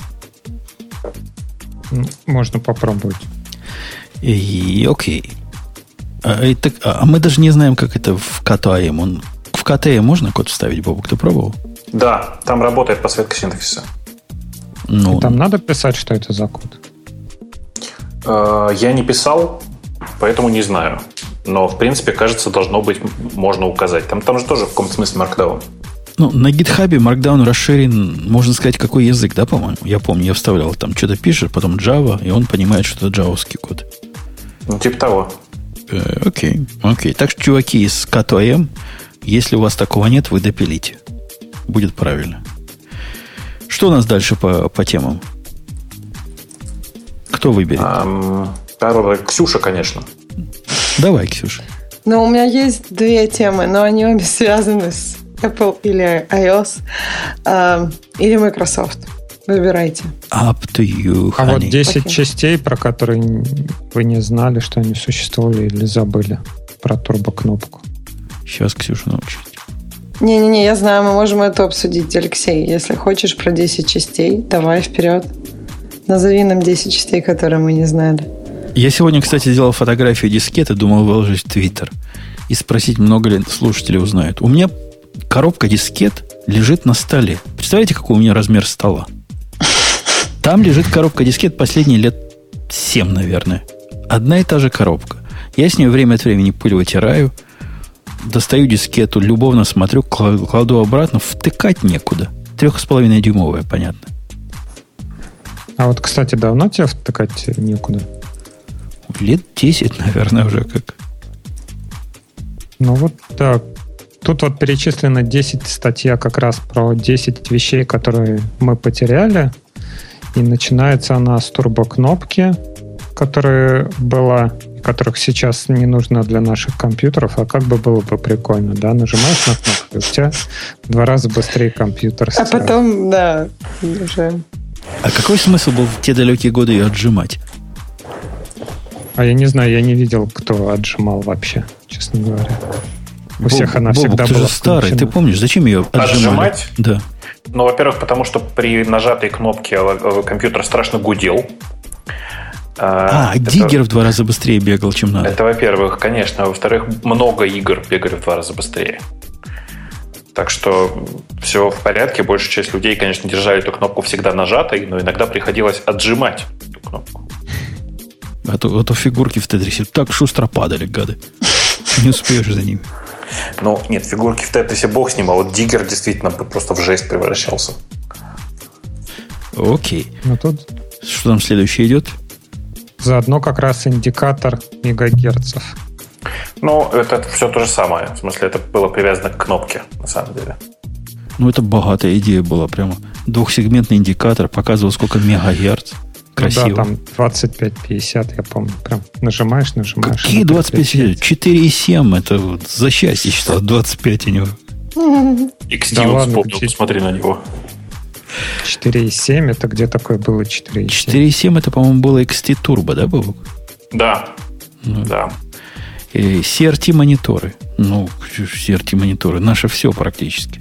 Ну, можно попробовать. И, окей. А, и, так, а мы даже не знаем, как это в кей ти эй эм. Он, в кей ти эй можно код вставить, Бобок? Ты пробовал? Да, там работает подсветка синтаксиса. Ну, и там надо писать, что это за код? Я не писал, поэтому не знаю. Но, в принципе, кажется, должно быть, можно указать. Там, там же тоже в каком-то смысле Markdown. Ну, на GitHub Markdown расширен, можно сказать, какой язык, да, по-моему? Я помню, я вставлял, там что-то пишешь, потом Java, и он понимает, что это джавовский код. Ну, типа того. Э, окей, окей. Так что, чуваки из кей ти эй эм, если у вас такого нет, вы допилите. Будет правильно. Что у нас дальше по, по темам? Кто выберет? Эм, Ксюша, конечно. Давай, Ксюша. Ну, у меня есть две темы, но они обе связаны с Apple или iOS, э, или Microsoft. Выбирайте. Up to you, honey. А вот десять Okay. частей, про которые вы не знали, что они существовали или забыли. Про турбокнопку. Сейчас Ксюша научит. Не-не-не, я знаю, мы можем это обсудить, Алексей. Если хочешь про десять частей, давай вперед. Назови нам десять частей, которые мы не знали. Я сегодня, кстати, сделал фотографию дискеты, думал выложить в Твиттер и спросить, много ли слушателей узнают. У меня коробка дискет лежит на столе. Представляете, какой у меня размер стола? Там лежит коробка дискет последние лет семь, наверное. Одна и та же коробка. Я с нее время от времени пыль вытираю, достаю дискету, любовно смотрю, кладу обратно, втыкать некуда. Трех с половиной дюймовая, понятно. А вот, кстати, давно тебе втыкать некуда? Лет десять, наверное, уже как. Ну вот, да. Тут вот перечислено десять статья как раз про десять вещей, которые мы потеряли. И начинается она с турбокнопки, которая была, которых сейчас не нужно для наших компьютеров, а как бы было бы прикольно, да? Нажимаешь на кнопку, и у тебя в два раза быстрее компьютер. А потом, да, уже... А какой смысл был в те далекие годы ее отжимать? А я не знаю, я не видел, кто отжимал вообще, честно говоря. У Боб, всех она Бобук, всегда ты была же старый, включена. ты помнишь, зачем ее отжимали? Отжимать? Да. Ну, во-первых, потому что при нажатой кнопке компьютер страшно гудел. А, это, диггер в два раза быстрее бегал, чем надо. Это, во-первых, конечно. Во-вторых, много игр бегали в два раза быстрее. Так что все в порядке. Большая часть людей, конечно, держали эту кнопку всегда нажатой, но иногда приходилось отжимать эту кнопку. А то, а то фигурки в Тетрисе так шустро падали, гады. Не успеешь за ними. Ну, нет, фигурки в Тетрисе бог с ним, а вот диггер действительно просто в жесть превращался. Окей. Ну, тут Что там следующее идет? заодно как раз индикатор мегагерцев. Ну, это все то же самое. В смысле, это было привязано к кнопке, на самом деле. Ну, это богатая идея была прямо. Двухсегментный индикатор показывал, сколько мегагерц. Красиво. Ну, да, там двадцать пять пятьдесят, я помню. Прям нажимаешь, нажимаешь. Какие двадцать пять пятьдесят? четыре и семь. Это вот за счастье считал. двадцать пять у него. икс ти Да вот ладно, вспомнил, где- посмотри на него. четыре и семь, это где такое было четыре и семь? четыре и семь это, по-моему, было икс ти Turbo, да, Бобок? Да, Ну, да. И си ар ти мониторы. Ну, си ар ти мониторы. Наше все практически.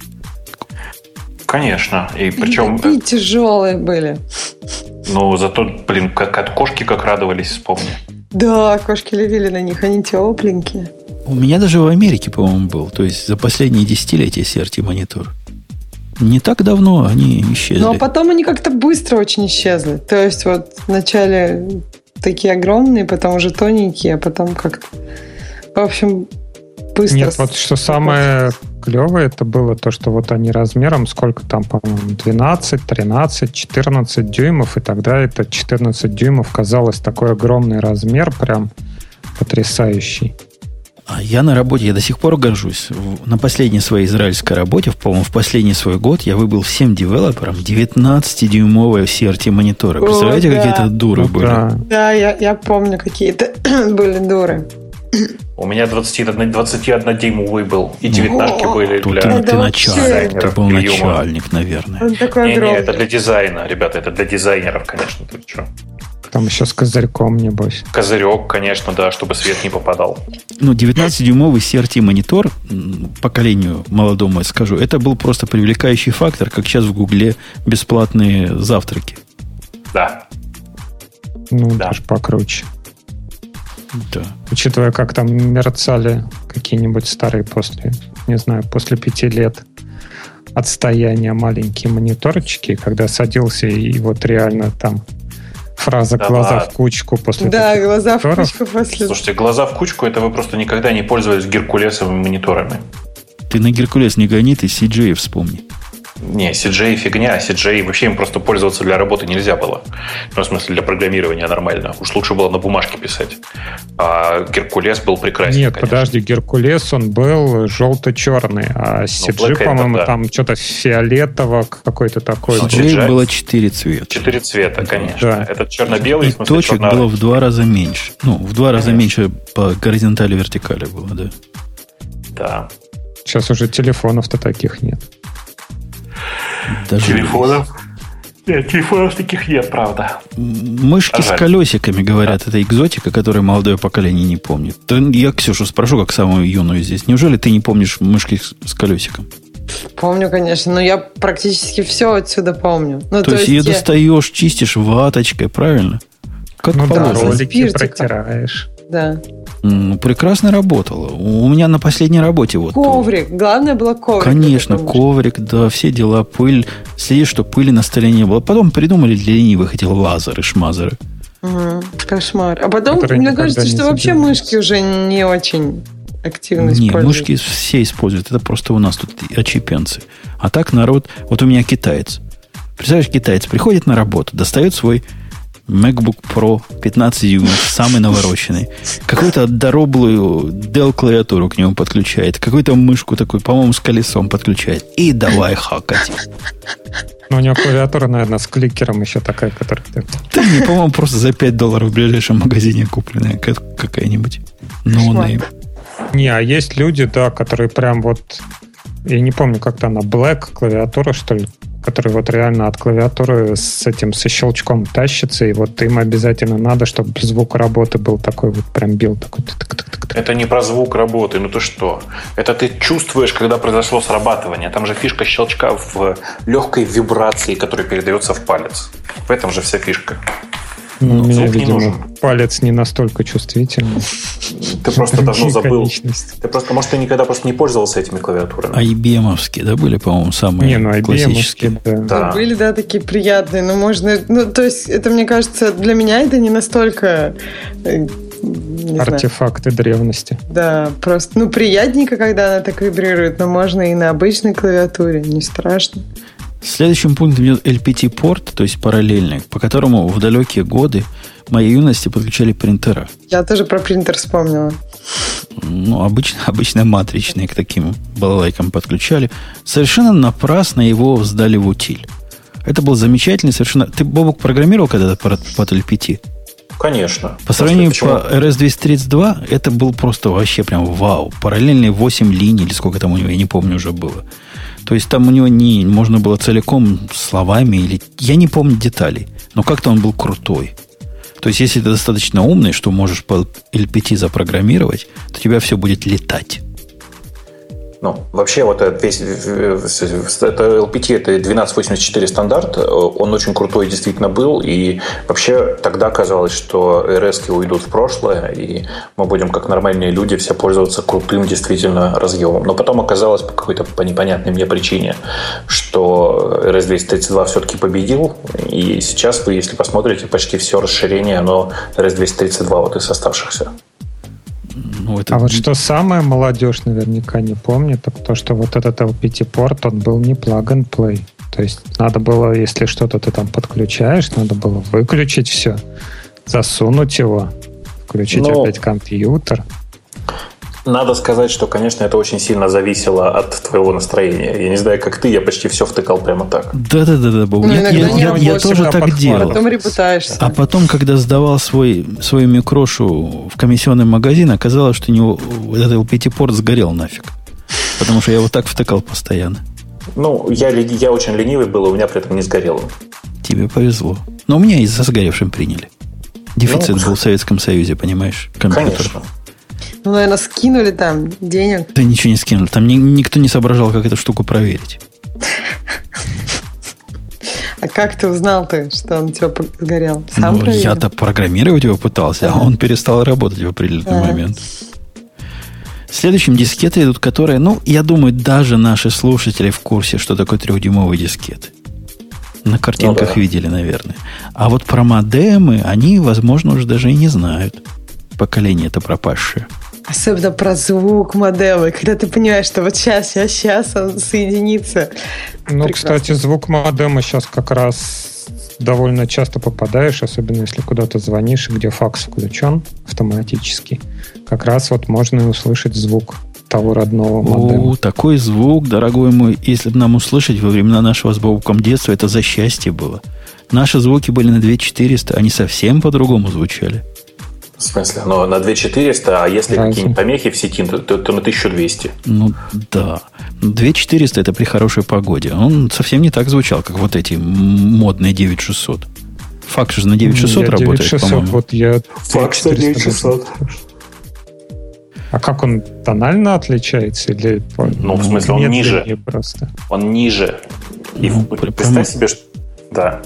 Конечно. И причем, Такие тяжелые были. ну, зато, блин, как от кошки как радовались, вспомни. Да, кошки любили на них, они тепленькие. У меня даже в Америке, по-моему, был. То есть за последние десятилетия си ар ти монитор. Не так давно они исчезли. Но потом они как-то быстро очень исчезли. То есть вот вначале такие огромные, потом уже тоненькие, а потом как-то... В общем, быстро... Нет, вот что самое клевое, это было то, что вот они размером, сколько там, по-моему, двенадцать, тринадцать, четырнадцать дюймов, и тогда это четырнадцать дюймов казалось такой огромный размер, прям потрясающий. А я на работе, я до сих пор горжусь. В- На последней своей израильской работе, по-моему, в последний свой год я выбил всем девелоперам девятнадцатидюймовые си ар ти мониторы. О, Представляете, да. какие-то дуры Ну были? да. Да, я, я помню, какие-то были дуры. У меня двадцатиоднодюймовый был. И девятнашки О, были Тут для... ты, ты Это начальник, ты вообще- был приема. начальник, наверное. Он такой Не-не, огромный. это для дизайна, ребята, это для дизайнеров, конечно. Ты что? Там еще с козырьком, небось. Козырек, конечно, да, чтобы свет не попадал. Ну, девятнадцатидюймовый си ар ти монитор, м, поколению молодому я скажу, это был просто привлекающий фактор, как сейчас в Гугле бесплатные завтраки. Да. Ну, Да. даже покруче. Да. Учитывая, как там мерцали какие-нибудь старые после, не знаю, после пяти лет отстояния маленькие мониторчики, когда садился и вот реально там фраза Да «глаза ладно. в кучку» после Да, таких глаза в мониторов. кучку после... Слушайте, глаза в кучку, это вы просто никогда не пользовались геркулесовыми мониторами. Ты на Геркулес не гони, ты си джей вспомни. Не, си джей фигня. си джей вообще им просто пользоваться для работы нельзя было. Ну, в смысле, для программирования нормально. Уж лучше было на бумажке писать. А Геркулес был прекрасен, Нет, конечно. подожди, Геркулес, он был желто-черный, а си джей, ну, по-моему, да. Там что-то фиолетово какой-то такой. си джей был. было четыре цвета. Четыре цвета, конечно. Да. Этот черно-белый, и в смысле, точек черно- было в два раза меньше. Ну, в два раза меньше по горизонтали и вертикали было, да. Да. Сейчас уже телефонов-то таких нет. Даже телефонов? Нет, телефонов таких нет, правда. Мышки с колесиками, говорят, это экзотика, которую молодое поколение не помнит. То я Ксюшу спрошу, как самую юную здесь. Неужели ты не помнишь мышки с колесиком? Помню, конечно, но я практически все отсюда помню. Ну, то, то есть ее я... достаешь, чистишь ваточкой, правильно? Как ну да, ролики протираешь. Да. Ну, прекрасно работало. У меня на последней работе вот... Коврик. Главное было коврик. Конечно, коврик, да, все дела, пыль. Следи, что пыли на столе не было. Потом придумали для ленивых эти лазеры, шмазеры. Угу, кошмар. А потом, Которые мне кажется, что вообще мышки уже не очень активно не, используют. Мышки все используют. Это просто у нас тут очепенцы. А так народ... Вот у меня китаец. Представляешь, китаец приходит на работу, достает свой MacBook Pro пятнадцать дюймов, самый навороченный. Какую-то дороблую Dell клавиатуру к нему подключает. Какую-то мышку такую, по-моему, с колесом подключает. И давай хакать. Ну, у него клавиатура, наверное, с кликером еще такая, которая... Да не, по-моему, просто за пять долларов в ближайшем магазине купленная какая-нибудь. No-name. Не, а есть люди, да, которые прям вот... Я не помню, как-то она Black клавиатура, что ли, который вот реально от клавиатуры с этим, со щелчком тащится, и вот им обязательно надо, чтобы звук работы был такой вот прям бил такой. Это не про звук работы, ну ты что? Это ты чувствуешь, когда произошло срабатывание. Там же фишка щелчка в легкой вибрации, которая передается в палец. В этом же вся фишка. Ну, у меня, видимо, палец не настолько чувствительный. Ты просто давно забыл. Ты просто, может, ты никогда просто не пользовался этими клавиатурами. ай би эм-овские, да, были, по-моему, самые не, ну, классические. Да. Да. Были, да, такие приятные, но можно... Ну, то есть, это, мне кажется, для меня это не настолько... Не артефакты знаю. древности. Да, просто, ну, приятненько, когда она так вибрирует, но можно и на обычной клавиатуре, не страшно. Следующим пунктом идет эл пи ти-порт, то есть параллельный, по которому в далекие годы моей юности подключали принтера. Я тоже про принтер вспомнила. Ну, обычно, обычно матричные к таким балалайкам подключали. Совершенно напрасно его сдали в утиль. Это был замечательный совершенно... Ты, Бобок, программировал когда-то под, под эл пи ти? Конечно. По сравнению по эр эс двести тридцать два, это был просто вообще прям вау. Параллельные восемь линий, или сколько там у него, я не помню, уже было. То есть там у него не можно было целиком словами или... Я не помню деталей, но как-то он был крутой. То есть если ты достаточно умный, что можешь по эл пи ти запрограммировать, то у тебя все будет летать. Ну, вообще, вот этот весь, это эл пи ти, это двенадцать восемьдесят четыре стандарт, он очень крутой действительно был, и вообще тогда казалось, что эр эс-ки уйдут в прошлое, и мы будем, как нормальные люди, все пользоваться крутым действительно разъемом. Но потом оказалось по какой-то по непонятной мне причине, что эр эс двести тридцать два все-таки победил, и сейчас вы, если посмотрите, почти все расширение, оно эр эс двести тридцать два вот из оставшихся. Ну, это... А вот что самое молодежь наверняка не помнит, так то, что вот этот эл пи ти-порт, он был не plug-and-play. То есть надо было, если что-то ты там подключаешь, надо было выключить все, засунуть его, включить Но... опять компьютер. Надо сказать, что, конечно, это очень сильно зависело от твоего настроения. Я не знаю, как ты, я почти все втыкал прямо так. Да-да-да, Боб. Ну, я я, я, я тоже так подхват. делал. Потом репутаешься. А потом, когда сдавал свой, свою микрошу в комиссионный магазин, оказалось, что у него этот эл пи ти-порт сгорел нафиг. Потому что я его так втыкал постоянно. Ну, я, я очень ленивый был, и у меня при этом не сгорело. Тебе повезло. Но у меня и за сгоревшим приняли. Дефицит ну, был в Советском Союзе, понимаешь? Компьютер. Конечно. Ну, наверное, скинули там денег. Да ничего не скинули. Там ни, никто не соображал, как эту штуку проверить. А как ты узнал-то, что он у тебя сгорел? Сам ну, проверил? Я-то программировать его пытался, а он перестал работать в определенный момент. Следующим дискеты идут, которые, ну, я думаю, даже наши слушатели в курсе, что такое трехдюймовый дискет. На картинках ну, да. видели, наверное. А вот про модемы они, возможно, уже даже и не знают. Поколение это пропавшее. Особенно про звук модема, когда ты понимаешь, что вот сейчас, сейчас, сейчас он соединится. Ну, Прекрасно. Кстати, звук модема сейчас как раз довольно часто попадаешь, особенно если куда-то звонишь, где факс включен автоматически. Как раз вот можно и услышать звук того родного модема. О, такой звук, дорогой мой, если бы нам услышать во времена нашего с Бобуком детства, это за счастье было. Наши звуки были на две тысячи четыреста, они совсем по-другому звучали. В смысле? Ну, на две тысячи четыреста, а если Разве? какие-нибудь помехи в сети, то, то, то на тысяча двести. Ну, да. две тысячи четыреста это при хорошей погоде. Он совсем не так звучал, как вот эти модные девять шестьсот. Факс же на девять шестьсот Я работает, девять шестьсот, по-моему. вот я Факс на девять шестьсот. А как он тонально отличается? Или по- Ну, в смысле, он медленнее ниже. Просто? Он ниже. И Ну, в- прям- представь себе, что... Да.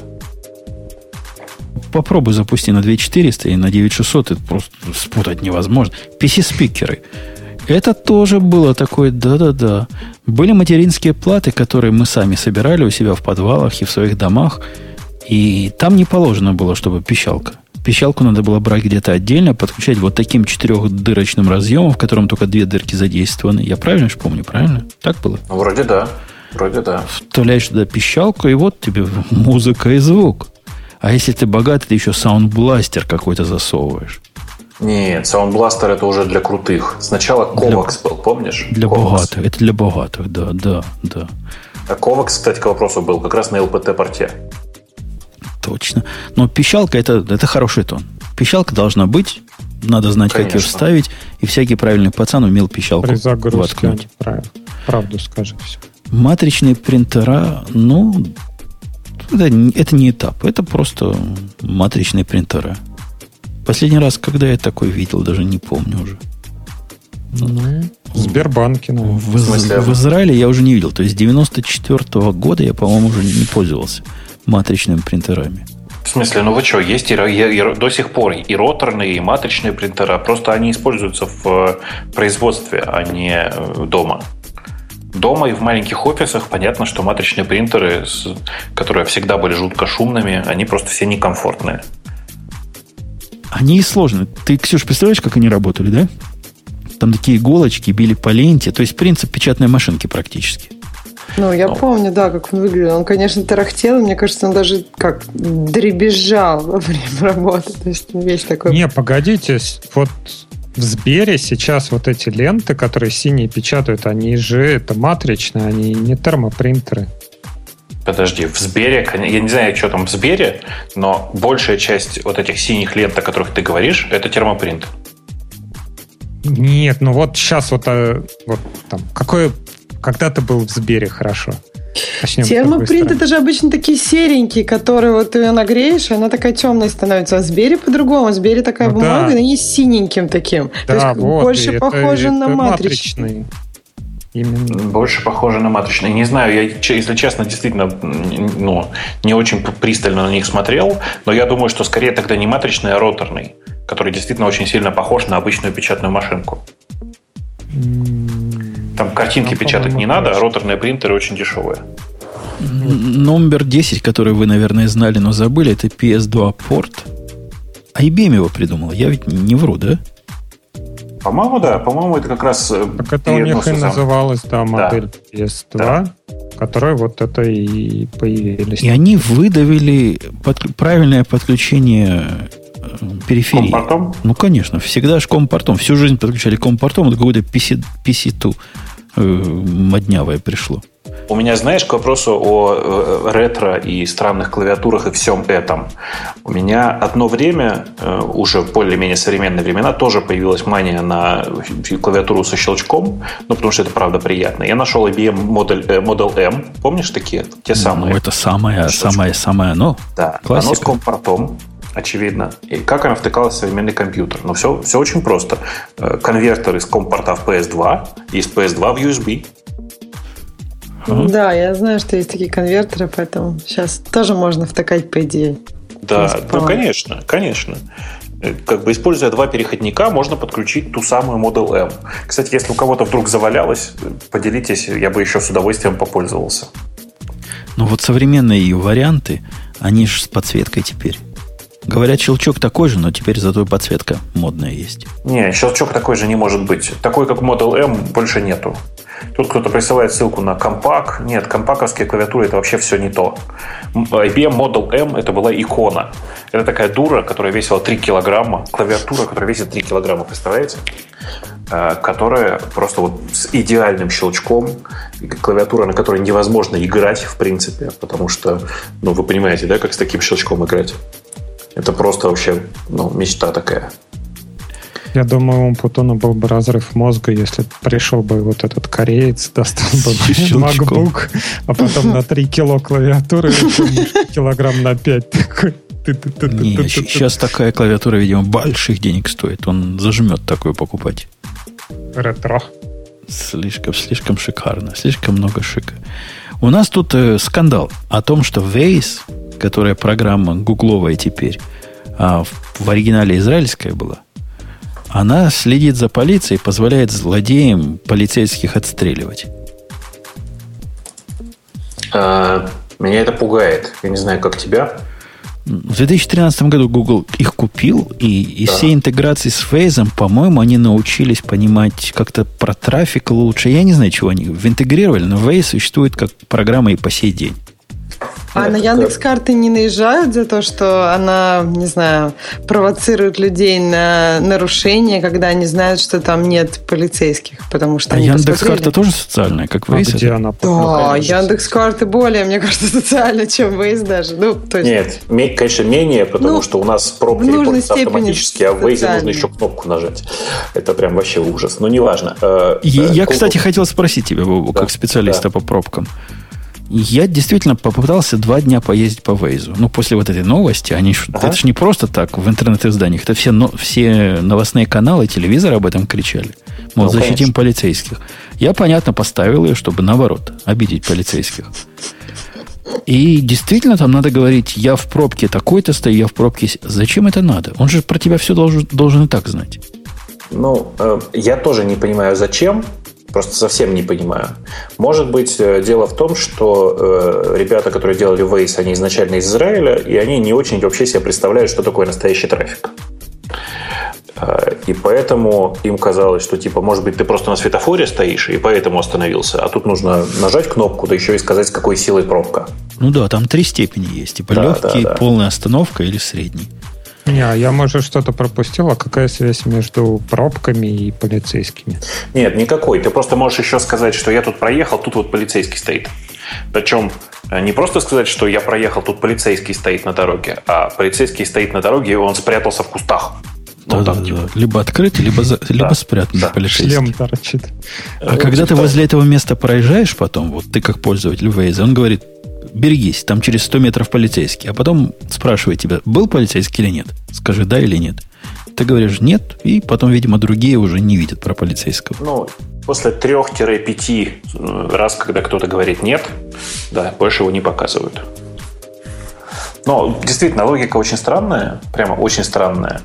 Попробуй запусти на две тысячи четыреста и на девять шестьсот, это просто спутать невозможно. пи си-спикеры. Это тоже было такое, да-да-да. Были материнские платы, которые мы сами собирали у себя в подвалах и в своих домах. И там не положено было, чтобы пищалка. Пищалку надо было брать где-то отдельно, подключать вот таким четырехдырочным разъемом, в котором только две дырки задействованы. Я правильно же помню, правильно? Так было? Ну, вроде да. Вроде да. Вставляешь туда пищалку, и вот тебе музыка и звук. А если ты богатый, ты еще саундбластер какой-то засовываешь. Нет, Sound Blaster это уже для крутых. Сначала Kovacs был, помнишь? Для Kovacs. богатых. Это для богатых, да, да, да. А Kovacs, кстати, к вопросу был как раз на эл пи ти-порте. Точно. Но пищалка это, это хороший тон. Пищалка должна быть, надо знать, как ее Конечно. вставить, и всякий правильный пацан умел пищалку При загрузке воткнуть. прав- правду скажет все. Матричные принтера, ну, это, не- это не этап, это просто матричные принтера. Последний раз, когда я такой видел, даже не помню уже. Ну, в Сбербанке, наверное. В, Из- смысле? в Израиле я уже не видел. То есть девяносто четвёртого года я, по-моему, уже не пользовался матричными принтерами. В смысле, ну вы что, есть и, ро- и- и до сих пор и роторные, и матричные принтера. Просто они используются в э, производстве, а не э, дома. Дома и в маленьких офисах понятно, что матричные принтеры, с- которые всегда были жутко шумными, они просто все некомфортные. Они и сложные. Ты, Ксюш, представляешь, как они работали, да? Там такие иголочки били по ленте. То есть принцип печатной машинки практически. Ну, я Ну. помню, да, как он выглядел. Он, конечно, тарахтел, и мне кажется, он даже как дребезжал во время работы. То есть весь такой... Не, погодите, с- вот в Сбере сейчас вот эти ленты, которые синие печатают, они же это матричные, они не термопринтеры. Подожди, в Сбере, кон- я не знаю, что там в Сбере, но большая часть вот этих синих лент, о которых ты говоришь, это термопринт. Нет, ну вот сейчас вот, а, вот там, какое когда-то был в Сбере хорошо. Начнем с другой Термопринт стороны. это же обычно такие серенькие, которые вот ты ее нагреешь, и она такая темная становится. А в Сбере по-другому. В Сбере такая Ну бумага, да. и они синеньким таким. То Да, есть вот, больше и это- похоже это на матричный. матричный. Именно. Больше похоже на матричные. Не знаю, я, че- если честно, действительно, ну, не очень пристально на них смотрел, но я думаю, что скорее тогда не матричный, а роторный, который действительно очень сильно похож на обычную печатную машинку. Там картинки Ну, печатать не по-моему, надо, а точно. роторные принтеры очень дешевые. Номер десять, который вы, наверное, знали, но забыли, это пи эс два порт. ай би эм его придумал. Я ведь не вру, да? По-моему, да. По-моему, это как раз... э, Так это у них и перенос из- называлась, да, модель пи эс два, которая вот это и появились. И они выдавили под- правильное подключение э, периферии. Компортом? Ну, конечно, всегда же компортом. Всю жизнь подключали компортом, это какое-то пи си, пи си два э, моднявое пришло. У меня, знаешь, к вопросу о э, ретро и странных клавиатурах и всем этом. У меня одно время, э, уже в более-менее современные времена, тоже появилась мания на клавиатуру со щелчком, ну, потому что это, правда, приятно. Я нашел ай би эм Model, э, Model M, помнишь такие? Те самые. Ну, это самое, Щелчком. самое, самое оно. Да, Классика. оно с компортом, очевидно. И как она втыкалась в современный компьютер? Ну, все, все очень просто. Э, Конвертер из компорта в пи эс два, и из пи эс два в ю эс би. Да, я знаю, что есть такие конвертеры, поэтому сейчас тоже можно втыкать, по идее. Да, Просто ну, по- конечно, конечно. Э, Как бы используя два переходника, можно подключить ту самую Model M. Кстати, если у кого-то вдруг завалялось, э, поделитесь, я бы еще с удовольствием попользовался. Но вот современные ее варианты, они же с подсветкой теперь. Говорят, щелчок такой же, но теперь зато и подсветка модная есть. Не, щелчок такой же не может быть. Такой, как Model M, больше нету. Тут кто-то присылает ссылку на компак. Нет, компаковские клавиатуры — это вообще все не то. ай би эм Model M — это была икона. Это такая дура, которая весила три килограмма. Клавиатура, которая весит три килограмма, представляете? Которая просто вот с идеальным щелчком. Клавиатура, на которой невозможно играть, в принципе. Потому что, ну, вы понимаете, да, как с таким щелчком играть? Это просто вообще, ну, мечта такая. Я думаю, у Путона был бы разрыв мозга, если пришел бы вот этот кореец, достал бы MacBook, а потом на три кило клавиатуры, килограмм на пять такой. Не, сейчас такая клавиатура, видимо, больших денег стоит. Он зажмет такую покупать. Ретро. Слишком, слишком шикарно. Слишком много шика. У нас тут э, скандал о том, что Waze, которая программа гугловая теперь, а в, в оригинале израильская была, она следит за полицией и позволяет злодеям полицейских отстреливать. А, меня это пугает. Я не знаю, как тебя. В две тысячи тринадцатом году Google их купил, и из да. всей интеграции с Waze, по-моему, они научились понимать как-то про трафик лучше. Я не знаю, чего они интегрировали, но Waze существует как программа и по сей день. А на Яндекс.Карты не наезжают за то, что она, не знаю, провоцирует людей на нарушения, когда они знают, что там нет полицейских, потому что а Яндекс.Карта тоже социальная, как Waze? А где она? Да, ну, Яндекс.Карты более, мне кажется, социальная, чем Waze даже. Ну, то есть... Нет, конечно, менее, потому ну, что у нас пробки репортятся автоматически, а в Waze нужно еще кнопку нажать. Это прям вообще ужас. Но неважно. Я, я кстати, хотел спросить тебя, Бобу, да, как специалиста да. по пробкам. Я действительно попытался два дня поездить по Waze. Ну, после вот этой новости, они ж, ага. это же не просто так в интернет-изданиях. Это все, но, все новостные каналы, телевизоры об этом кричали. Мол, ну, защитим конечно. полицейских. Я, понятно, поставил ее, чтобы, наоборот, обидеть полицейских. И действительно там надо говорить, я в пробке такой-то стою, я в пробке... Зачем это надо? Он же про тебя все должен, должен и так знать. Ну, э, я тоже не понимаю, зачем. Просто совсем не понимаю. Может быть, дело в том, что э, ребята, которые делали Waze, они изначально из Израиля, и они не очень вообще себе представляют, что такое настоящий трафик. Э, и поэтому им казалось, что, типа, может быть, ты просто на светофоре стоишь, и поэтому остановился. А тут нужно нажать кнопку, да еще и сказать, с какой силой пробка. Ну да, там три степени есть. Типа да, легкий, да, да. полная остановка или средний. Не, я, может, что-то пропустил. А какая связь между пробками и полицейскими? Нет, никакой. Ты просто можешь еще сказать, что я тут проехал, тут вот полицейский стоит. Причем не просто сказать, что я проехал, тут полицейский стоит на дороге, а полицейский стоит на дороге, и он спрятался в кустах. Да, ну, да, там, да. Типа. Либо открытый, либо, за, либо да, спрятан да. полицейский. Шлем торчит. А вот когда ты возле этого места проезжаешь потом, вот ты как пользователь Waze, он говорит, берегись, там через сто метров полицейский. А потом спрашивает тебя, был полицейский или нет? Скажи, да или нет. Ты говоришь нет, и потом, видимо, другие уже не видят про полицейского. Ну, после трех-пяти раз, когда кто-то говорит нет, да, больше его не показывают. Но действительно, логика очень странная, прямо очень странная.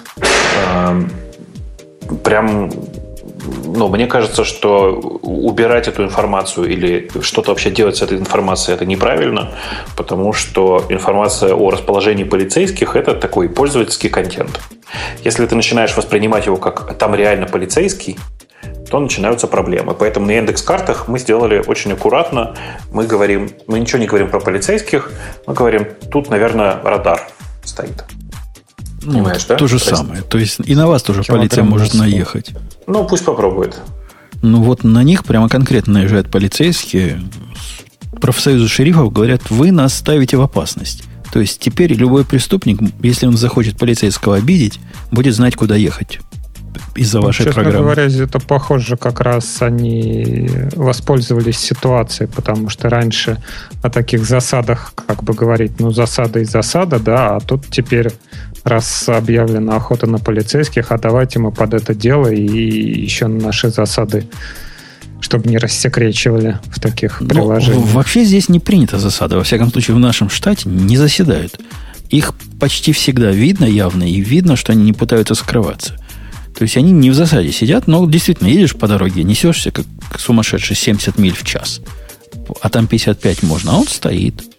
Прям... Ну, мне кажется, что убирать эту информацию или что-то вообще делать с этой информацией — это неправильно, потому что информация о расположении полицейских — это такой пользовательский контент. Если ты начинаешь воспринимать его как «там реально полицейский», то начинаются проблемы. Поэтому на Яндекс.Картах мы сделали очень аккуратно. Мы говорим, мы ничего не говорим про полицейских, мы говорим, тут, наверное, радар стоит. Ну, понимаешь, да? То же то самое. Есть... То есть и на вас тоже полиция может наехать. Ну, пусть попробует. Ну, вот на них прямо конкретно наезжают полицейские. Профсоюзы шерифов говорят, вы нас ставите в опасность. То есть теперь любой преступник, если он захочет полицейского обидеть, будет знать, куда ехать из-за ну, вашей честно программы. Честно говоря, это похоже, как раз они воспользовались ситуацией, потому что раньше о таких засадах, как бы говорить, ну, засада и засада, да, а тут теперь, раз объявлена охота на полицейских, а давайте мы под это дело и еще наши засады, чтобы не рассекречивали в таких ну, приложениях. Вообще здесь не принята засада. Во всяком случае, в нашем штате не заседают. Их почти всегда видно явно, и видно, что они не пытаются скрываться. То есть они не в засаде сидят, но действительно едешь по дороге, несешься как сумасшедший семьдесят миль в час, а там пятьдесят пять можно, а он стоит.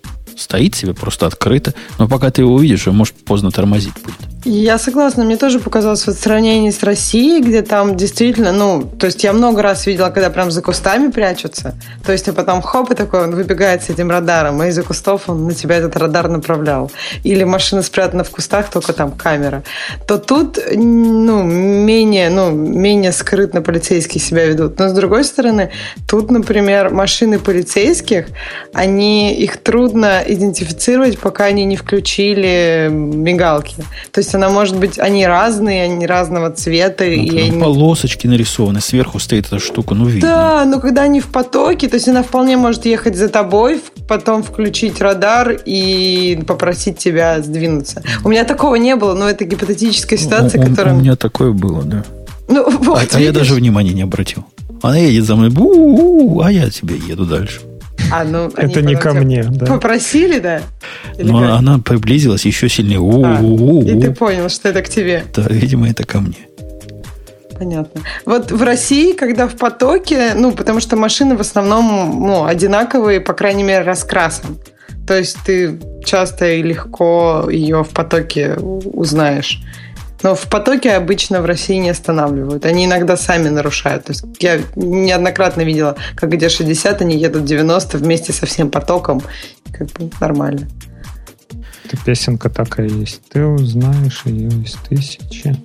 стоит себе просто открыто. Но пока ты его увидишь, может поздно тормозить будет. Я согласна. Мне тоже показалось вот в сравнении с Россией, где там действительно, ну, то есть я много раз видела, когда прям за кустами прячутся. То есть, а потом хоп, и такой он выбегает с этим радаром, и из-за кустов он на тебя этот радар направлял. Или машина спрятана в кустах, только там камера. То тут, ну, менее, ну, менее скрытно полицейские себя ведут. Но с другой стороны, тут, например, машины полицейских, они, их трудно идентифицировать, пока они не включили мигалки. То есть она может быть, они разные, они разного цвета. Ну, и они... они... Полосочки нарисованы, сверху стоит эта штука, ну видно. Да, но когда они в потоке, то есть она вполне может ехать за тобой, потом включить радар и попросить тебя сдвинуться. У меня такого не было, но это гипотетическая ситуация, у, которая... У меня такое было, да. Ну, вот, а, а я даже внимания не обратил. Она едет за мной, бу-у-у, а я тебе еду дальше. А, ну, это не ко мне, да. Попросили, да? Или Но как? Она приблизилась еще сильнее. А, и ты понял, что это к тебе. Да, видимо, это ко мне. Понятно. Вот в России, когда в потоке, ну, потому что машины в основном ну, одинаковые, по крайней мере, раскрасом. То есть ты часто и легко ее в потоке узнаешь. Но в потоке обычно в России не останавливают. Они иногда сами нарушают. То есть я неоднократно видела, как где шестьдесят, они едут девяносто вместе со всем потоком. Как бы нормально. Это песенка такая есть. Ты узнаешь ее из тысячи.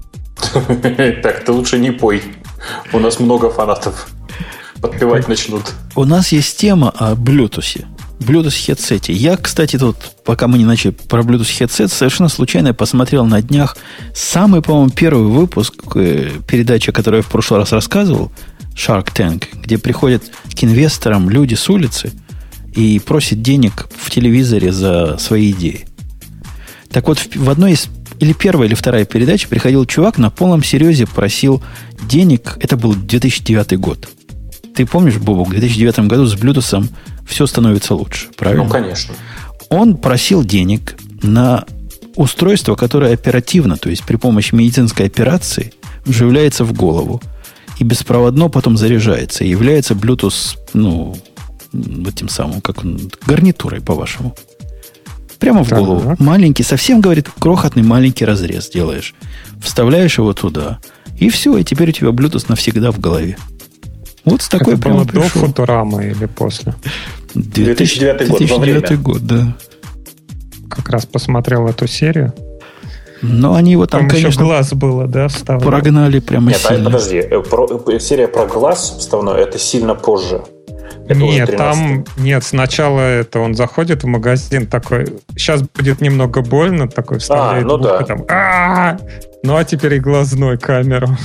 Так, ты лучше не пой. У нас много фанатов. Подпевать начнут. У нас есть тема о Bluetooth. Bluetooth headset. Я, кстати, тут, пока мы не начали про Bluetooth headset, совершенно случайно посмотрел на днях самый, по-моему, первый выпуск э, передачи, которую я в прошлый раз рассказывал, Shark Tank, где приходят к инвесторам люди с улицы и просят денег в телевизоре за свои идеи. Так вот, в, в одной из, или первая, или вторая передача приходил чувак, на полном серьезе просил денег. Это был две тысячи девятый год. Ты помнишь, Бобок, в две тысячи девятом году с Bluetooth все становится лучше, правильно? Ну, конечно. Он просил денег на устройство, которое оперативно, то есть при помощи медицинской операции, вживляется в голову и беспроводно потом заряжается и является Bluetooth, ну, этим самым, как он, гарнитурой, по-вашему. Прямо в голову. Так. Маленький, совсем, говорит, крохотный маленький разрез делаешь. Вставляешь его туда, и все, и теперь у тебя Bluetooth навсегда в голове. Вот с такой это было до Футурамы или после? две тысячи девятый год, две тысячи девятый год, да. Как раз посмотрел эту серию. Но они его там, там конечно, еще глаз было, да, вставлено. Прогнали прямо Нет, сильно. Нет, подожди. Про, серия про глаз вставной, это сильно позже. Это нет, там... Нет, сначала это он заходит в магазин такой, сейчас будет немного больно, такой вставляет а, ну ухо, да. там, а-а-а! Ну, а теперь и глазной камеру.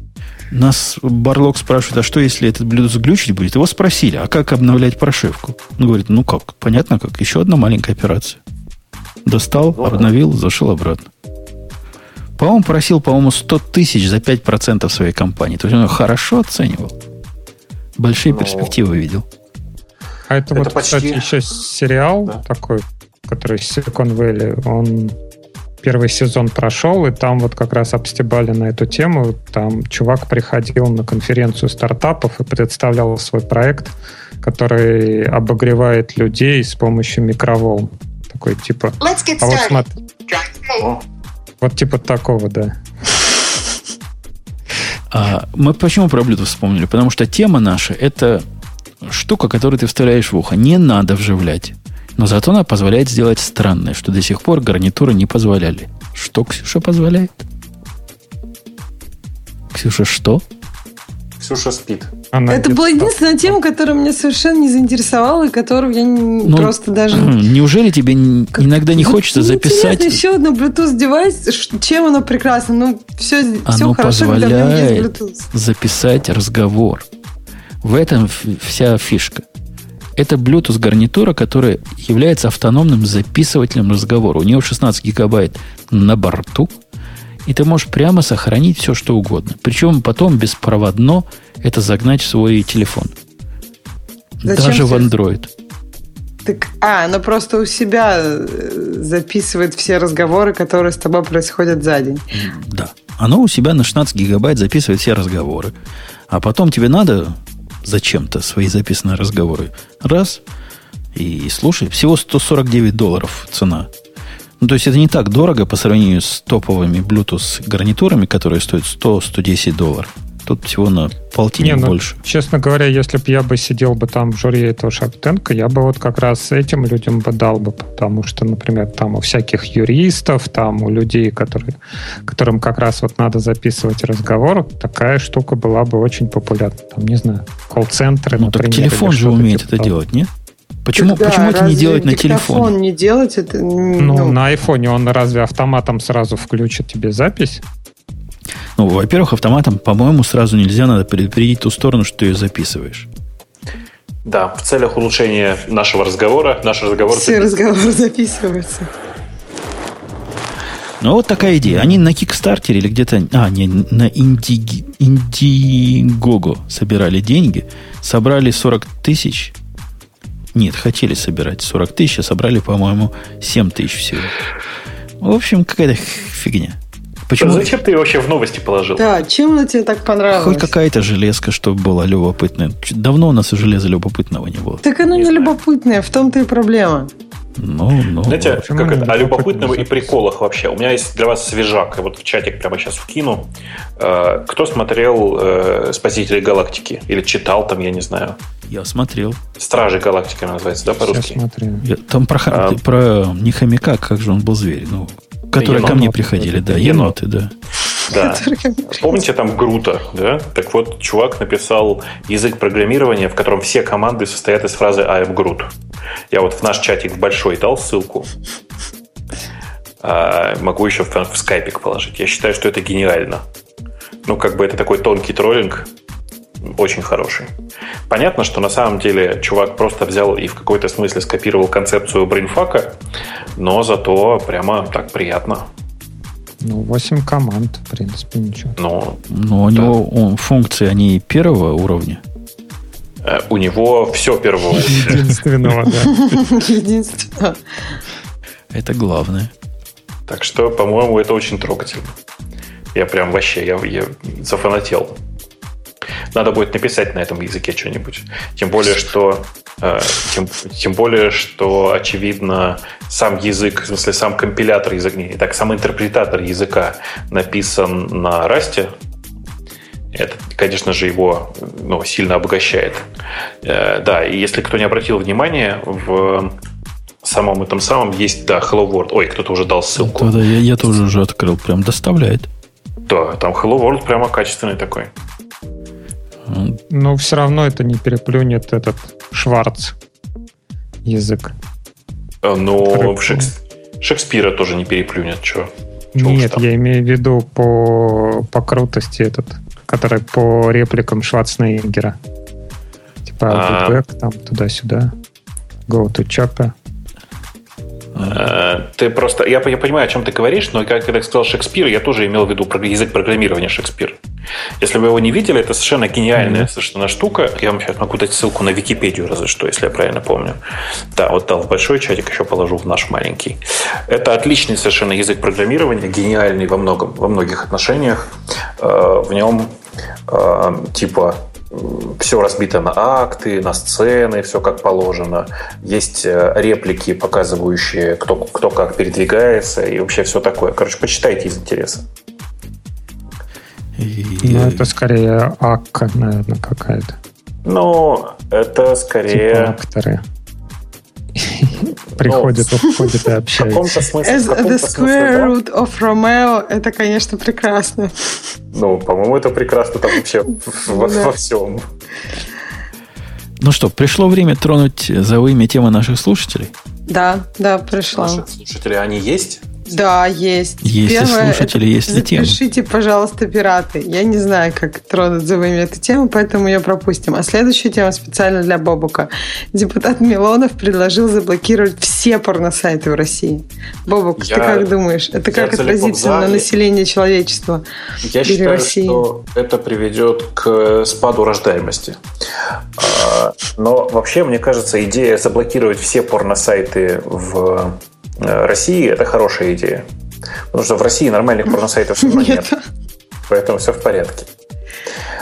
Нас Барлок спрашивает, а что, если этот Bluetooth глючить будет? Его спросили, а как обновлять прошивку? Он говорит, ну как, понятно как, еще одна маленькая операция. Достал, ну, обновил, зашел обратно. По-моему, просил, по-моему, сто тысяч за пять процентов своей компании. То есть он хорошо оценивал. Большие ну, перспективы видел. А это, это вот, почти... кстати, еще сериал да. такой, который Silicon Valley, он... Первый сезон прошел, и там вот как раз обстебали на эту тему. Там чувак приходил на конференцию стартапов и представлял свой проект, который обогревает людей с помощью микроволн. Такой типа... А вот смотри. Вот типа такого, да. А мы почему про Bluetooth вспомнили? Потому что тема наша — это штука, которую ты вставляешь в ухо. Не надо вживлять. Но зато она позволяет сделать странное, что до сих пор гарнитуры не позволяли. Что Ксюша позволяет? Ксюша что? Ксюша спит. Она Это была единственная тема, которая меня совершенно не заинтересовала, и которую я ну, просто даже... Неужели тебе как... иногда не хочется Мне записать... еще одно Bluetooth-девайс, чем оно прекрасно? Ну, все, оно все хорошо, когда в нем есть Bluetooth. Записать разговор. В этом вся фишка. Это Bluetooth гарнитура, которая является автономным записывателем разговора. У нее шестнадцать гигабайт на борту, и ты можешь прямо сохранить все, что угодно. Причем потом беспроводно это загнать в свой телефон. Зачем Даже ты... в Android. Так, а, оно просто у себя записывает все разговоры, которые с тобой происходят за день. Да. Оно у себя на шестнадцать гигабайт записывает все разговоры. А потом тебе надо... зачем-то свои записанные разговоры. Раз, И слушай, всего сто сорок девять долларов цена. Ну, то есть это не так дорого по сравнению с топовыми Bluetooth гарнитурами, которые стоят сто - сто десять долларов. Тут всего на полтинник не, ну, больше. Честно говоря, если бы я бы сидел бы там в жюри этого Шарк-Тэнка, я бы вот как раз этим людям бы дал бы, потому что, например, там у всяких юристов, там у людей, которые, которым как раз вот надо записывать разговор, такая штука была бы очень популярна. Там, не знаю, колл-центры, ну, например. Так телефон же умеет типа это того. делать, нет? Почему, да, почему это не делать на телефоне? Диктофон не делать это... Ну, ну, на айфоне он разве автоматом сразу включит тебе запись? Ну, во-первых, автоматом, по-моему, сразу нельзя, надо предупредить ту сторону, что ты ее записываешь. Да, в целях улучшения нашего разговора, наш разговор... Все разговоры записываются. Ну, вот такая идея. Они на Кикстартере или где-то... А, не, на Инди... Индигого собирали деньги, собрали сорок тысяч... Нет, хотели собирать сорок тысяч, а собрали, по-моему, семь тысяч всего. В общем, какая-то фигня. Почему? Зачем ты ее вообще в новости положил? Да, чем она тебе так понравилась? Хоть какая-то железка, чтобы была любопытная. Давно у нас и железа любопытного не было. Так оно не, не любопытное, в том-то и проблема. Ну, ну. Знаете, как это, о любопытном и приколах вообще. У меня есть для вас свежак. Я вот в чатик прямо сейчас вкину. Кто смотрел «Спасители галактики»? Или читал там, я не знаю. Я смотрел. «Стражи галактики» называется, да, по-русски? Я там про, а, про не хомяка, как же он был зверь. Ну, которые еноты, ко мне приходили, да, еноты, еноты да. Да. Помните там Грута, да? Так вот, чувак написал язык программирования, в котором все команды состоят из фразы I am Groot. Я вот в наш чатик в большой дал ссылку. А, могу еще в, в скайпик положить. Я считаю, что это гениально. Ну, как бы это такой тонкий троллинг, очень хороший. Понятно, что на самом деле чувак просто взял и в какой-то смысле скопировал концепцию брейнфака, но зато прямо так приятно. Ну, восемь команд, в принципе, ничего. Но, но у да. него он, функции, они первого уровня. Э, у него все первого уровня. Единственного, да. Единственного. Это главное. Так что, по-моему, это очень трогательно. Я прям вообще, я, я зафанател. Надо будет написать на этом языке что-нибудь. Тем более, что э, тем, тем более, что, очевидно, сам язык, в смысле, сам компилятор языка, не так, сам интерпретатор языка написан на Rust. Это, конечно же, его ну, сильно обогащает. Э, да, и если кто не обратил внимания, в самом этом самом есть, да, Hello World. Ой, кто-то уже дал ссылку. Да, да, я, я тоже уже открыл, прям доставляет. Да, там Hello World прямо качественный такой. Но все равно это не переплюнет этот Шварц язык. Ну, Шекс... Шекспира тоже не переплюнет. Чё? Чё Нет, я имею в виду по, по крутости этот, который по репликам Шварценеггера. Типа а... back, там туда-сюда. Go to chopper. Ты просто... Я, я понимаю, о чем ты говоришь, но когда я сказал Шекспир, я тоже имел в виду язык программирования Шекспир. Если вы его не видели, это совершенно гениальная mm-hmm. совершенно штука. Я вам сейчас могу дать ссылку на Википедию, разве что, если я правильно помню. Да, вот дал в большой чатик, еще положу в наш маленький. Это отличный совершенно язык программирования, гениальный во, многом, во многих отношениях. В нем типа... все разбито на акты, на сцены, все как положено. Есть реплики, показывающие, кто, кто как передвигается, и вообще все такое. Короче, почитайте из интереса. Ну, это скорее акка, наверное, какая-то. Ну, это скорее... Типа акторы. Приходят, уходят и общаются. В каком-то смысле... The square root of Romeo, это, конечно, прекрасно. Ну, по-моему, это прекрасно там вообще во всем. Ну что, пришло время тронуть за вымя темы наших слушателей? Да, да, пришло. Наши слушатели, они есть? Да, есть. Есть Первое, и слушатели, есть и темы. Запишите, пожалуйста, пираты. Я не знаю, как тронуть за вами эту тему, поэтому ее пропустим. А следующая тема специально для Бобука. Депутат Милонов предложил заблокировать все порносайты в России. Бобук, я, ты как думаешь? Это как отразится на население человечества? Я считаю, России? Что это приведет к спаду рождаемости. Но вообще, мне кажется, идея заблокировать все порносайты в России – это хорошая идея. Потому что в России нормальных порносайтов все равно нет. Поэтому все в порядке.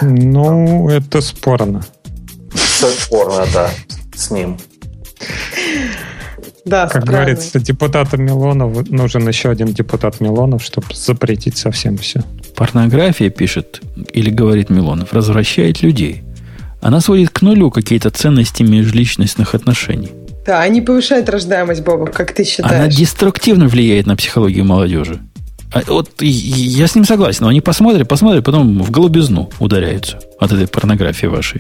Ну, это спорно. Спорно, да. С ним. Да, как странно. говорится, депутату Милонов нужен еще один депутат Милонов, чтобы запретить совсем все. Порнография, пишет или говорит Милонов, развращает людей. Она сводит к нулю какие-то ценности межличностных отношений. Да, они повышают рождаемость, Бобов, как ты считаешь? Она деструктивно влияет на психологию молодежи. А вот я с ним согласен, но они посмотрят, посмотрят, потом в голубизну ударяются от этой порнографии вашей.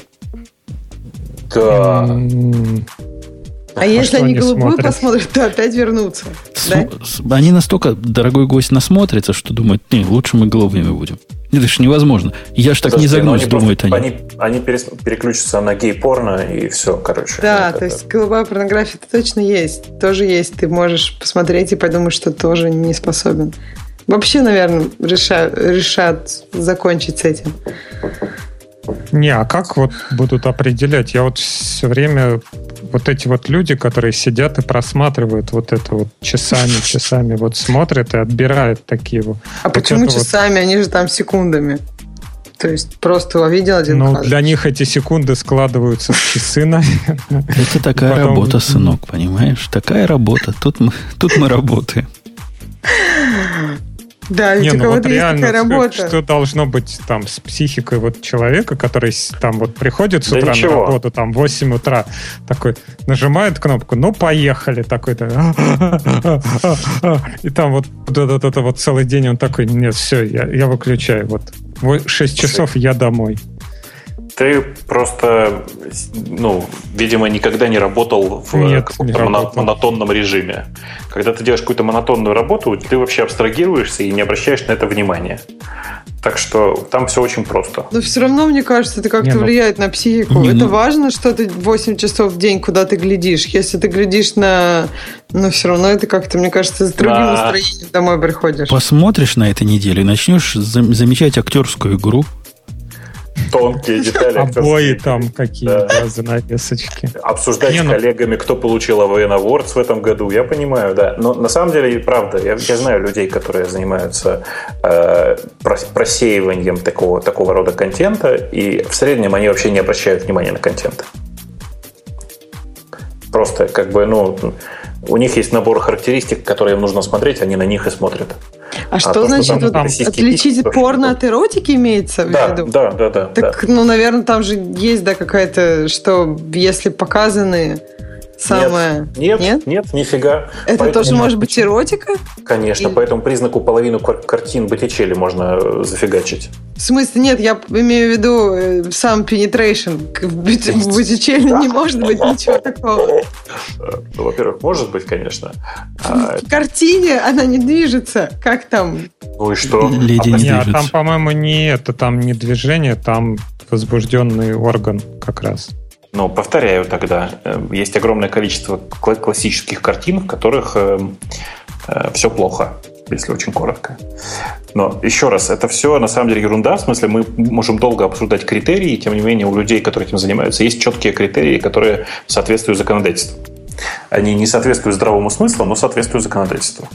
Да. А, а если они голубую смотрят? посмотрят, то опять вернутся. С, да? с, они настолько, дорогой гость, насмотрятся, что думают, не, лучше мы голубыми будем. Это же невозможно. Я ж так Подожди, не загнусь, они думают просто, они. Они, они перес, переключатся на гей-порно и все, короче. Да, это, то есть голубая порнография точно есть. Тоже есть. Ты можешь посмотреть и подумать, что тоже не способен. Вообще, наверное, решают, решат закончить с этим. Не, а как вот будут определять? Я вот все время... Вот эти вот люди, которые сидят и просматривают вот это вот часами, часами, вот смотрят и отбирают такие вот. А вот почему часами? Вот... Они же там секундами. То есть просто увидел один Ну, кадр. для них эти секунды складываются в часы, наверное. Это такая Потом... работа, сынок, понимаешь? Такая работа. Тут мы, тут мы работаем. Да, ведь Не, у ну кого-то вот есть реально, такая работа. Что, что должно быть там с психикой вот человека, который там вот приходит с Да утра ничего. на работу, там в восемь утра, такой нажимает кнопку, ну, поехали, такой-то. И там вот это вот целый день он такой, нет, все, я, я выключаю, вот. шесть часов я домой. Ты просто, ну, видимо, никогда не работал в Нет, каком-то не моно- работал. монотонном режиме. Когда ты делаешь какую-то монотонную работу, ты вообще абстрагируешься и не обращаешь на это внимания. Так что там все очень просто. Но все равно, мне кажется, это как-то Не, ну- влияет на психику. Не, это ну- важно, что ты восемь часов в день куда ты глядишь. Если ты глядишь на... Но все равно это как-то, мне кажется, с другим Да. настроением домой приходишь. Посмотришь на этой неделе и начнешь зам- замечать актерскую игру. Тонкие детали. Обои актерские. там какие, Да. да, занавесочки. Обсуждать Не, с ну- коллегами, кто получил эй ви эн Awards в этом году, я понимаю, да. Но на самом деле, правда, я, я знаю людей, которые занимаются э, прос- просеиванием такого, такого рода контента, и в среднем они вообще не обращают внимания на контент. Просто как бы, ну, у них есть набор характеристик, которые им нужно смотреть, они на них и смотрят. А что то, значит что там вот российские отличить песни, порно то, от эротики имеется в Да, виду? да, да, да. Так, да. ну, наверное, там же есть, да, какая-то, что если показаны самое... Нет, нет, нет, нифига. Это Поэтому- тоже может быть эротика? Конечно, Или- по этому признаку половину кар- картин Боттичелли можно э, зафигачить. В смысле, нет, я имею в виду э, сам penetration. К- В Бот- в Боттичелли не может быть ничего такого. Э, Ну, во-первых, может быть, конечно. А, В картине она не движется. Как там? ну и что? Леди А, не Не, а движется. там, по-моему, не это, там не движение, там возбужденный орган как раз. Ну, повторяю тогда. э, Есть огромное количество кла- классических картин, в которых все плохо, если очень коротко. Но еще раз, это все на самом деле ерунда. В смысле, мы можем долго обсуждать критерии, тем не менее у людей, которые этим занимаются, есть четкие критерии, которые соответствуют законодательству. Они не соответствуют здравому смыслу, но соответствуют законодательству.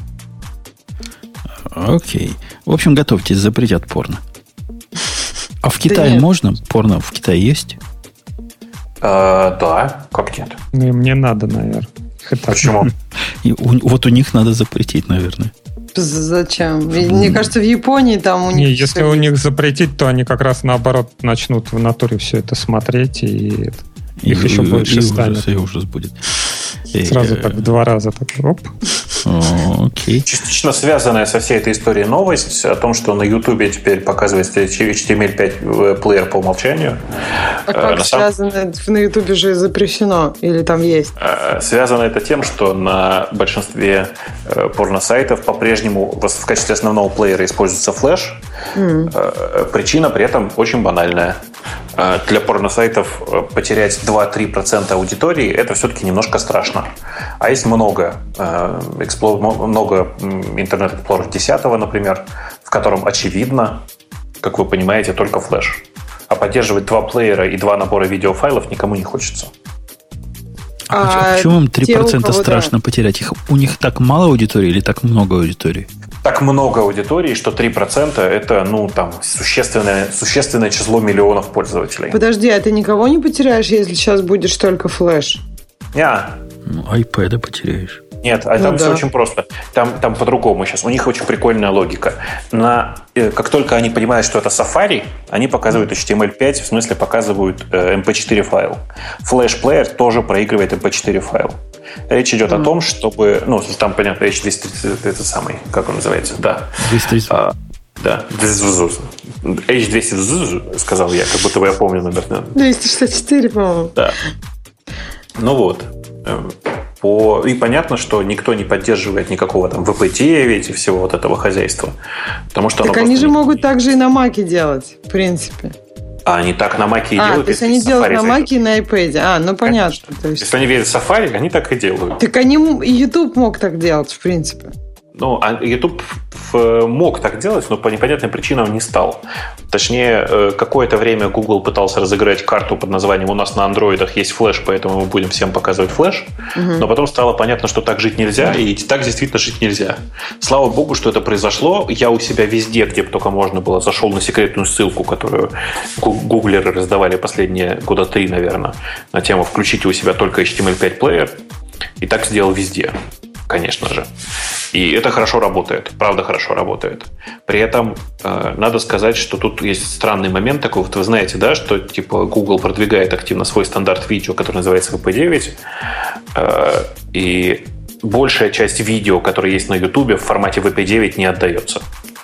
Окей. В общем, готовьтесь, запретят порно. А в Китае нет. можно? Порно в Китае есть? А, да, как нет? Ну, и мне надо, наверное. Их и так. Почему? И у- вот у них надо запретить, наверное. З- Зачем? И Мне кажется, в Японии там у них... Не, если всё у есть. них запретить, то они как раз наоборот начнут в натуре все это смотреть, и их И- еще и- больше и станет. ужас, и ужас будет. И, Сразу э, так в два раза. Так, оп. о, Окей. Частично связанная со всей этой историей новость о том, что на Ютубе теперь показывается эйч ти эм эль пять плеер по умолчанию. А Э, как на самом- связано? На Ютубе же запрещено. Или там есть? Э, Связано это тем, что на большинстве э, порносайтов по-прежнему в в качестве основного плеера используется флеш. Э, Причина при этом очень банальная. Э, Для порносайтов э, потерять два-три процента аудитории – это все-таки немножко страшно. А есть много, э, экспло- мо- много м, Internet Explorer десять, например, в котором очевидно, как вы понимаете, только флеш. А поддерживать два плеера и два набора видеофайлов никому не хочется. А, А почему- почему им три те, у процента кого, страшно потерять? Их, у них так мало аудитории или так много аудитории? Так много аудитории, что три процента это, ну, там, существенное, существенное число миллионов пользователей. Подожди, а ты никого не потеряешь, если сейчас будешь только флеш? Не, Ну, iPad потеряешь. Нет, а ну, там да. все очень просто. Там, там по-другому сейчас. У них очень прикольная логика. На, э, как только они понимают, что это Safari, они показывают эйч ти эм эль пять, в смысле показывают э, эм пи четыре файл. Флэш-плеер тоже проигрывает эм пи четыре файл. Речь идет mm. о том, чтобы... Ну, там, понятно, эйч двести тридцать, это самый, как он называется? Да. двести тридцать. А, да. эйч двести, сказал я, как будто бы я помню номер. двести шестьдесят четыре, по-моему. Да. Ну вот. По... И понятно, что никто не поддерживает никакого там ви пи девять и всего вот этого хозяйства. Потому что так они же не... могут также и на Маке делать, в принципе. А они так на Маке и а, делают. То есть они делают на Маке и на iPad. А, ну понятно. То есть... Если они верят в Safari, они так и делают. Так они и YouTube мог так делать, в принципе. Ну, а YouTube мог так делать, но по непонятным причинам не стал. Точнее, какое-то время Google пытался разыграть карту под названием «У нас на андроидах есть флеш, поэтому мы будем всем показывать флеш». Угу. Но потом стало понятно, что так жить нельзя, и так действительно жить нельзя. Слава богу, что это произошло. Я у себя везде, где бы только можно было, зашел на секретную ссылку, которую гуглеры раздавали последние года три, наверное, на тему «Включите у себя только эйч ти эм эль пять плеер». И так сделал везде, конечно же. И это хорошо работает, правда хорошо работает. При этом э, надо сказать, что тут есть странный момент такой. Вот вы знаете, да, что типа Google продвигает активно свой стандарт видео, который называется ви пи девять. Э, и большая часть видео, которое есть на YouTube, в формате ви пи девять не отдается.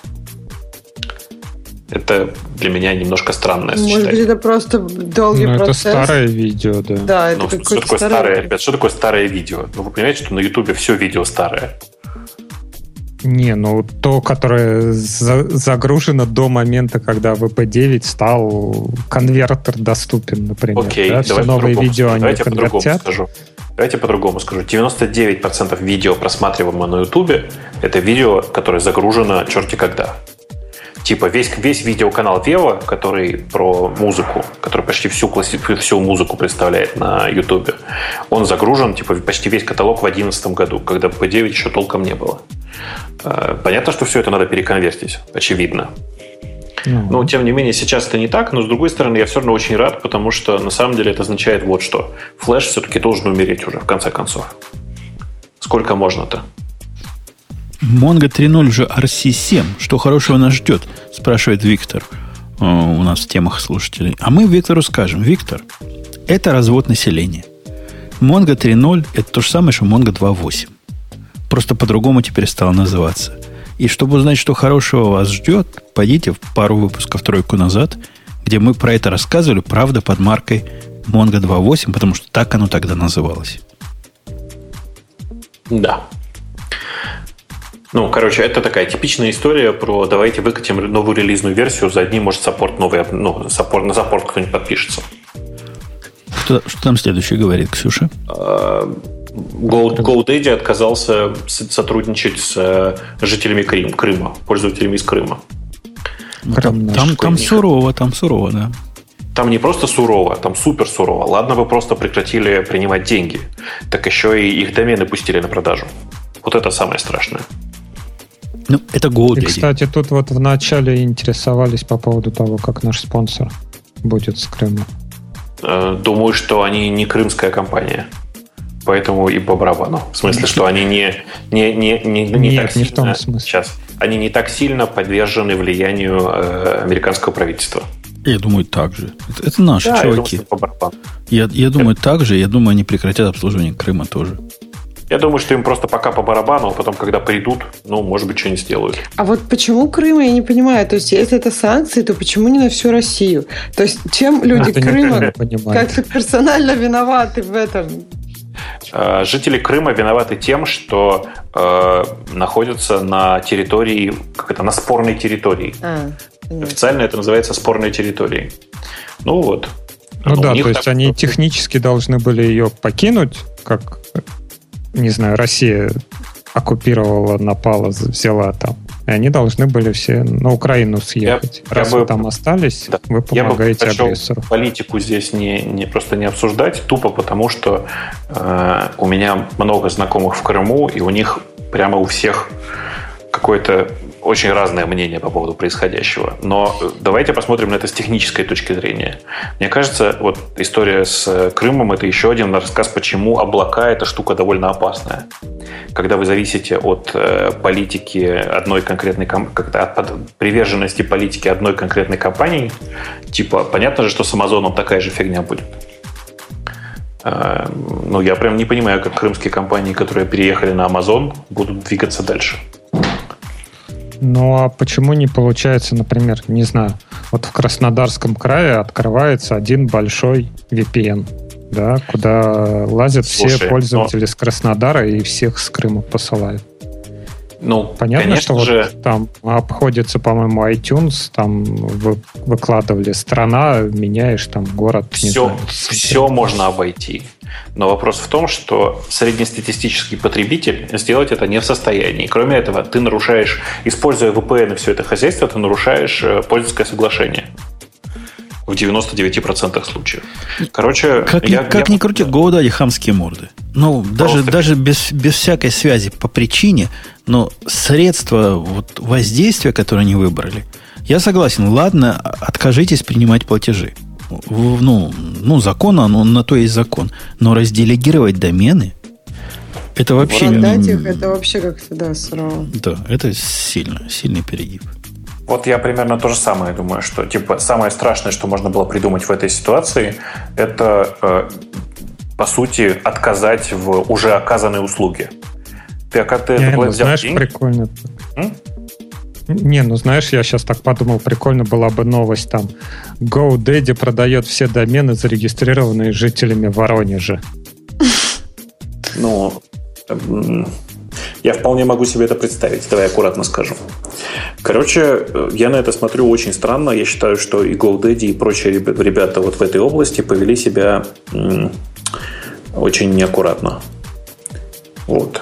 Это для меня немножко странное сочетание. Может быть, это просто долгий ну, процесс. Это старое видео, да. Да, это ну, какое-то что такое старое... старое, ребят? Что такое старое видео? Ну, вы понимаете, что на YouTube все видео старое? Не, ну то, которое за- загружено до момента, когда ви пи девять стал конвертер доступен, например. Окей, да? Все новые видео они давайте конвертят. По-другому скажу. Давайте по-другому скажу. девяносто девять процентов видео, просматриваемого на YouTube, это видео, которое загружено черти когда. Типа весь, весь видеоканал Вева, который про музыку, который почти всю, класси... всю музыку представляет на YouTube, он загружен, типа почти весь каталог в две тысячи одиннадцатом году, когда пи девять еще толком не было. Понятно, что все это надо переконвертить, очевидно. Mm-hmm. Но, тем не менее, сейчас это не так, но, с другой стороны, я все равно очень рад, потому что, на самом деле, это означает вот что. Флэш все-таки должен умереть уже, в конце концов. Сколько можно-то? Mongo три ноль уже ар си семь. Что хорошего нас ждет? Спрашивает Виктор у нас в темах слушателей. А мы Виктору скажем. Виктор, это развод населения. Mongo три ноль это то же самое, что Mongo два восемь. Просто по-другому теперь стало называться. И чтобы узнать, что хорошего вас ждет, пойдите в пару выпусков тройку назад, где мы про это рассказывали, правда, под маркой Mongo два восемь, потому что так оно тогда называлось. Да. Ну, короче, это такая типичная история про давайте выкатим новую релизную версию, за одним, может, саппорт новый, ну, саппорт, на саппорт кто-нибудь подпишется. Что, что там следующий говорит, Ксюша? Go, GoDaddy отказался сотрудничать с жителями Крым, Крыма, пользователями из Крыма. Там, там, там сурово, там сурово, да. Там не просто сурово, там супер сурово. Ладно, вы просто прекратили принимать деньги, так еще и их домены пустили на продажу. Вот это самое страшное. Ну, это GoDaddy. И, кстати, тут вот в начале интересовались по поводу того, как наш спонсор будет с Крыма. Думаю, что они не крымская компания. Поэтому и по барабану. В смысле, что они не, не, не, не, не Нет, так не сильно, в том смысле. Сейчас, они не так сильно подвержены влиянию э, американского правительства. Я думаю, так же. Это, это наши да, чуваки. Я думаю, по барабану. Я, я думаю, так же. Я думаю, они прекратят обслуживание Крыма тоже. Я думаю, что им просто пока по барабану, а потом, когда придут, ну, может быть, что-нибудь сделают. А вот почему Крым, я не понимаю. То есть, если это санкции, то почему не на всю Россию? То есть, чем люди это Крыма как-то персонально виноваты в этом? Жители Крыма виноваты тем, что э, находятся на территории, как это, на спорной территории. А, официально это называется спорной территорией. Ну вот. Ну да, то есть так... они технически должны были ее покинуть, как, не знаю, Россия оккупировала, напала, взяла там. И они должны были все на Украину съехать. Я, Раз я вы бы, там остались, да, вы помогаете я бы агрессору. Политику здесь не, не, просто не обсуждать, тупо потому, что э, у меня много знакомых в Крыму, и у них прямо у всех какое-то очень разное мнение по поводу происходящего. Но давайте посмотрим на это с технической точки зрения. Мне кажется, вот история с Крымом – это еще один рассказ, почему облака – эта штука довольно опасная. Когда вы зависите от э, политики одной конкретной, как-то от приверженности политики одной конкретной компании, типа, понятно же, что с Амазоном такая же фигня будет. Э, ну, я прям не понимаю, как крымские компании, которые переехали на Амазон, будут двигаться дальше. Ну, а почему не получается, например, не знаю, вот в Краснодарском крае открывается один большой ви пи эн, да, куда лазят Слушай, все пользователи но... с Краснодара и всех с Крыма посылают. Ну, понятно, что же... вот там обходится, по-моему, iTunes, там вы, выкладывали страна, меняешь там город. Все, не знаю, все можно обойти. Но вопрос в том, что среднестатистический потребитель сделать это не в состоянии. Кроме этого, ты нарушаешь, используя ви пи эн и все это хозяйство, ты нарушаешь пользовательское соглашение. В девяносто девять процентов случаев. Короче, как, я, как я... ни крути, GoDaddy хамские морды. Ну, даже, даже без, без всякой связи по причине, но средства вот, воздействия, которые они выбрали, я согласен, ладно, откажитесь принимать платежи. Ну, ну закон, оно на то есть закон. Но разделегировать домены, это вообще... Продать их, это вообще как-то, да, сурово. Да, это сильно, сильный перегиб. Вот я примерно то же самое думаю, что типа самое страшное, что можно было придумать в этой ситуации, это, э, по сути, отказать в уже оказанной услуге. Ты, ты Не, ну, знаешь, деньги? Прикольно. М? Не, ну знаешь, я сейчас так подумал, прикольно была бы новость там. GoDaddy продает все домены, зарегистрированные жителями Воронежа. Ну, я вполне могу себе это представить. Давай аккуратно скажу. Короче, я на это смотрю очень странно. Я считаю, что и GoDaddy, и прочие ребята вот в этой области повели себя м- очень неаккуратно. Вот.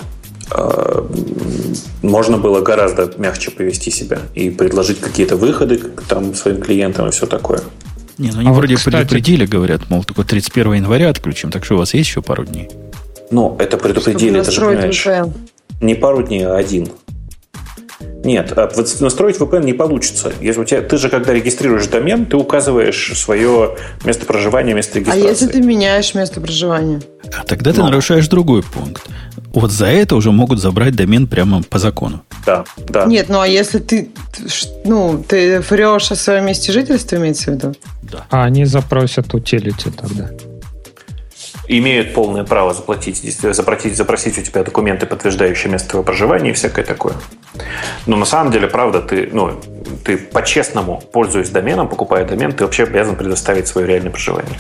Можно было гораздо мягче повести себя и предложить какие-то выходы там, своим клиентам и все такое. Не, ну они а вроде вот, кстати... предупредили, говорят, мол, только тридцать первого января отключим, так что у вас есть еще пару дней? Ну, это предупредили, это же, понимаешь, не пару дней, а один. Нет, настроить ви пи эн не получится. Если у тебя, ты же, когда регистрируешь домен, ты указываешь свое место проживания, место регистрации. А если ты меняешь место проживания? А тогда ты Но. нарушаешь другой пункт. Вот за это уже могут забрать домен прямо по закону. Да, да. Нет, ну а если ты, ну, ты врешь о своем месте жительства, имеется в виду? Да. А они запросят утилити тогда. Имеют полное право заплатить, запросить, запросить у тебя документы, подтверждающие место твоего проживания и всякое такое. Но на самом деле, правда, ты, ну, ты по-честному, пользуясь доменом, покупая домен, ты вообще обязан предоставить свое реальное проживание.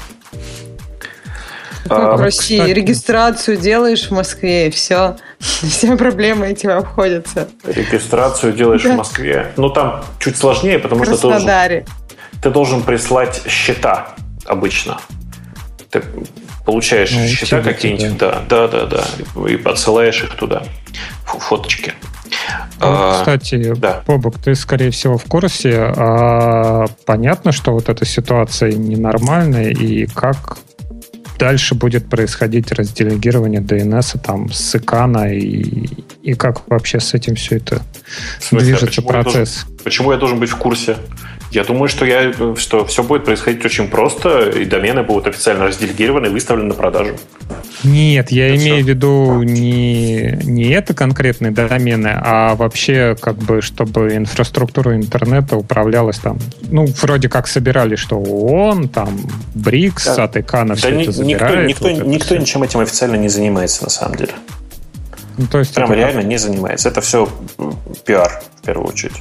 Ну, а, в России кстати, регистрацию делаешь в Москве, и все. Все проблемы этим обходятся. Регистрацию делаешь да. в Москве. Ну, там чуть сложнее, потому что ты должен, ты должен прислать счета обычно. Ты получаешь ну, счета какие-нибудь, да. да, да, да, да, и подсылаешь их туда, фоточки. Ну, а, кстати, да. Бобок, ты, скорее всего, в курсе. А, понятно, что вот эта ситуация ненормальная, и как дальше будет происходить разделегирование ди эн эс там, с икана, и, и как вообще с этим все это смысле, движется а процесс? Я должен, почему я должен быть в курсе? Я думаю, что, я, что все будет происходить очень просто, и домены будут официально разделегированы и выставлены на продажу. Нет, я это имею все. в виду не, не это конкретные домены, а вообще, как бы, чтобы инфраструктура интернета управлялась там. Ну, вроде как собирали, что ООН, там, БРИКС, да. от икана да все ни, это забирает. Никто, никто, вот никто все. ничем этим официально не занимается, на самом деле. Ну, то есть Прям реально как? не занимается. Это все пиар, в первую очередь.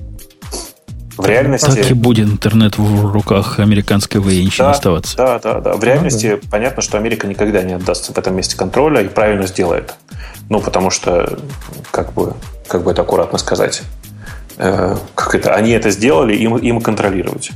В реальности... Так и будет интернет в руках американской военщины да, оставаться. Да, да, да. В реальности ну, да. понятно, что Америка никогда не отдаст в этом месте контроля и правильно сделает. Ну, потому что, как бы, как бы это аккуратно сказать, э, как это, они это сделали, им, им контролировать.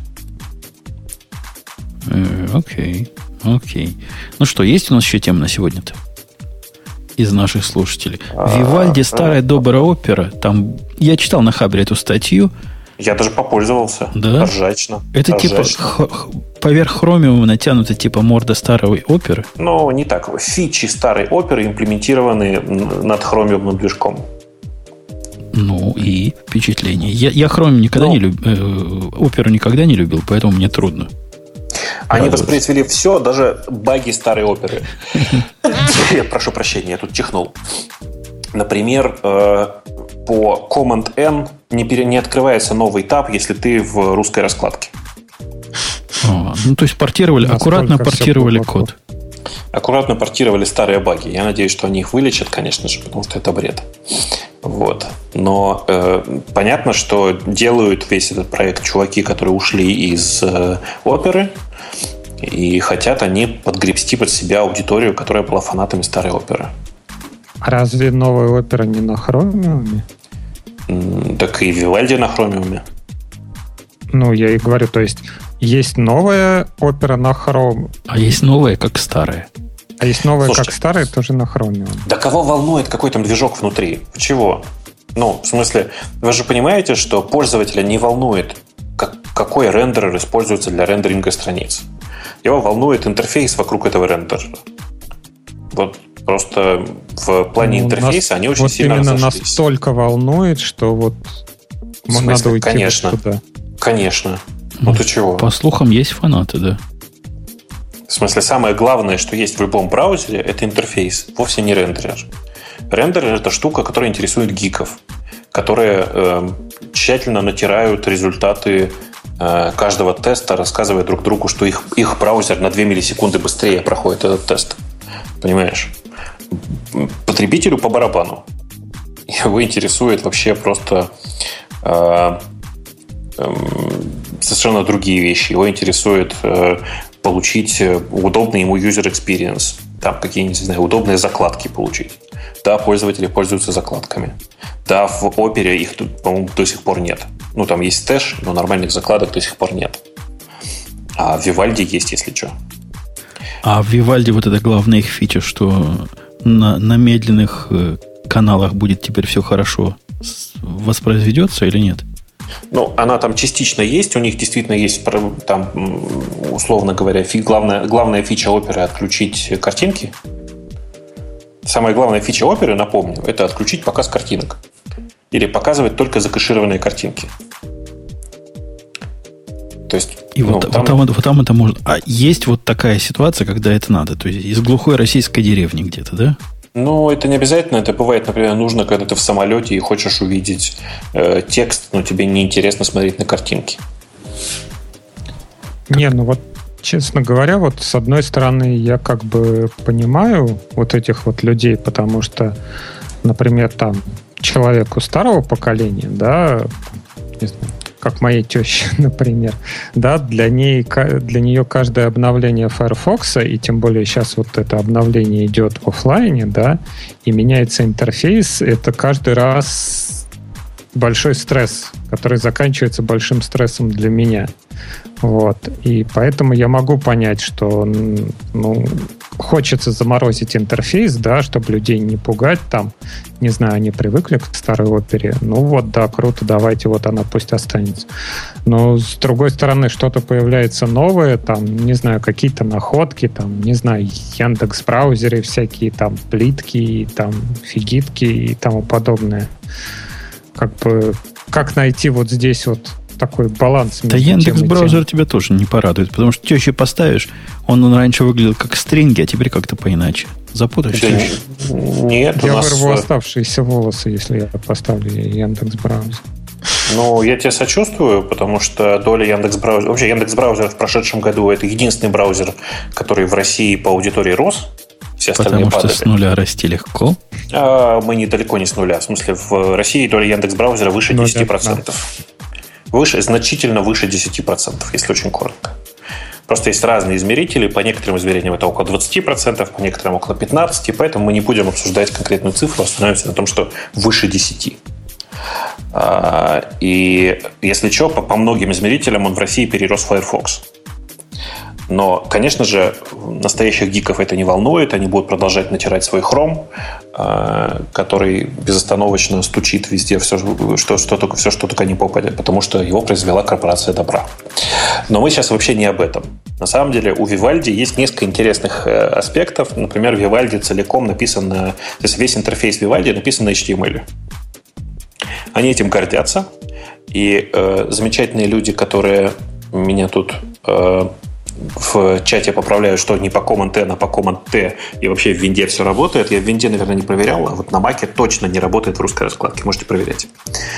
Окей, окей. Okay. Ну что, есть у нас еще тема на сегодня-то? Из наших слушателей. Вивальди, старая добрая опера. Там, я читал на Хабре эту статью. Я даже попользовался. Да? Ржачно. Это Ржачно. типа х- х- поверх хромиума натянута типа морда старой оперы? Ну, не так. Фичи старой оперы имплементированы над хромиумным движком. Ну и впечатление. Я, я Chrome никогда ну, не любил, э, Opera никогда не любил, поэтому мне трудно. Они воспроизвели все, даже баги старой оперы. Я прошу прощения, я тут чихнул. Например, по Command-N не, пере, не открывается новый таб, если ты в русской раскладке. А, ну, то есть портировали, аккуратно портировали код. Аккуратно портировали старые баги. Я надеюсь, что они их вылечат, конечно же, потому что это бред. Вот. Но э, понятно, что делают весь этот проект чуваки, которые ушли из э, оперы, и хотят они подгребсти под себя аудиторию, которая была фанатами старой оперы. А разве новая опера не на хромиуме? Так и Vivaldi на хромиуме. Ну, я и говорю, то есть есть новая опера на хром. А есть новая, как старая. А есть новая, Слушайте, как старая, тоже на хромиуме. Да кого волнует, какой там движок внутри? Чего? Ну, в смысле, вы же понимаете, что пользователя не волнует, как, какой рендерер используется для рендеринга страниц. Его волнует интерфейс вокруг этого рендера. Вот просто в плане ну, интерфейса нас, они очень вот сильно именно разошлись. Настолько волнует, что вот в смысле, надо уйти конечно, вот туда. Конечно. Ну ты чего? По слухам, есть фанаты, да. В смысле, самое главное, что есть в любом браузере, это интерфейс, вовсе не рендерер. Рендерер – это штука, которая интересует гиков, которые э, тщательно натирают результаты э, каждого теста, рассказывая друг другу, что их, их браузер на две миллисекунды быстрее проходит этот тест. Понимаешь? Потребителю по барабану. Его интересует вообще просто э, э, совершенно другие вещи. Его интересует э, получить удобный ему user experience. Там какие-нибудь, не знаю, удобные закладки получить. Да, пользователи пользуются закладками. Да, в Opera их, по-моему, до сих пор нет. Ну, там есть стэш, но нормальных закладок до сих пор нет. А в Vivaldi есть, если что. А в Vivaldi вот это главная их фича, что на, на медленных каналах будет теперь все хорошо воспроизведется или нет? Ну, она там частично есть. У них действительно есть, там, условно говоря, фи, главная, главная фича оперы — отключить картинки. Самая главная фича оперы, напомню, это отключить показ картинок. Или показывать только закэшированные картинки. То есть, и ну, вот, там... Вот, там, вот там это может... А есть вот такая ситуация, когда это надо? То есть из глухой российской деревни где-то, да? Ну, это не обязательно. Это бывает, например, нужно, когда ты в самолете и хочешь увидеть э, текст, но тебе неинтересно смотреть на картинки. Не, ну вот, честно говоря, вот с одной стороны, я как бы понимаю вот этих вот людей, потому что, например, там, человеку старого поколения, да, не знаю, как моей теще, например, да, для, ней, для нее каждое обновление Firefox, и тем более сейчас вот это обновление идет в офлайне, да, и меняется интерфейс, это каждый раз большой стресс, который заканчивается большим стрессом для меня. Вот. И поэтому я могу понять, что ну, хочется заморозить интерфейс, да, чтобы людей не пугать там. Не знаю, они привыкли к старой опере. Ну вот, да, круто, давайте, вот она пусть останется. Но с другой стороны, что-то появляется новое, там, не знаю, какие-то находки, там, не знаю, Яндекс-браузеры всякие, там, плитки, там, фигитки и тому подобное. Как бы, как найти вот здесь вот такой баланс. Да Яндекс-браузер тебя тоже не порадует, потому что теще поставишь, он, он раньше выглядел как стринги, а теперь как-то поиначе. Запутаешься? Да, нет, я у нас... вырву оставшиеся волосы, если я поставлю Яндекс-браузер. Ну, я тебе сочувствую, потому что доля Яндекс-браузера... Вообще, Яндекс-браузер в прошедшем году это единственный браузер, который в России по аудитории рос. Все остальные потому падали. Что с нуля расти легко? А мы недалеко не с нуля. В смысле, в России доля Яндекс-браузера выше десять процентов. Выше, значительно выше десять процентов, если очень коротко. Просто есть разные измерители. По некоторым измерениям это около двадцать процентов, по некоторым около пятнадцать процентов. Поэтому мы не будем обсуждать конкретную цифру, остановимся на том, что выше десять. И если что, по, по многим измерителям он в России перерос Firefox. Но, конечно же, настоящих гиков это не волнует. Они будут продолжать натирать свой Chrome, который безостановочно стучит везде все, что, что, только, все, что только не попадет, потому что его произвела корпорация добра. Но мы сейчас вообще не об этом. На самом деле у Vivaldi есть несколько интересных аспектов. Например, Vivaldi целиком написан на... То есть весь интерфейс Vivaldi написан на эйч ти эм эл. Они этим гордятся. И э, замечательные люди, которые меня тут э, в чате поправляют, что не по Command N, а по Command T, и вообще в винде все работает. Я в винде, наверное, не проверял, а вот на Маке точно не работает в русской раскладке. Можете проверять.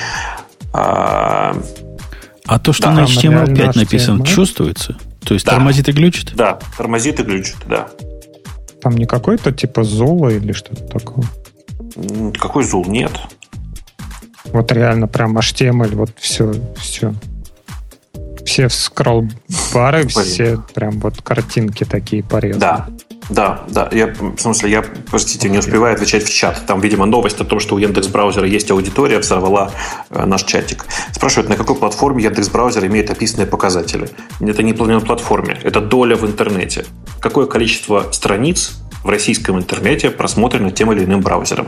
А, а то, что да, на эйч ти эм эл пять написано, чувствуется? То есть да. Тормозит и глючит? Да, тормозит и глючит, да. Там не какой-то типа зула или что-то такое? Какой зул? Нет. Вот реально прям эйч ти эм эл, вот все, все. Все скролл-бары, все прям вот картинки такие порезаны. Да, да, да. Я, в смысле, я, простите, не успеваю отвечать в чат. Там, видимо, новость о том, что у Яндекс.Браузера есть аудитория, взорвала э, наш чатик. Спрашивают, на какой платформе Яндекс.Браузер имеет описанные показатели. Это не на платформе, это доля в интернете. Какое количество страниц в российском интернете просмотрено тем или иным браузером?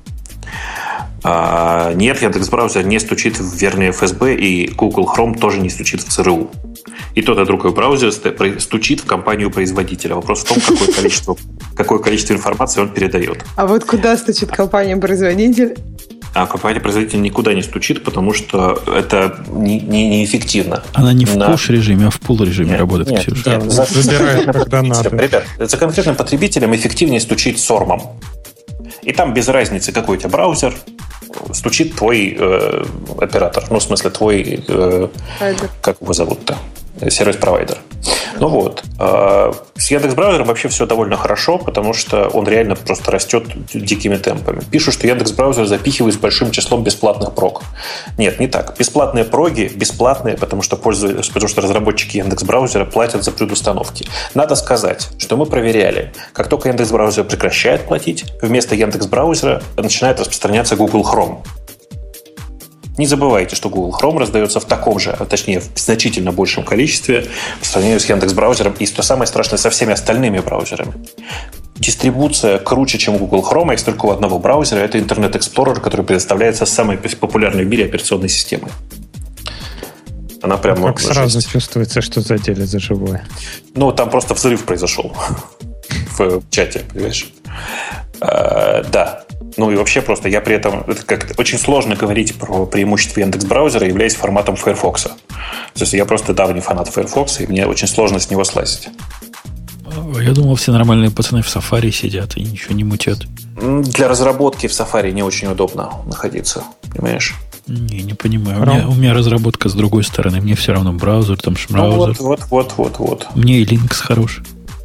А, нет, Яндекс.Браузер не стучит в верный эф эс бэ, и Google Chrome тоже не стучит в цэ эр у. И тот, и другой браузер стучит в компанию-производителя. Вопрос в том, какое количество, какое количество информации он передает. А вот куда стучит компания-производитель? А компания-производитель никуда не стучит, потому что это не, не, неэффективно. Она не в На... пуш-режиме, а в пул-режиме работает, нет, Ксюша. Нет, за, Ребят, за конкретным потребителем эффективнее стучить с сормом. И там без разницы, какой у тебя браузер, стучит твой э, оператор. Ну, в смысле, твой... Э, как его зовут-то? Сервис-провайдер. Ну вот. Э, с Яндекс.Браузером вообще все довольно хорошо, потому что он реально просто растет дикими темпами. Пишут, что Яндекс.Браузер запихивает с большим числом бесплатных прог. Нет, не так. Бесплатные проги бесплатные, потому что, пользуются, потому что разработчики Яндекс.Браузера платят за предустановки. Надо сказать, что мы проверяли. Как только Яндекс.Браузер прекращает платить, вместо Яндекс.Браузера начинает распространяться Google Chrome. Не забывайте, что Google Chrome раздается в таком же, а точнее в значительно большем количестве по сравнению с Яндекс.Браузером и, что самое страшное, со всеми остальными браузерами. Дистрибуция круче, чем Google Chrome, есть только у одного браузера. Это Internet Explorer, который предоставляется самой популярной в мире операционной системой. Она прямо... Как сразу жесть. Чувствуется, что задели за живое. Ну, там просто взрыв произошел в чате, понимаешь? А, да. Ну и вообще просто я при этом... Это как очень сложно говорить про преимущество Яндекс.Браузера, являясь форматом Firefox. То есть я просто давний фанат Firefox, и мне очень сложно с него слазить. Я думал, все нормальные пацаны в Safari сидят и ничего не мутят. Для разработки в Safari не очень удобно находиться, понимаешь? Не, не понимаю. У меня, у меня разработка с другой стороны. Мне все равно браузер, там шмраузер. Ну, вот, вот, вот, вот, вот. Мне и Linux хорош.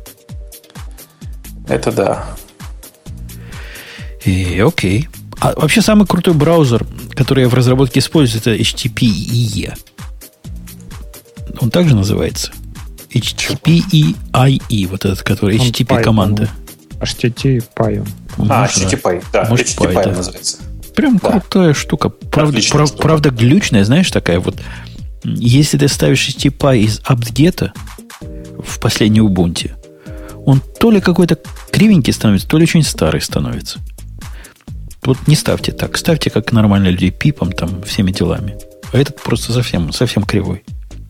Это да. И окей. А вообще самый крутой браузер, который я в разработке использую, это эйч ти ти пи и и. Он также называется? эйч ти ти пи и ай и, вот этот, который эйч ти ти пи команда. эйч ти ти пи. А, эйч ти ти пи, да. Может, эйч ти ти пи да. называется. Прям да. Крутая штука. Правда, прав, штука. Правда, глючная, знаешь, такая вот. Если ты ставишь эйч ти ти пи из apt-get в последней Ubuntu, он то ли какой-то кривенький становится, то ли очень старый становится. Вот не ставьте так. Ставьте, как нормальные люди, пипом, там, всеми делами. А этот просто совсем, совсем кривой.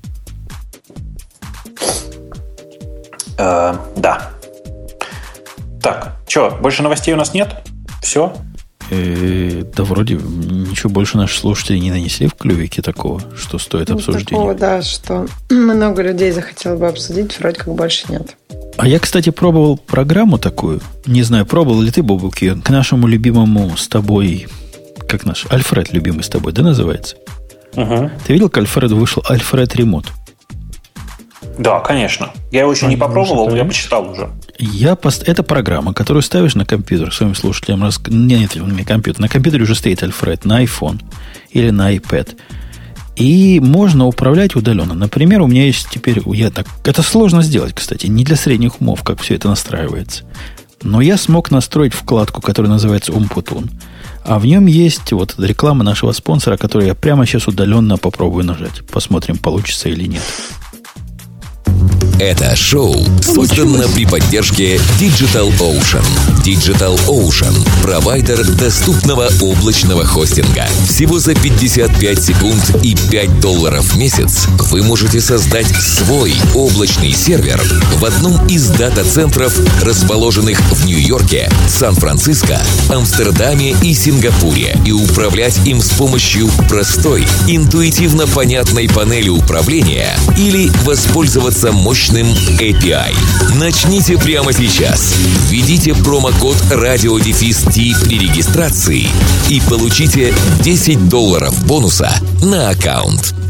Э, да. Так, что, больше новостей у нас нет? Все? Э, да вроде ничего больше наши слушатели не нанесли в клювике такого, что стоит обсуждения. Такого, да, что много людей захотело бы обсудить, вроде как больше нет. А я, кстати, пробовал программу такую. Не знаю, пробовал ли ты, Бобук, ее к нашему любимому с тобой, как наш, Альфред любимый с тобой, да, называется? Угу. Ты видел, как Альфреду вышел Альфред Ремонт? Да, конечно. Я его еще а, не попробовал, но я почитал уже. Я пост... Это программа, которую ставишь на компьютер своим слушателям. Рас... Нет, у меня компьютер. На компьютере уже стоит Альфред на iPhone или на iPad. И можно управлять удаленно. Например, у меня есть теперь... Я так... Это сложно сделать, кстати. Не для средних умов, как все это настраивается. Но я смог настроить вкладку, которая называется Умпутун. А в нем есть вот реклама нашего спонсора, которую я прямо сейчас удаленно попробую нажать. Посмотрим, получится или нет. Это шоу создано при поддержке Digital Ocean. Digital Ocean – провайдер доступного облачного хостинга. Всего за пятьдесят пять секунд и пять долларов в месяц вы можете создать свой облачный сервер в одном из дата-центров, расположенных в Нью-Йорке, Сан-Франциско, Амстердаме и Сингапуре, и управлять им с помощью простой, интуитивно понятной панели управления или воспользоваться мощным эй пи ай. Начните прямо сейчас. Введите промокод радиодефис-ти при регистрации и получите десять долларов бонуса на аккаунт.